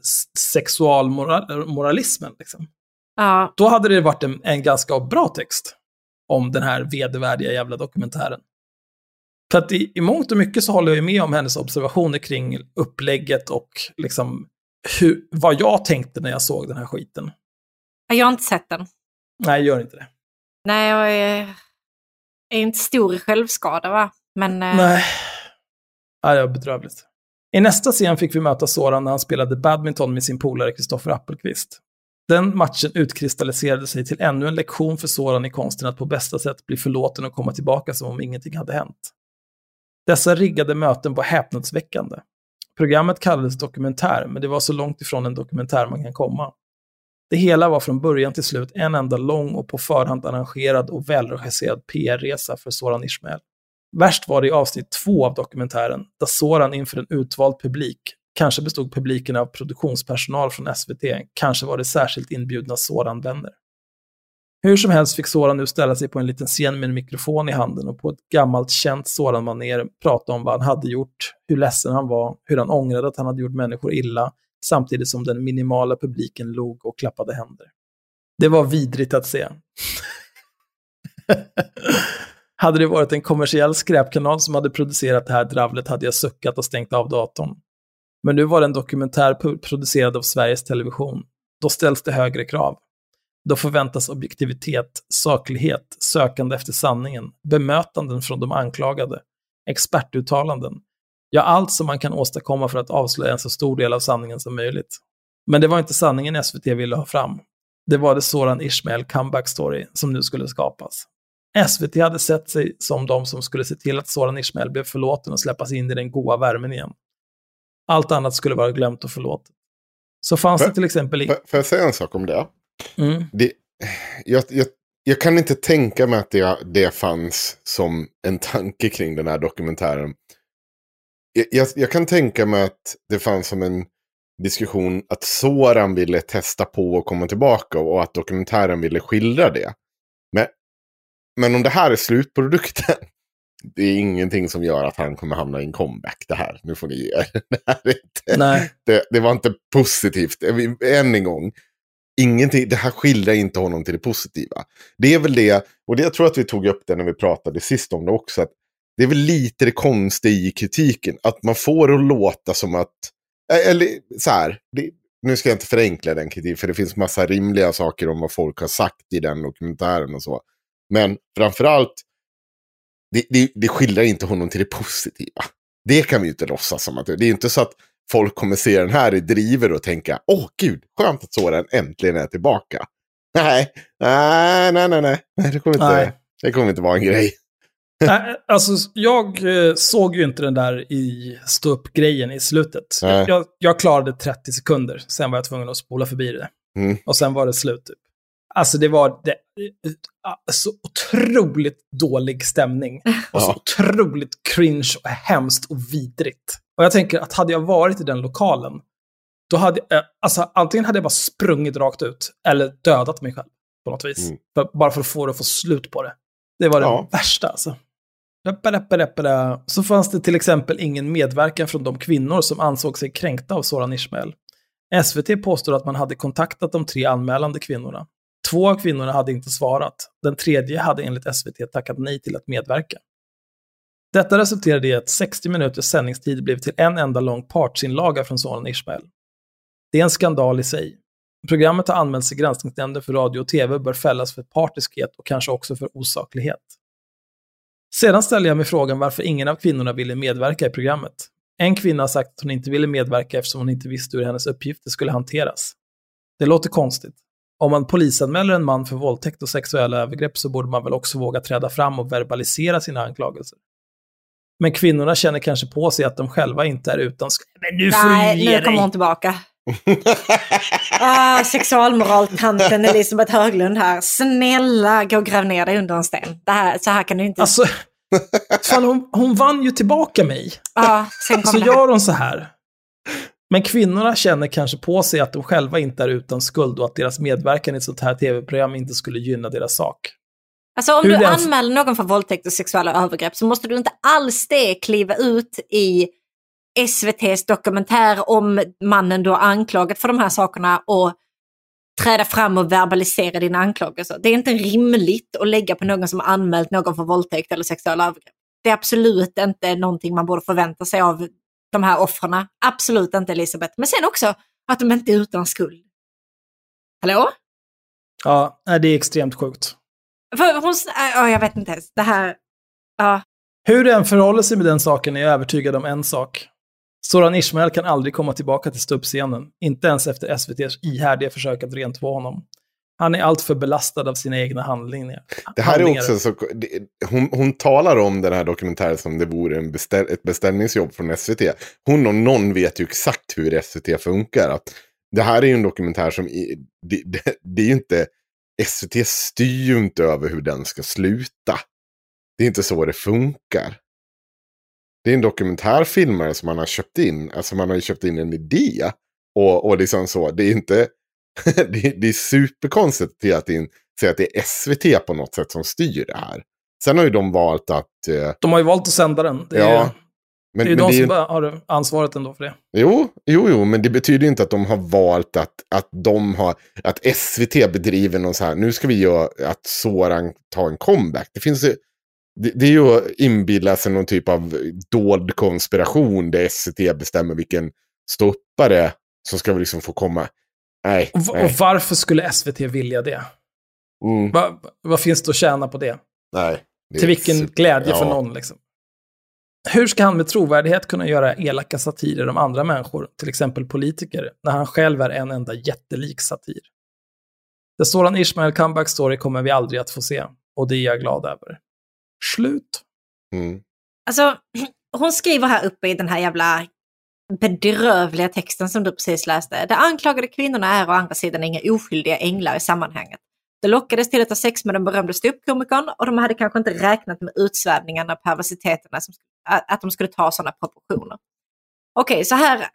sexualmoralismen, liksom, ja. då hade det varit en, en ganska bra text om den här vedervärdiga jävla dokumentären. För att i, i mångt och mycket så håller jag med om hennes observationer kring upplägget och liksom hur, vad jag tänkte när jag såg den här skiten. Jag har inte sett den. Nej, gör inte det. Nej, jag är, är inte stor i självskada, va? Men... Nej. Ja, det var bedrövligt. I nästa scen fick vi möta Soran när han spelade badminton med sin polare Kristoffer Appelqvist. Den matchen utkristalliserade sig till ännu en lektion för Soran i konsten att på bästa sätt bli förlåten och komma tillbaka som om ingenting hade hänt. Dessa riggade möten var häpnadsväckande. Programmet kallades dokumentär, men det var så långt ifrån en dokumentär man kan komma. Det hela var från början till slut en enda lång och på förhand arrangerad och välregisserad P R-resa för Soran Ismail. Värst var det i avsnitt två av dokumentären, där Soran inför en utvald publik, kanske bestod publiken av produktionspersonal från S V T, kanske var det särskilt inbjudna Soran-vänner. Hur som helst fick Soran nu ställa sig på en liten scen med en mikrofon i handen och på ett gammalt känt Soran-manér prata om vad han hade gjort, hur ledsen han var, hur han ångrade att han hade gjort människor illa, samtidigt som den minimala publiken log och klappade händer. Det var vidrigt att se. Hade det varit en kommersiell skräpkanal som hade producerat det här dravlet hade jag suckat och stängt av datorn. Men nu var det en dokumentär producerad av Sveriges Television. Då ställs det högre krav. Då förväntas objektivitet, saklighet, sökande efter sanningen, bemötanden från de anklagade, expertuttalanden. Ja, allt som man kan åstadkomma för att avslöja en så stor del av sanningen som möjligt. Men det var inte sanningen S V T ville ha fram. Det var det Soran Ismail comeback story som nu skulle skapas. S V T hade sett sig som de som skulle se till att Soran Ismail blev förlåten och släppas in i den goda värmen igen. Allt annat skulle vara glömt och förlåtet. Så fanns för, det till exempel... I... Får jag säga en sak om det? Mm. det jag, jag, jag kan inte tänka mig att det, det fanns som en tanke kring den här dokumentären. Jag, jag, jag kan tänka mig att det fanns som en diskussion att Soran ville testa på och komma tillbaka och att dokumentären ville skildra det. Men, men om det här är slutprodukten, det är ingenting som gör att han kommer hamna i en comeback. Det här, nu får ni ge det, här inte, Nej. Det, det var inte positivt. Än en gång. ingenting, det här skildrar inte honom till det positiva. Det är väl det, och det, jag tror att vi tog upp det när vi pratade sist om det också, att det är väl lite det konstiga i kritiken, att man får att låta som att, eller så här, det, nu ska jag inte förenkla den kritiken, för det finns massa rimliga saker om vad folk har sagt i den dokumentären och så. Men framförallt, det, det, det skildrar inte honom till det positiva. Det kan vi ju inte låtsas som att det, det är inte så att folk kommer se den här i driver och tänka, åh gud, skönt att Soran äntligen är tillbaka. Nej, nej, nej, nej, nej. Det kommer inte, nej. Det kommer inte vara en grej. Nej, alltså jag eh, såg ju inte den där i stå upp grejen i slutet. Jag, jag klarade trettio sekunder, sen var jag tvungen att spola förbi det. Mm. Och sen var det slut typ. Alltså det var det, så otroligt dålig stämning. Och så ja. otroligt cringe och hemskt och vidrigt. Och jag tänker att hade jag varit i den lokalen, då hade jag, alltså antingen hade jag bara sprungit rakt ut eller dödat mig själv på något vis. Mm. För, bara för att få det att få slut på det. Det var det ja. värsta alltså. Så fanns det till exempel ingen medverkan från de kvinnor som ansåg sig kränkta av Soran Ismail. S V T påstår att man hade kontaktat de tre anmälande kvinnorna. Två av kvinnorna hade inte svarat. Den tredje hade enligt S V T tackat nej till att medverka. Detta resulterade i att sextio minuters sändningstid blev till en enda lång partsinlaga från Soran Ismail. Det är en skandal i sig. Programmet har anmälts i granskningsnämnden för radio och tv, bör fällas för partiskhet och kanske också för osaklighet. Sedan ställer jag mig frågan varför ingen av kvinnorna ville medverka i programmet. En kvinna har sagt att hon inte ville medverka eftersom hon inte visste hur hennes uppgifter skulle hanteras. Det låter konstigt. Om man polisanmäler en man för våldtäkt och sexuella övergrepp så borde man väl också våga träda fram och verbalisera sina anklagelser. Men kvinnorna känner kanske på sig att de själva inte är utan skuld. Men nu får Nej, du ge nu dig. kommer hon tillbaka. ah, sexualmoraltanten Elisabeth Höglund här. Snälla, gå och gräv ner dig under en sten. Det här, så här kan du inte... Alltså, fan, hon, hon vann ju tillbaka mig. Ah, sen kom så det här. gör hon så här. Men kvinnorna känner kanske på sig att de själva inte är utan skuld och att deras medverkan i ett sånt här tv-program inte skulle gynna deras sak. Alltså om Hur du den... anmäler någon för våldtäkt och sexuella övergrepp så måste du inte alls det kliva ut i S V T:s dokumentär om mannen du har anklagat för de här sakerna och träda fram och verbalisera dina anklagelser. Det är inte rimligt att lägga på någon som har anmält någon för våldtäkt eller sexuella övergrepp. Det är absolut inte någonting man borde förvänta sig av de här offrarna. Absolut inte, Elisabeth. Men sen också att de inte är utan skuld. Hallå? Ja, det är extremt sjukt. För hon, ja, jag vet inte ens. Det här, ja. Hur den förhåller sig med den saken är jag övertygad om en sak. Soran Ismail kan aldrig komma tillbaka till ståuppscenen. Inte ens efter S V T:s ihärdiga försök att rentvå honom. Han är alltför belastad av sina egna handlingar. Det här är också så, det, hon, hon talar om den här dokumentären som det vore en beställ, ett beställningsjobb från S V T. Hon och någon vet ju exakt hur S V T funkar. Att det här är ju en dokumentär som, det, det, det är ju inte, S V T styr ju inte över hur den ska sluta. Det är inte så det funkar. Det är en dokumentärfilmare som man har köpt in. Alltså man har ju köpt in en idé. Och, och liksom så, det är inte... det, det är superkonstigt till att, det, säga att det är S V T på något sätt som styr det här. Sen har ju de valt att... Eh, de har ju valt att sända den. Det är, ja, men, det är men de det är, som har ansvaret ändå för det. Jo, jo, jo, men det betyder inte att de har valt att, att de har... Att S V T bedriver någon så här... Nu ska vi göra att Soran tar en comeback. Det finns ju... Det, det är ju att inbilla sig någon typ av dold konspiration där S V T bestämmer vilken stoppare som ska vi liksom få komma... Nej, och, nej. och varför skulle S V T vilja det? Mm. Va, vad finns det att tjäna på det? Nej. Det Till vilken super... glädje ja. för någon liksom. Hur ska han med trovärdighet kunna göra elaka satirer om andra människor, till exempel politiker, när han själv är en enda jättelik satir? Det Soran Ismail comeback story kommer vi aldrig att få se, och det är jag glad över. Slut. Mm. Alltså, hon skriver här uppe i den här jävla bedrövliga texten som du precis läste. De anklagade kvinnorna är å andra sidan inga oskyldiga änglar i sammanhanget. De lockades till att ha sex med den berömda ståuppkomikern och de hade kanske inte räknat med utsvävningarna och perversiteterna som, att de skulle ta sådana proportioner. Okej, okay, så här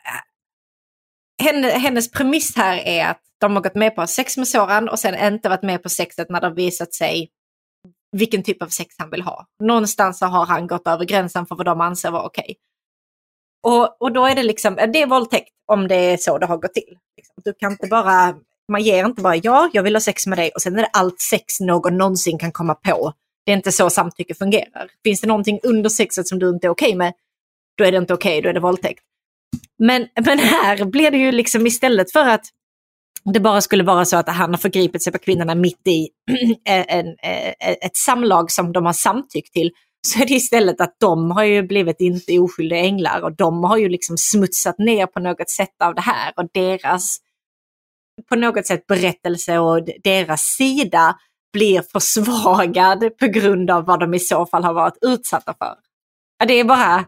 hennes premiss här är att de har gått med på sex med Soran och sen inte varit med på sexet när det har visat sig vilken typ av sex han vill ha. Någonstans så har han gått över gränsen för vad de anser vara okej. Okay. Och, och då är det liksom, det är våldtäkt om det är så det har gått till. Du kan inte bara, man ger inte bara ja, jag vill ha sex med dig och sen är det allt sex någon någonsin kan komma på. Det är inte så samtycke fungerar. Finns det någonting under sexet som du inte är okej med, då är det inte okej, då är det våldtäkt. Men, men här blir det ju liksom istället för att det bara skulle vara så att han har förgripit sig på kvinnorna mitt i en, en, ett samlag som de har samtyckt till, så är det istället att de har ju blivit inte oskyldiga änglar och de har ju liksom smutsat ner på något sätt av det här och deras på något sätt berättelse och deras sida blir försvagad på grund av vad de i så fall har varit utsatta för. Det är bara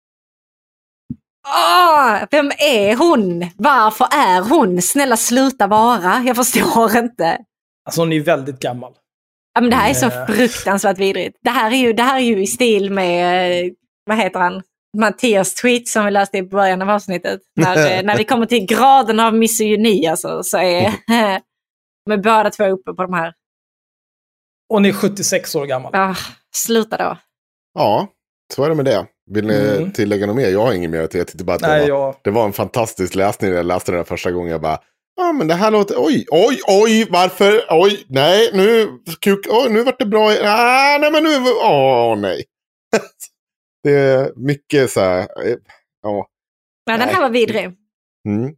Åh, vem är hon? Varför är hon? Snälla sluta vara. Jag förstår inte. Alltså hon är ju väldigt gammal. Ja, men det här är så fruktansvärt vidrigt. Det här är ju, det här är ju i stil med, vad heter han? Mattias tweet som vi läste i början av avsnittet. När, när vi kommer till graden av misogyni alltså, så är med båda två uppe på de här. Hon är sjuttiosex år gammal. Ah, sluta då. Ja, så är det med det. Vill ni Mm. tillägga något mer? Jag har ingen mer att jag tyckte bara att det, Nej, var, jag- det var en fantastisk läsning när jag läste den här första gången. Jag bara, ja ah, men det här låter, oj, oj, oj, varför, oj, nej, nu, kuk, oj, nu vart det bra, ah, nej men nu, åh, nej. Det är mycket så här, eh, ja. Ja, den här var vidrig. Mm.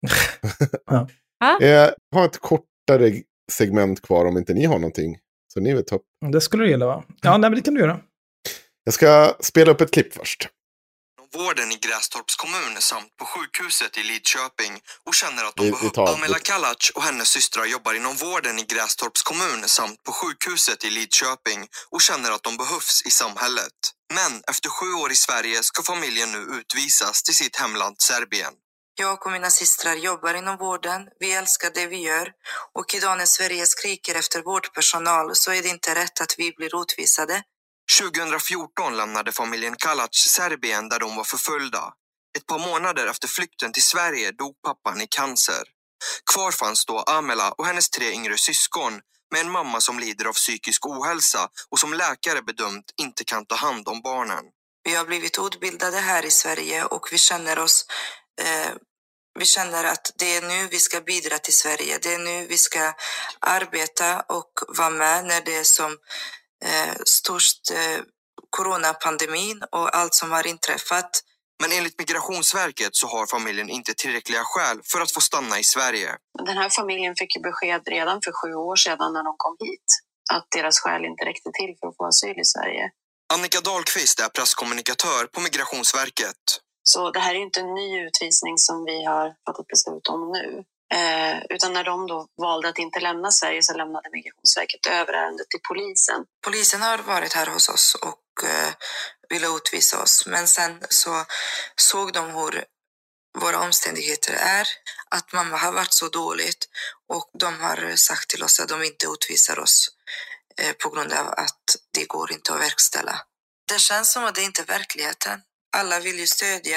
Ja. Jag har ett kortare segment kvar om inte ni har någonting. Så ni vet upp. Det skulle du gilla, va? Ja, nej, men det kan du göra. Jag ska spela upp ett klipp först. Vården i Grästorps kommun samt på sjukhuset i Lidköping och känner att de Vi- vi behöver. tar- Amela Kalac och hennes systrar jobbar inom vården i Grästorps kommun samt på sjukhuset i Lidköping och känner att de behövs i samhället. Men efter sju år i Sverige ska familjen nu utvisas till sitt hemland Serbien. Jag och mina systrar jobbar inom vården. Vi älskar det vi gör. Och idag när Sverige skriker efter vårdpersonal så är det inte rätt att vi blir utvisade. tjugohundrafjorton lämnade familjen Kalac Serbien där de var förföljda. Ett par månader efter flykten till Sverige dog pappan i cancer. Kvar fanns då Amela och hennes tre yngre syskon med en mamma som lider av psykisk ohälsa och som läkare bedömt inte kan ta hand om barnen. Vi har blivit utbildade här i Sverige och vi känner oss... Eh, vi känner att det är nu vi ska bidra till Sverige. Det är nu vi ska arbeta och vara med när det är som eh, störst eh, coronapandemin och allt som har inträffat. Men enligt Migrationsverket så har familjen inte tillräckliga skäl för att få stanna i Sverige. Den här familjen fick ju besked redan för sju år sedan när de kom hit att deras skäl inte räckte till för att få asyl i Sverige. Annika Dahlqvist är presskommunikatör på Migrationsverket. Så det här är ju inte en ny utvisning som vi har fattat beslut om nu. Eh, utan när de då valde att inte lämna Sverige så lämnade Migrationsverket över ärendet till polisen. Polisen har varit här hos oss och eh, ville utvisa oss. Men sen så såg de hur våra omständigheter är. Att mamma har varit så dåligt. Och de har sagt till oss att de inte utvisar oss eh, på grund av att det går inte att verkställa. Det känns som att det inte är verkligheten. Alla vill ju stödja.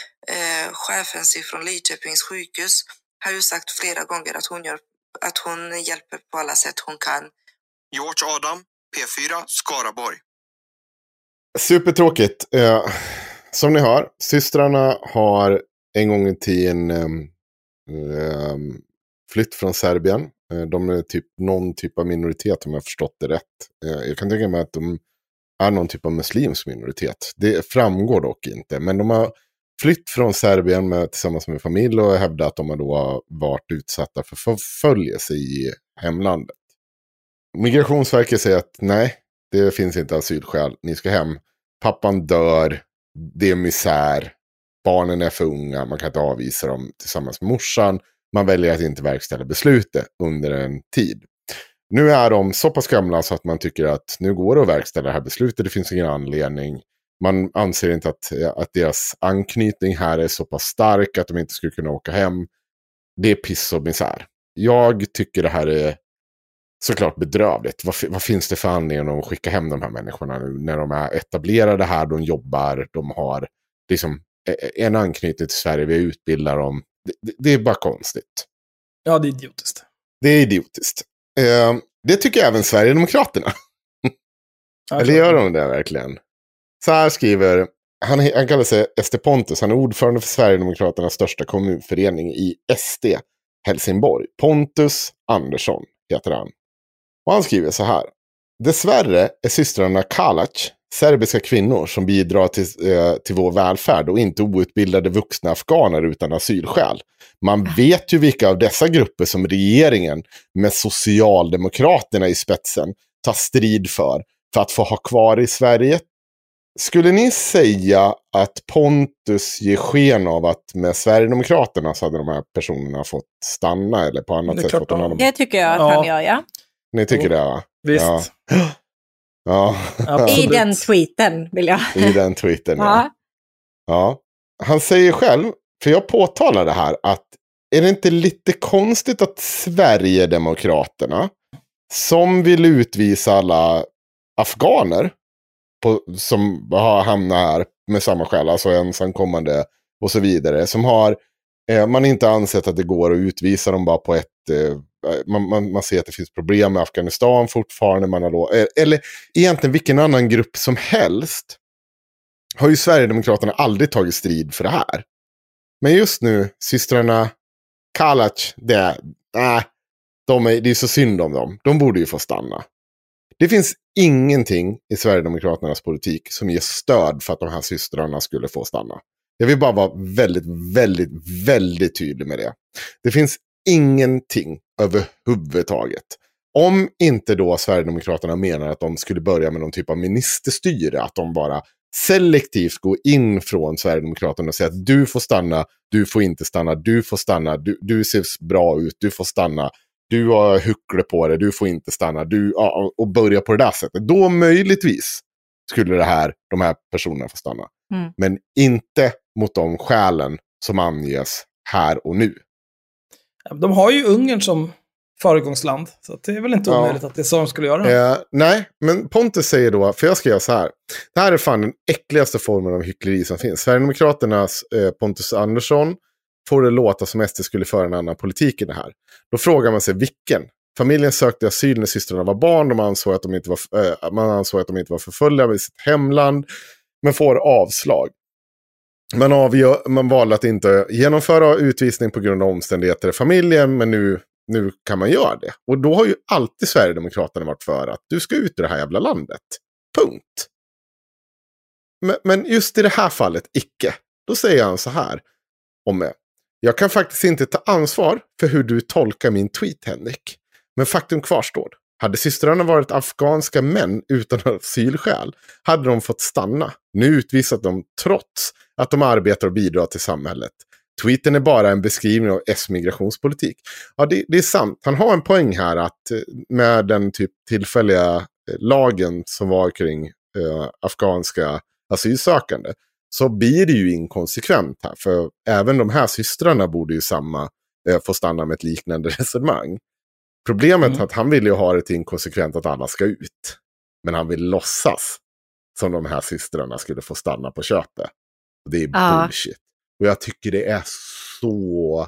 Eh, chefen från Lidköpings sjukhus har ju sagt flera gånger att hon, gör, att hon hjälper på alla sätt hon kan. George Adam, P fyra, Skaraborg. Supertråkigt. Eh, som ni hör, systrarna har en gång i tiden eh, eh, flytt från Serbien. Eh, de är typ någon typ av minoritet om jag har förstått det rätt. Eh, jag kan tänka mig att de är någon typ av muslimsk minoritet. Det framgår dock inte. Men de har flytt från Serbien med, tillsammans med familj och hävdat att de har då varit utsatta för förföljelse i hemlandet. Migrationsverket säger att nej, det finns inte asylskäl. Ni ska hem. Pappan dör. Det är misär. Barnen är för unga. Man kan inte avvisa dem tillsammans med morsan. Man väljer att inte verkställa beslutet under en tid. Nu är de så pass gamla så att man tycker att nu går det att verkställa det här beslutet. Det finns ingen anledning. Man anser inte att, att deras anknytning här är så pass stark att de inte skulle kunna åka hem. Det är piss och misär. Jag tycker det här är såklart bedrövligt. Vad, vad finns det för anledning att skicka hem de här människorna nu när de är etablerade här, de jobbar, de har liksom en anknytning till Sverige, vi utbildar dem. Det, det, det är bara konstigt. Ja, det är idiotiskt. Det är idiotiskt. Eh, det tycker även Sverigedemokraterna. Eller gör de det verkligen? Så här skriver, han, han kallar sig Ester Pontus, han är ordförande för Sverigedemokraternas största kommunförening i S D. Helsingborg. Pontus Andersson heter han. Och han skriver så här. Dessvärre är systrarna Kalac serbiska kvinnor som bidrar till, eh, till vår välfärd och inte outbildade vuxna afghaner utan asylskäl. Man vet ju vilka av dessa grupper som regeringen med Socialdemokraterna i spetsen tar strid för för att få ha kvar i Sverige. Skulle ni säga att Pontus ger sken av att med Sverigedemokraterna så hade de här personerna fått stanna eller på annat sätt? Fått de här... Det tycker jag att ja. han gör, ja. Ni tycker det, va? Visst. Ja. Ja. I den tweeten vill jag. I den tweeten, ja. ja. Ja. Han säger själv, för jag påtalar det här, att är det inte lite konstigt att Sverigedemokraterna som vill utvisa alla afghaner på, som har hamnat här med samma skäl, alltså ensamkommande och så vidare, som har eh, man inte ansett att det går att utvisa dem bara på ett eh, man, man, man ser att det finns problem med Afghanistan fortfarande, man har då, eller egentligen vilken annan grupp som helst har ju Sverigedemokraterna aldrig tagit strid för det här. Men just nu, systrarna Kalac, det, äh, de är, det är så synd om dem. De borde ju få stanna. Det finns ingenting i Sverigedemokraternas politik som ger stöd för att de här systrarna skulle få stanna. Jag vill bara vara väldigt, väldigt, väldigt tydlig med det. Det finns ingenting överhuvudtaget. Om inte då Sverigedemokraterna menar att de skulle börja med någon typ av ministerstyre, att de bara selektivt går in från Sverigedemokraterna och säger att du får stanna, du får inte stanna, du får stanna, du, du ser bra ut, du får stanna, du har huckle på det, du får inte stanna, du, ja, och börja på det där sättet. Då möjligtvis skulle det här, de här personerna få stanna. Mm. Men inte mot de skälen som anges här och nu. De har ju Ungern som föregångsland, så det är väl inte omöjligt ja. att det är så de skulle göra. Eh, nej, men Pontus säger då, för jag ska göra så här. Det här är fan den äckligaste formen av hyckleri som finns. Sverigedemokraternas eh, Pontus Andersson får det låta som S D skulle föra en annan politik i det här. Då frågar man sig vilken. Familjen sökte asyl när systrarna var barn. De ansåg att de inte var, eh, man ansåg att de inte var förföljda i sitt hemland. Men får avslag. Man, avgör, man valde att inte genomföra utvisning på grund av omständigheter i familjen. Men nu, nu kan man göra det. Och då har ju alltid Sverigedemokraterna varit för att du ska ut i det här jävla landet. Punkt. Men, men just i det här fallet, icke. Då säger han så här om mig. Jag kan faktiskt inte ta ansvar för hur du tolkar min tweet, Henrik. Men faktum kvarstår. Hade systrarna varit afghanska män utan asylskäl hade de fått stanna. Nu utvisat dem trots att de arbetar och bidrar till samhället. Tweeten är bara en beskrivning av S-migrationspolitik. Ja, det, det är sant. Han har en poäng här att med den typ tillfälliga lagen som var kring eh, afghanska asylsökande så blir det ju inkonsekvent här. För även de här systrarna borde ju samma eh, få stanna med ett liknande resonemang. Problemet mm. är att han vill ju ha det inkonsekvent att alla ska ut. Men han vill låtsas som de här systrarna skulle få stanna på köpet. Och det är ja. bullshit. Och jag tycker det är så...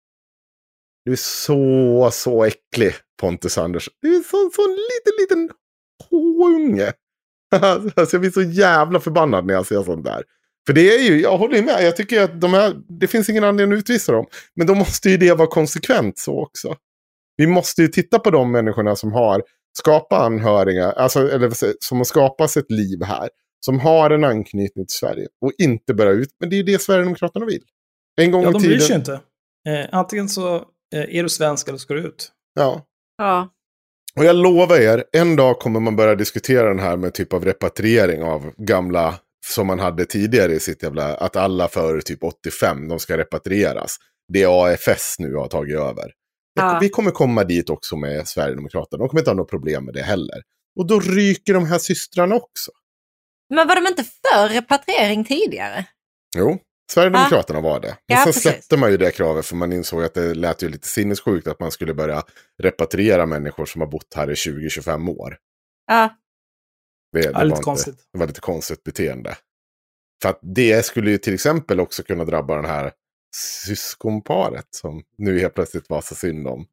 Du är så, så äcklig, Pontus Andersson. Du är så, så en liten, liten unge. Alltså jag blir så jävla förbannad när jag ser sånt där. För det är ju, jag håller med, jag tycker att de här, det finns ingen anledning att utvisa dem. Men då måste ju det vara konsekvent så också. Vi måste ju titta på de människorna som har skapat anhöriga, alltså, eller som har skapat ett liv här. Som har en anknytning till Sverige. Och inte börja ut, men det är ju det Sverigedemokraterna vill. En gång ja, i de tiden. bryr sig inte. Eh, antingen så eh, är du svensk eller ska du ut. Ja. Ja. Och jag lovar er, en dag kommer man börja diskutera den här med typ av repatriering av gamla som man hade tidigare i sitt jävla, att alla för typ åttiofem, de ska repatrieras. Det A F S nu har tagit över. Ja. Vi kommer komma dit också med Sverigedemokraterna. De kommer inte ha något problem med det heller. Och då ryker de här systrarna också. Men var de inte för repatriering tidigare? Jo, Sverigedemokraterna ah. var det. Men ja, sen precis. släppte man ju det kravet för man insåg att det lät ju lite sinnessjukt att man skulle börja repatriera människor som har bott här i tjugo till tjugofem år. Ja. Det, det, ja, var lite inte, konstigt. det var lite konstigt beteende. För att det skulle ju till exempel också kunna drabba den här syskonparet som nu helt plötsligt var så synd om.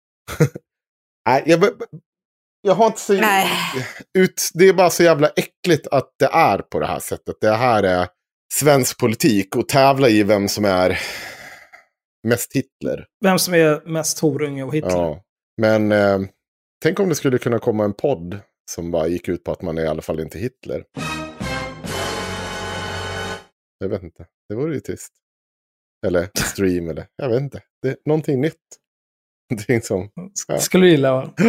Nej, jag, jag har inte så ut, det är bara så jävla äckligt att det är på det här sättet. Det här är svensk politik och tävla i vem som är mest Hitler. Vem som är mest horunge och Hitler. Ja. Men eh, tänk om det skulle kunna komma en podd som bara gick ut på att man är i alla fall inte Hitler. Jag vet inte. Det vore ju trist. Eller stream eller. Jag vet inte. Det är någonting nytt. Någonting som... Ja. Skulle du gilla va?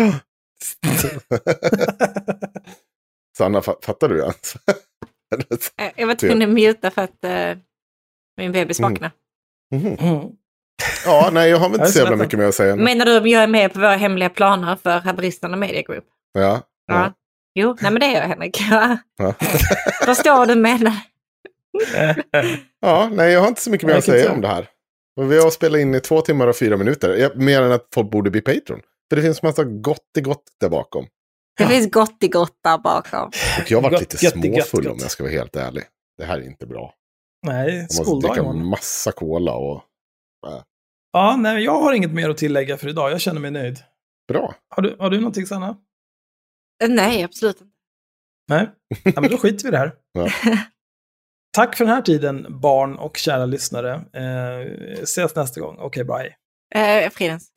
Sanna, fattar du ens? Jag var tvungen att muta för att uh, min bebis vaknade. Mm. Mm. Ja, nej, jag har inte så jävla mycket mer att säga. Menar du att jag är med på våra hemliga planer för Haveristerna Media Group? Ja. ja. ja. Jo, nej men det är jag, Henrik. Ja. Ja. Förstår du menar? Ja, nej, jag har inte så mycket mer att säga om det här. Och vi har spelat in i två timmar och fyra minuter. Mer än att folk borde bli Patreon. För det finns massa gott i gott där bakom. Det ja. finns gott i gott där bakom. Och jag har varit gott, lite småfull gott, gott. om jag ska vara helt ärlig. Det här är inte bra. Nej, jag måste dricka massa cola och... Äh. Ja, nej, jag har inget mer att tillägga för idag. Jag känner mig nöjd. Bra. Har du, har du någonting, Sanna? Nej, absolut inte. Nej, ja, men då skiter vi det här. Ja. Tack för den här tiden, barn och kära lyssnare. Eh, ses nästa gång. Okej, okay, bye. Eh, fridens.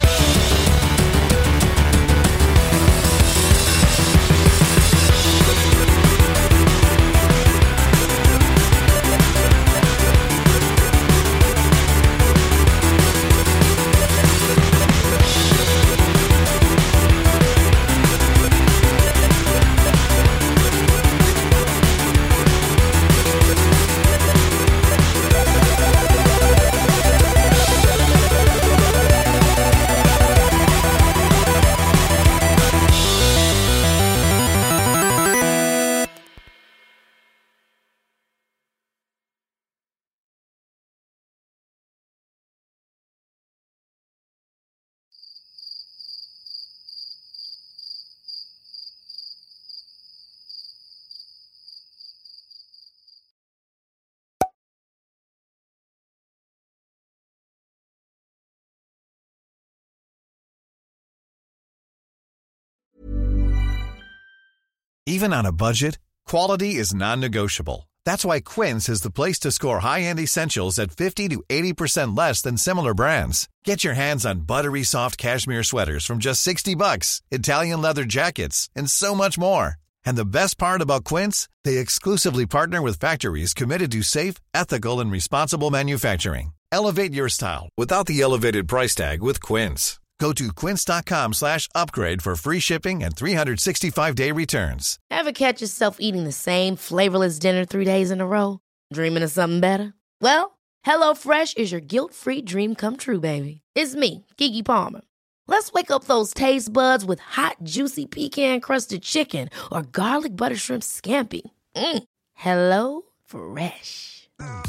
Even on a budget, quality is non-negotiable. That's why Quince is the place to score high-end essentials at fifty to eighty percent less than similar brands. Get your hands on buttery soft cashmere sweaters from just sixty bucks, Italian leather jackets, and so much more. And the best part about Quince, they exclusively partner with factories committed to safe, ethical, and responsible manufacturing. Elevate your style without the elevated price tag with Quince. Go to quince.com slash upgrade for free shipping and three sixty-five day returns. Ever catch yourself eating the same flavorless dinner three days in a row? Dreaming of something better? Well, HelloFresh is your guilt-free dream come true, baby. It's me, Keke Palmer. Let's wake up those taste buds with hot, juicy pecan-crusted chicken or garlic butter shrimp scampi. Mm. Hello Fresh.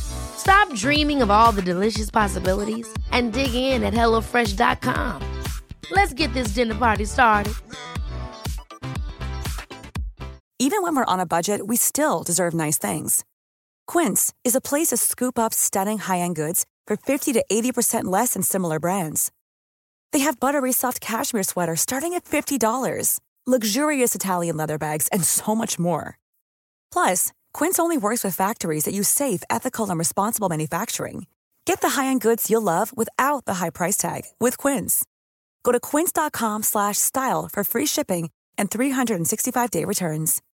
Stop dreaming of all the delicious possibilities and dig in at hello fresh dot com. Let's get this dinner party started. Even when we're on a budget, we still deserve nice things. Quince is a place to scoop up stunning high-end goods for fifty to eighty percent less than similar brands. They have buttery soft cashmere sweaters starting at fifty dollars, luxurious Italian leather bags, and so much more. Plus, Quince only works with factories that use safe, ethical, and responsible manufacturing. Get the high-end goods you'll love without the high price tag with Quince. Go to quince.com slash style for free shipping and three sixty-five day returns.